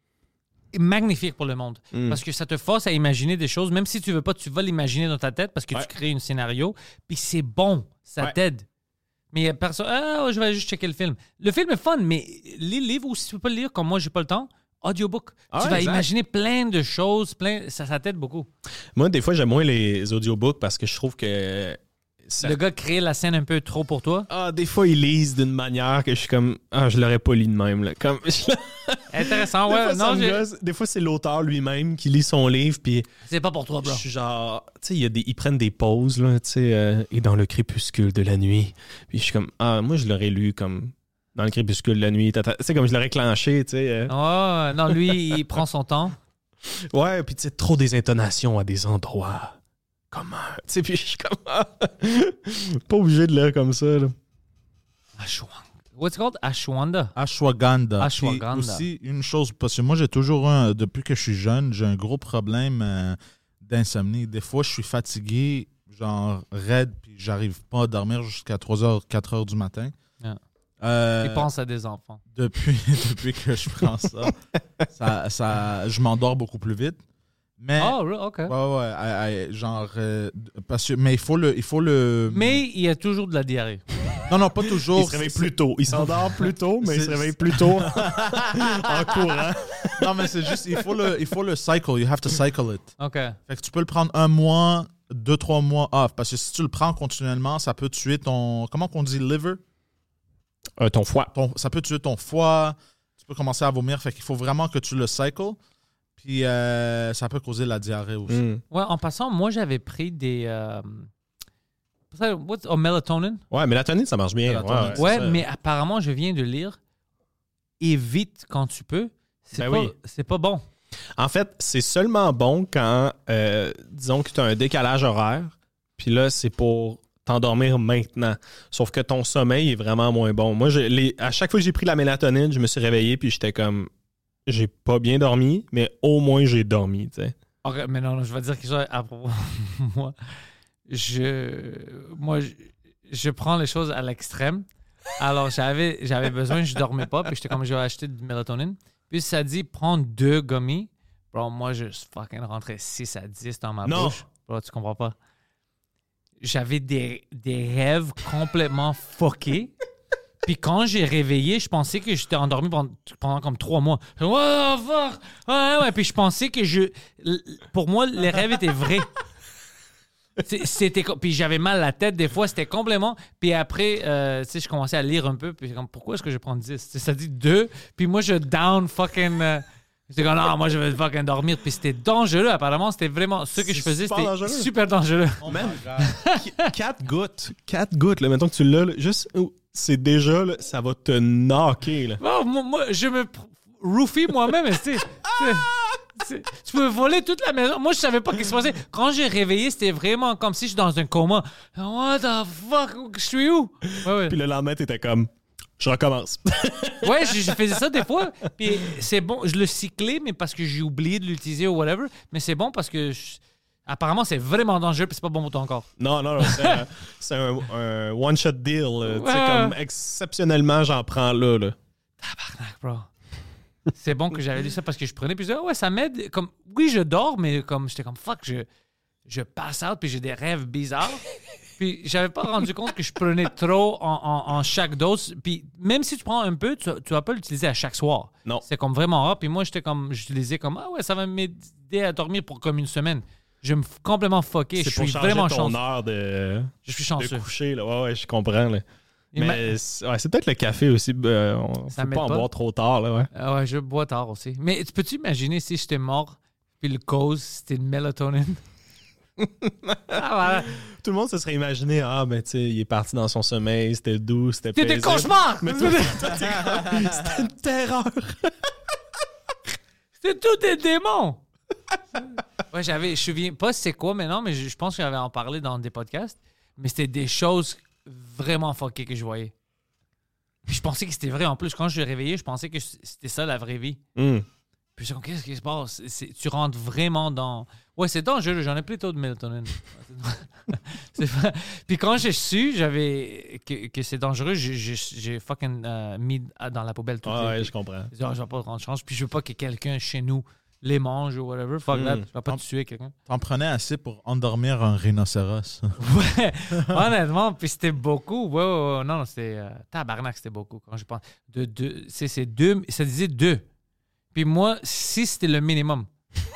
magnifique pour le monde. Mm. Parce que ça te force à imaginer des choses. Même si tu veux pas, tu vas l'imaginer dans ta tête parce que Ouais. tu crées un scénario. Puis c'est bon. Ça Ouais. t'aide. Mais il y a personne. Ah, je vais juste checker le film. Le film est fun, mais lis le livre ou si tu peux pas le lire, comme moi, j'ai pas le temps, audiobook. Ah tu ouais, vas exact. imaginer plein de choses. Plein... Ça, ça t'aide beaucoup. Moi, des fois, j'aime moins les audiobooks parce que je trouve que. ça- Le gars crée la scène un peu trop pour toi. Ah, des fois, ils lisent d'une manière que je suis comme. Ah, je l'aurais pas lu de même. Là. Comme... Intéressant, Des ouais. fois, ça Non, me j'ai- gosse. Des fois, c'est l'auteur lui-même qui lit son livre, puis c'est pas pour toi, bro. je suis genre, tu sais, il y a des- ils prennent des pauses, là, tu sais, euh, et dans le crépuscule de la nuit. Puis je suis comme, ah, moi, je l'aurais lu comme dans le crépuscule de la nuit. Tu sais, comme je l'aurais clenché, tu sais. euh. Oh, non, lui, il prend son temps. Ouais, puis tu sais, trop des intonations à des endroits. Comment? Tu sais, puis je suis comme, ah, pas obligé de lire comme ça, là. Ashwagandha. What's it called? Ashwanda. Ashwagandha. Ashwagandha. Puis aussi, une chose, parce que moi, j'ai toujours un, depuis que je suis jeune, j'ai un gros problème euh, d'insomnie. Des fois, je suis fatigué, genre raide, puis j'arrive pas à dormir jusqu'à trois heures, quatre heures du matin. Ah. Euh, Il pense à des enfants. depuis, depuis que je prends ça, ça, ça, je m'endors beaucoup plus vite. Mais, Oh, really? OK. ouais, ouais, I- I- genre, euh, parce que, mais il faut le, il faut le. Mais il y a toujours de la diarrhée. non, non, pas toujours. Il se réveille C'est- plus tôt. Il s'endort plus tôt, mais il se C'est- réveille plus tôt en courant. Non, mais c'est juste, il faut le, il faut le cycle. You have to cycle it. OK. Fait que tu peux le prendre un mois, deux, trois mois off. Parce que si tu le prends continuellement, ça peut tuer ton. Comment qu'on dit liver? Euh, ton foie. Ton- ça peut tuer ton foie. Tu peux commencer à vomir. Fait qu'il faut vraiment que tu le cycles. Puis euh, ça peut causer la diarrhée aussi. Mm. Ouais, en passant, moi, j'avais pris des... Euh, what's, oh, melatonin. Ouais, mélatonine, ça marche bien. Mélatonine, Ouais, c'est Ouais, ça. mais apparemment, je viens de lire, évite quand tu peux. C'est Ben pas, oui. c'est pas bon. En fait, c'est seulement bon quand, euh, disons que tu as un décalage horaire, puis là, c'est pour t'endormir maintenant. Sauf que ton sommeil est vraiment moins bon. Moi, je, les, à chaque fois que j'ai pris la mélatonine, je me suis réveillé, puis j'étais comme, j'ai pas bien dormi, mais au moins j'ai dormi, tu sais. OK, mais non, non, je vais dire quelque chose à propos. moi, je, moi je, je prends les choses à l'extrême. Alors, j'avais, j'avais besoin, je dormais pas, puis j'étais comme, je vais acheter du mélatonine. Puis ça dit, prends deux gummies. Bro, moi, je suis fucking rentré six à dix dans ma Non. bouche. Bro, tu comprends pas? J'avais des, des rêves complètement fuckés. Puis quand j'ai réveillé, je pensais que j'étais endormi pendant, pendant comme trois mois. Je- Ouais, fuck! Ouais, ouais. Puis je pensais que je... l- Pour moi, les rêves étaient vrais. C'est- C'était, co- puis j'avais mal à la tête des fois, c'était complètement. Puis après, euh, tu sais, je commençais à lire un peu. Puis comme, pourquoi est-ce que je prends dix? Tu sais, ça dit deux. Puis moi, je down fucking. euh, j'étais comme, non, moi, je vais fucking dormir. Puis c'était dangereux, apparemment. C'était vraiment. Ce que C'est je faisais, super c'était dangereux. super dangereux. Oh Même- my God. Quatre gouttes. Quatre gouttes, là. Mettons que tu l'as, là, juste, oh, c'est déjà, là, ça va te knocker, là. Bon, moi, moi, je me pr- roofie moi-même. tu sais, c'est- c'est- Tu peux voler toute la maison. Moi, je savais pas ce qui se passait. Quand j'ai réveillé, c'était vraiment comme si je suis dans un coma. What the fuck? Je suis où? Ouais, ouais. Puis le lendemain, t'étais comme, je recommence. Ouais, je, je faisais ça des fois. Puis c'est bon, je le cyclais, mais parce que j'ai oublié de l'utiliser ou whatever. Mais c'est bon parce que je- apparemment, c'est vraiment dangereux puis c'est pas bon pour ton corps. Non, non, non, c'est un, c'est un- un one-shot deal. là. Tu sais, Ouais. comme exceptionnellement, j'en prends là, là. Tabarnak, bro. C'est bon que j'avais lu ça parce que je prenais puis je disais, ah ouais, ça m'aide. Comme, oui, je dors, mais comme j'étais comme fuck, je, je passe out puis j'ai des rêves bizarres. Puis j'avais pas rendu compte que je prenais trop en, en- en chaque dose. Puis même si tu prends un peu, tu, tu vas pas l'utiliser à chaque soir. Non. C'est comme vraiment rare. Puis moi, j'étais comme, j'utilisais comme, ah ouais, ça va m'aider à dormir pour comme une semaine. Je me f- complètement fucké. Je C'est pour suis changer vraiment ton chanceux. heure de, Je suis de chanceux. coucher. Là. Ouais, ouais, je comprends. Là. Il m'a- Mais c'est ouais, c'est peut-être le café aussi. Euh, on Ça faut m'aide pas en pas. boire trop tard. Là, ouais. Ah ouais, je bois tard aussi. Mais tu peux-tu imaginer si j'étais mort puis le cause, c'était une mélatonine? Ah, voilà. Tout le monde se serait imaginé, ah, ben, tu sais, il est parti dans son sommeil, c'était doux, c'était C'était des paisible. cauchemars! Mais toi, toi, t'es comme, c'était une terreur. C'était tous des démons! Ouais, j'avais, je me souviens pas c'est quoi maintenant, mais je, je pense que j'avais en parlé dans des podcasts, mais c'était des choses vraiment fuckées que je voyais. Puis je pensais que c'était vrai. En plus, quand je me réveillais, je pensais que c'était ça la vraie vie. Mm. Puis je me suis dit, qu'est-ce qui se passe? C'est, tu rentres vraiment dans... Ouais, c'est dangereux. J'en ai plutôt de mélatonine. C'est pas... Puis quand j'ai su j'avais... Que, que c'est dangereux, j'ai, j'ai, j'ai fucking euh, mis dans la poubelle tout Ah, les... ouais, je comprends. Je dis, oh, je vais pas prendre chance. Puis je veux pas que quelqu'un chez nous les mange ou whatever. Fuck Mm. that. Je vais pas En- tuer quelqu'un. T'en prenais assez pour endormir un rhinocéros. Ouais, honnêtement, puis c'était beaucoup. Ouais, ouais, ouais. Non, non, c'était... Euh, tabarnak, c'était beaucoup. Quand je pense... De, de, c'est, c'est deux... Ça disait deux. Puis moi, six, c'était le minimum.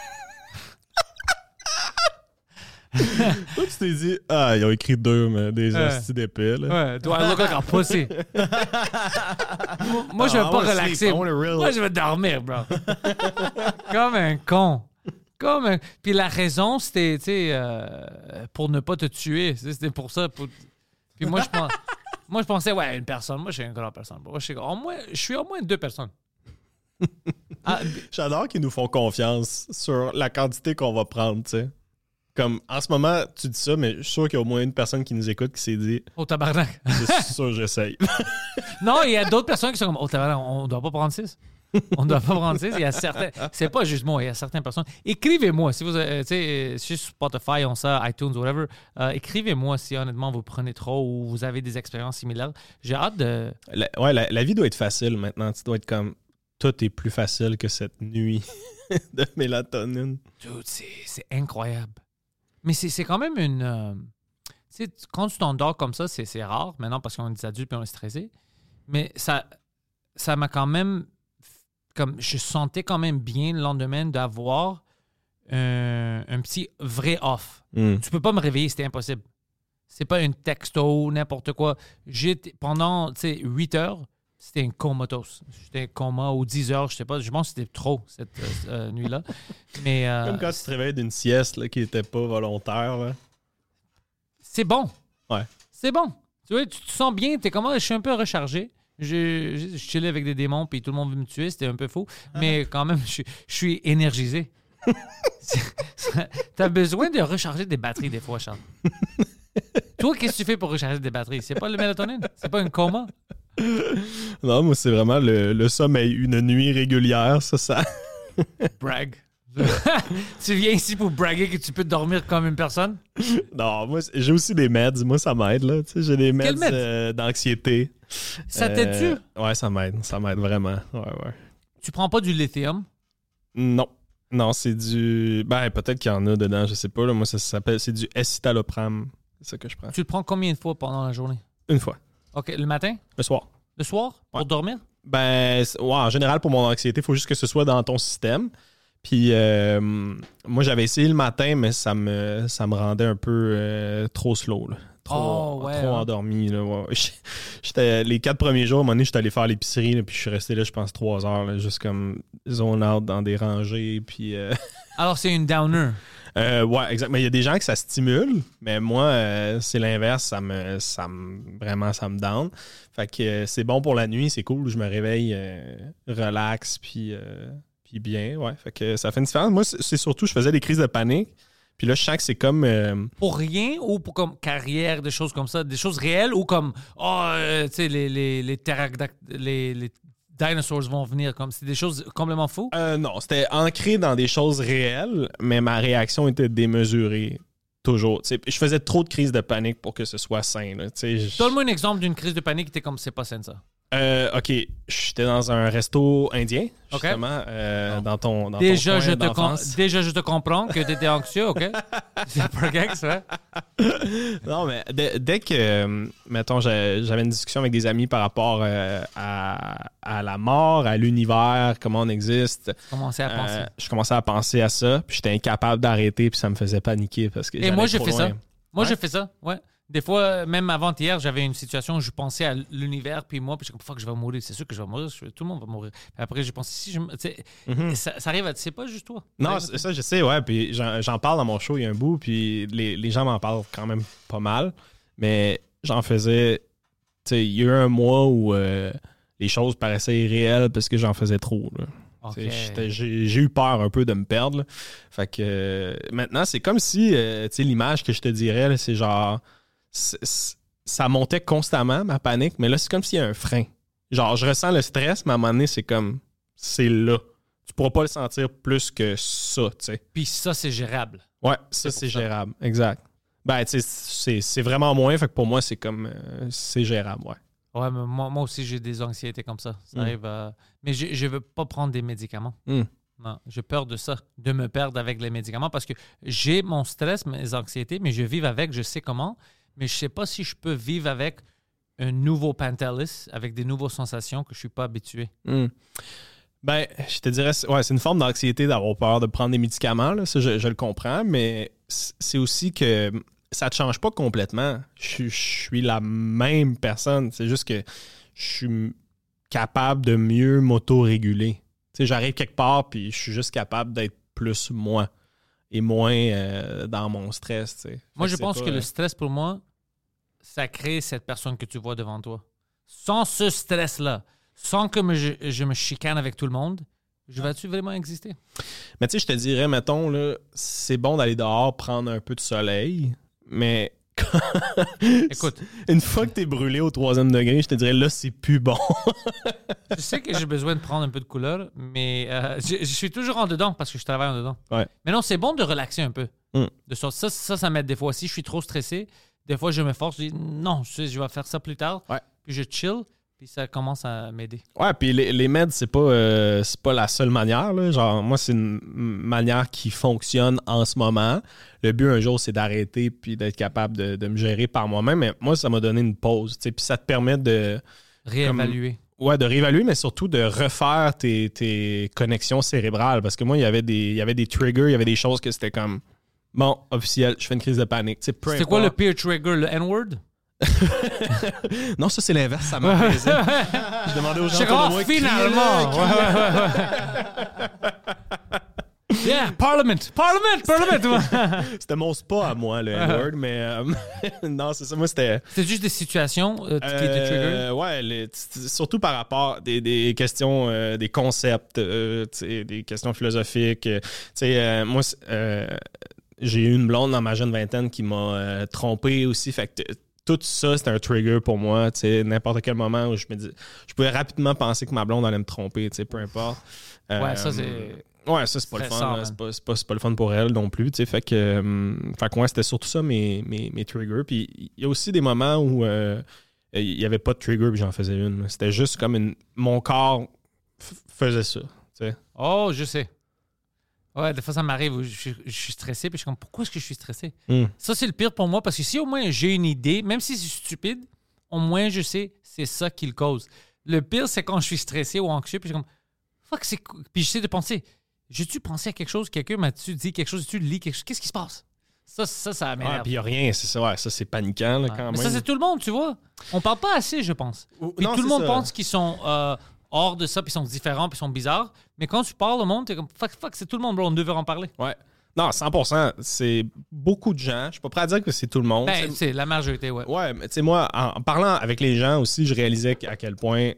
Toi, tu t'es dit, ah, ils ont écrit deux, mais des Ouais. hosties d'épée, là. Ouais, do I look like a pussy? moi, moi, je vais Ah, I pas wanna relaxer. sleep, I wanna real- Moi, je vais dormir, bro. Comme un con. Comme un... Puis la raison, c'était, tu sais, euh, pour ne pas te tuer. C'était pour ça. Pour... Puis moi, je pense... moi, je pensais, ouais, une personne. Moi, je suis une grande personne. Moi, je suis au moins, je suis au moins deux personnes. Ah, J'adore qu'ils nous font confiance sur la quantité qu'on va prendre, tu sais. Comme, en ce moment, tu dis ça, mais je suis sûr qu'il y a au moins une personne qui nous écoute qui s'est dit, au tabarnak. c'est sûr, j'essaye. Non, il y a d'autres personnes qui sont comme, oh, tabarnak, on doit pas prendre six. On ne doit pas prendre six. Il y a certains... C'est pas juste moi, il y a certaines personnes. Écrivez-moi, si vous... Euh, tu sais, euh, sur Spotify, on ça, iTunes, whatever. Euh, écrivez-moi si, honnêtement, vous prenez trop ou vous avez des expériences similaires. J'ai hâte de... La, ouais, la, la vie doit être facile maintenant. Tu dois être comme, tout est plus facile que cette nuit de mélatonine. Dude, c'est, c'est incroyable. Mais c'est, c'est quand même une... euh, tu sais, quand tu t'endors comme ça, c'est, c'est rare maintenant parce qu'on est des adultes et on est stressé. Mais ça, ça m'a quand même... Comme je sentais quand même bien le lendemain d'avoir un, un petit vrai off. Mm. Tu peux pas me réveiller, c'était impossible. C'est pas un texto, n'importe quoi. J'étais, pendant huit heures, c'était un comatose. J'étais un coma ou dix heures, je sais pas. Je pense que c'était trop cette euh, euh, nuit-là. Mais euh, Comme quand tu te réveilles d'une sieste là, qui n'était pas volontaire. Là. c'est bon. Ouais. C'est bon. Tu vois, tu te sens bien. T'es comment? Je suis un peu rechargé. Je, je, je chillais avec des démons puis tout le monde veut me tuer. C'était un peu fou. Mais quand même, je, je suis énergisé. T'as besoin de recharger des batteries des fois, Charles. Toi, qu'est-ce que tu fais pour recharger des batteries? C'est pas le mélatonine? C'est pas un coma? Non, moi, c'est vraiment le, le sommeil. Une nuit régulière, ça, ça... Brag. Tu viens ici pour braguer que tu peux dormir comme une personne? Non, moi, j'ai aussi des meds. Moi, ça m'aide, là. Tu sais, j'ai des meds, meds? euh, d'anxiété. Ça t'aide-tu? Euh, ouais, ça m'aide. Ça m'aide vraiment. Ouais, ouais. Tu prends pas du lithium? Non. Non, c'est du... Ben, peut-être qu'il y en a dedans, je sais pas. Là. Moi, ça s'appelle... C'est du escitalopram. C'est ça que je prends. Tu le prends combien de fois pendant la journée? Une fois. OK, le matin? Le soir. Le soir? Pour Ouais. dormir? Ben, c'est- ouais, en général, pour mon anxiété, il faut juste que ce soit dans ton système. Puis, euh, moi, j'avais essayé le matin, mais ça me, ça me rendait un peu euh, trop slow. Là. Trop, Oh, ouais, trop hein. endormi. Là, ouais. J'étais, les quatre premiers jours, à un moment donné, j'étais allé faire l'épicerie, là, puis je suis resté là, je pense, trois heures, là, juste comme zone out dans des rangées. Puis, euh, Alors, c'est une downer. euh, ouais, exact. Mais il y a des gens que ça stimule, mais moi, euh, c'est l'inverse. Ça me, ça me, vraiment, ça me down. Fait que euh, c'est bon pour la nuit, c'est cool. Je me réveille euh, relax, puis, euh, puis bien. Ouais, fait que ça fait une différence. Moi, c'est c'est surtout, je faisais des crises de panique. Puis là, je sens que c'est comme... euh, Pour rien ou pour comme carrière, des choses comme ça? Des choses réelles ou comme, oh, euh, tu sais, les, les, les, pterodactyles- les, les dinosaures vont venir. Comme, c'est des choses complètement fous. euh, non, c'était ancré dans des choses réelles, mais ma réaction était démesurée. Toujours. Tu sais, je faisais trop de crises de panique pour que ce soit sain. Là, tu sais, je- Donne-moi un exemple d'une crise de panique qui était comme, c'est pas sain, ça. Euh, OK, j'étais dans un resto indien, OK. justement, euh, dans ton dans Déjà ton je, coin te com- d'enfance. déjà, je te comprends que tu étais anxieux, OK? C'est pas gag, ça. Non, mais dès, dès que, euh, mettons, j'ai- j'avais une discussion avec des amis par rapport euh, à, à la mort, à l'univers, comment on existe, Commencez à penser. euh, je commençais à penser à ça, puis j'étais incapable d'arrêter, puis ça me faisait paniquer parce que Et j'allais moi, j'ai trop fait ça. loin. Moi, Ouais? j'ai fait ça, ouais. Des fois, même avant-hier, j'avais une situation où je pensais à l'univers, puis moi, puis je suis comme, fuck, je vais mourir. C'est sûr que je vais mourir. Je- tout le monde va mourir. Puis après, j'ai pensé, si je. me- tu sais, Mhm. ça, ça arrive à. C'est pas juste toi. Non, Ça arrive à c'est- toi. ça, je sais, ouais. Puis j'en, j'en parle dans mon show, il y a un bout, puis les, les gens m'en parlent quand même pas mal. Mais j'en faisais. Tu sais, il y a eu un mois où euh, les choses paraissaient irréelles parce que j'en faisais trop. Là. Ok. Tu sais, j'étais- J'ai, j'ai eu peur un peu de me perdre. Là. Fait que euh, maintenant, c'est comme si euh, tu sais, l'image que je te dirais, là, c'est genre. c'est- c'est- ça montait constamment, ma panique, mais là, c'est comme s'il y a un frein. Genre, je ressens le stress, mais à un moment donné, c'est comme. C'est là. Tu pourras pas le sentir plus que ça, tu sais. Puis ça, c'est gérable. Ouais, C'est ça, pour c'est ça. gérable. Exact. Ben, tu sais, c'est, c'est vraiment moins, fait que pour moi, c'est comme. euh, c'est gérable, ouais. Ouais, mais moi, moi aussi, j'ai des anxiétés comme ça. Ça Mm. arrive. à- Mais je je veux pas prendre des médicaments. Mm. Non, j'ai peur de ça, de me perdre avec les médicaments parce que j'ai mon stress, mes anxiétés, mais je vis avec, je sais comment, mais je sais pas si je peux vivre avec un nouveau Pantelis, avec des nouvelles sensations que je suis pas habitué. Mm. Ben, je te dirais, c'est- ouais, c'est une forme d'anxiété d'avoir peur de prendre des médicaments, là, ça, je, je le comprends, mais c- c'est aussi que ça te change pas complètement. Je, suis- je suis la même personne, c'est juste que je suis capable de mieux m'auto-réguler. Tu sais, j'arrive quelque part, puis je suis juste capable d'être plus moi et moins euh, dans mon stress, tu sais. Moi, Fait je c'est pense pas, que euh, le stress, pour moi, ça crée cette personne que tu vois devant toi. Sans ce stress-là, sans que me- je, je me chicane avec tout le monde, je vais-tu vraiment exister? Mais tu sais, je te dirais, mettons, là, c'est bon d'aller dehors prendre un peu de soleil, mais Écoute, une fois que t'es brûlé au troisième degré, je te dirais, là, c'est plus bon. je sais que j'ai besoin de prendre un peu de couleur, mais euh, je, je suis toujours en dedans parce que je travaille en dedans. Ouais. Mais non, c'est bon de relaxer un peu. Mm. De sorte, ça, ça, ça m'aide des fois. Si je suis trop stressé, des fois, je me force, je dis non, je, sais, je vais faire ça plus tard. Ouais. Puis je chill, puis ça commence à m'aider. Ouais, puis les, les meds, c'est pas, euh, c'est pas la seule manière. Là. Genre, moi, c'est une manière qui fonctionne en ce moment. Le but, un jour, c'est d'arrêter puis d'être capable de, de me gérer par moi-même. Mais moi, ça m'a donné une pause. Puis ça te permet de, Réévaluer. ouais, de réévaluer, mais surtout de refaire tes, tes connexions cérébrales. Parce que moi, il y avait des, il y avait des triggers, il y avait des choses que c'était comme, bon, officiel, je fais une crise de panique. Tu sais, peu C'était quoi le importe. peer trigger, le N-word? Non, ça, c'est l'inverse, ça m'apaisait. Je demandais aux gens C'est autour de rare, moi, finalement! crie-le, Ouais, ouais, ouais, ouais. Yeah, Parliament! Parliament! Parliament! C'était mon spa à moi, le N-word, mais euh, non, c'est ça. Moi, c'était. C'était juste des situations euh, qui étaient trigger. Euh, ouais, les- t- t- surtout par rapport à des, des questions, euh, des concepts, euh, tu sais, des questions philosophiques. euh, tu sais, euh, moi, c'est- euh, j'ai eu une blonde dans ma jeune vingtaine qui m'a euh, trompé aussi. Fait que t- tout ça, c'était un trigger pour moi. Tu sais, n'importe quel moment où je me dis, je pouvais rapidement penser que ma blonde allait me tromper. Tu sais, peu importe. Euh, Ouais, ça, c'est- Ouais, ça, c'est pas le fun. stressant, là. man. C'est pas, c'est pas, c'est pas le fun pour elle non plus. Tu sais, fait que, euh, fait que ouais, c'était surtout ça mes, mes, mes triggers. Puis il y a aussi des moments où euh, il n'y avait pas de trigger puis j'en faisais une. C'était juste comme une, mon corps f- faisait ça. Tu sais. Oh, je sais. Ouais, des fois, ça m'arrive où je, suis- je suis stressé, puis je suis comme, pourquoi est-ce que je suis stressé? Mm. Ça, c'est le pire pour moi, parce que si au moins j'ai une idée, même si c'est stupide, au moins je sais, c'est ça qui le cause. Le pire, c'est quand je suis stressé ou anxieux, puis je suis comme, fuck, c'est cool. Puis j'essaie de penser, j'ai-tu pensé à quelque chose? Quelqu'un m'a-tu dit quelque chose? As-tu lu quelque chose? Qu'est-ce qui se passe? Ça, ça, ça Ouais, m'énerve. puis il n'y a rien. C'est ça, ouais, ça, c'est paniquant là, Ouais. quand Mais même. ça, c'est tout le monde, tu vois. On parle pas assez, je pense. Ou- Puis non, tout le c'est monde ça. pense qu'ils sont euh, hors de ça, puis ils sont différents, puis ils sont bizarres. Mais quand tu parles au monde, t'es comme, fuck, fuck, c'est tout le monde, bro, on devrait en parler. Ouais. Non, cent pour cent. C'est beaucoup de gens. Je suis pas prêt à dire que c'est tout le monde. Ben, C'est- c'est la majorité, ouais. Ouais, mais tu sais, moi, en, en parlant avec les gens aussi, je réalisais à quel point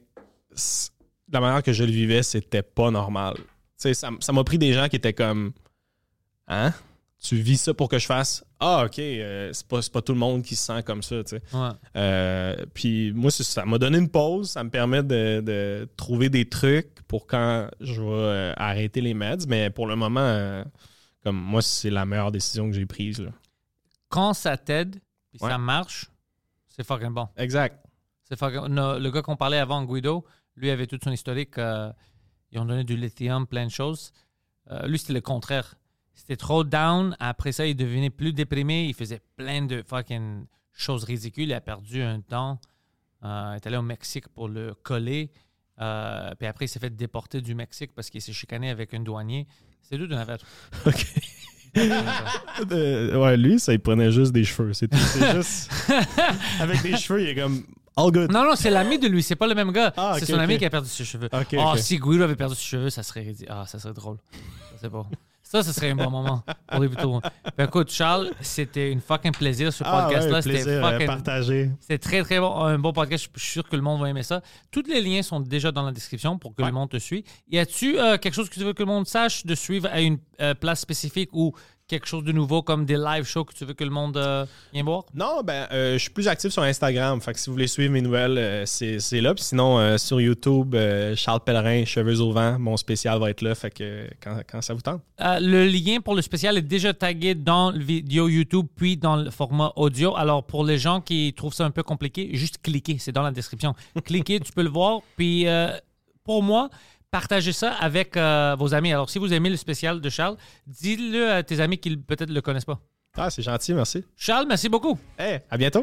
c- la manière que je le vivais, c'était pas normal. Tu sais, ça, m- ça m'a pris des gens qui étaient comme, hein? Tu vis ça pour que je fasse, ah, OK, euh, c'est pas, c'est pas tout le monde qui se sent comme ça, tu sais. Ouais. Euh, puis moi, c'est- ça m'a donné une pause. Ça me permet de, de trouver des trucs pour quand je vais euh, arrêter les meds. Mais pour le moment, euh, comme moi, c'est la meilleure décision que j'ai prise, là. Quand ça t'aide, puis Ouais. ça marche, c'est fucking bon. Exact. C'est fucking... no, le gars qu'on parlait avant, Guido, lui avait toute son historique. euh, ils ont donné du lithium, plein de choses. Euh, lui, c'était le contraire. C'était trop down. Après ça, il devenait plus déprimé. Il faisait plein de fucking choses ridicules. Il a perdu un temps. Euh, il est allé au Mexique pour le coller. Euh, puis après, il s'est fait déporter du Mexique parce qu'il s'est chicané avec un douanier. C'est tout d'une affaire. OK. Euh, ouais, lui, ça, il prenait juste des cheveux. C'est tout. C'est juste. Avec des cheveux, il est comme. All good. Non, non, c'est l'ami de lui, c'est pas le même gars. Ah, c'est ok, son ami ok. qui a perdu ses cheveux. Ok, oh, ok. si Guido avait perdu ses cheveux, ça serait ridicule. Ah, ça serait drôle. Ça, c'est bon. Ça, ce serait un bon moment pour les plutôt. Ben, écoute, Charles, c'était une fucking plaisir ce Ah, podcast-là. ouais, c'était plaisir fucking. partagé. C'était très, très bon. Un bon podcast. Je suis sûr que le monde va aimer ça. Tous les liens sont déjà dans la description pour que Ouais. le monde te suive. Y a-tu euh, quelque chose que tu veux que le monde sache de suivre à une euh, place spécifique ou quelque chose de nouveau comme des live shows que tu veux que le monde euh, vienne voir? Non, ben, euh, je suis plus actif sur Instagram. Fait que si vous voulez suivre mes nouvelles, euh, c'est, c'est là. Puis sinon, euh, sur YouTube, euh, Charles Pellerin, Cheveux au vent, mon spécial va être là. Fait que euh, quand, quand ça vous tente. Euh, le lien pour le spécial est déjà tagué dans le vidéo YouTube puis dans le format audio. Alors, pour les gens qui trouvent ça un peu compliqué, juste cliquez. C'est dans la description. Cliquez, tu peux le voir. Puis, euh, pour moi, partagez ça avec euh, vos amis. Alors, si vous aimez le spécial de Charles, dis-le à tes amis qui peut-être ne le connaissent pas. Ah, c'est gentil, merci. Charles, merci beaucoup. Hey, à bientôt.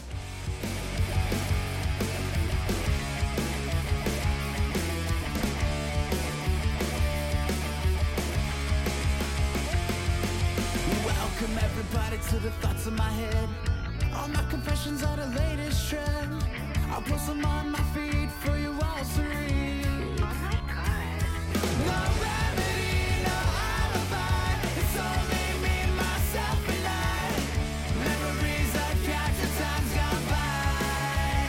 Welcome everybody to the thoughts in my head. All my confessions are the latest trend. I'll post them on my feed for you all to read. Oh my god. No remedy, no alibi. It's only me, myself, and I. Memories I've captured, times gone by.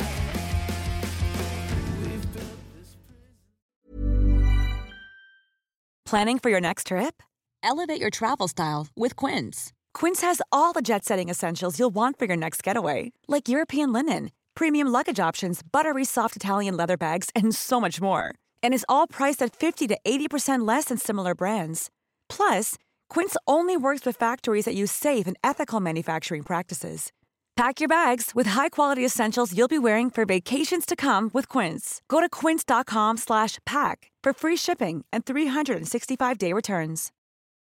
We've built this prison. Planning for your next trip? Elevate your travel style with Quince. Quince has all the jet-setting essentials you'll want for your next getaway, like European linen, premium luggage options, buttery soft Italian leather bags, and so much more. And is all priced at fifty to eighty percent less than similar brands. Plus, Quince only works with factories that use safe and ethical manufacturing practices. Pack your bags with high-quality essentials you'll be wearing for vacations to come with Quince. Go to quince.com slash pack for free shipping and three sixty-five day returns.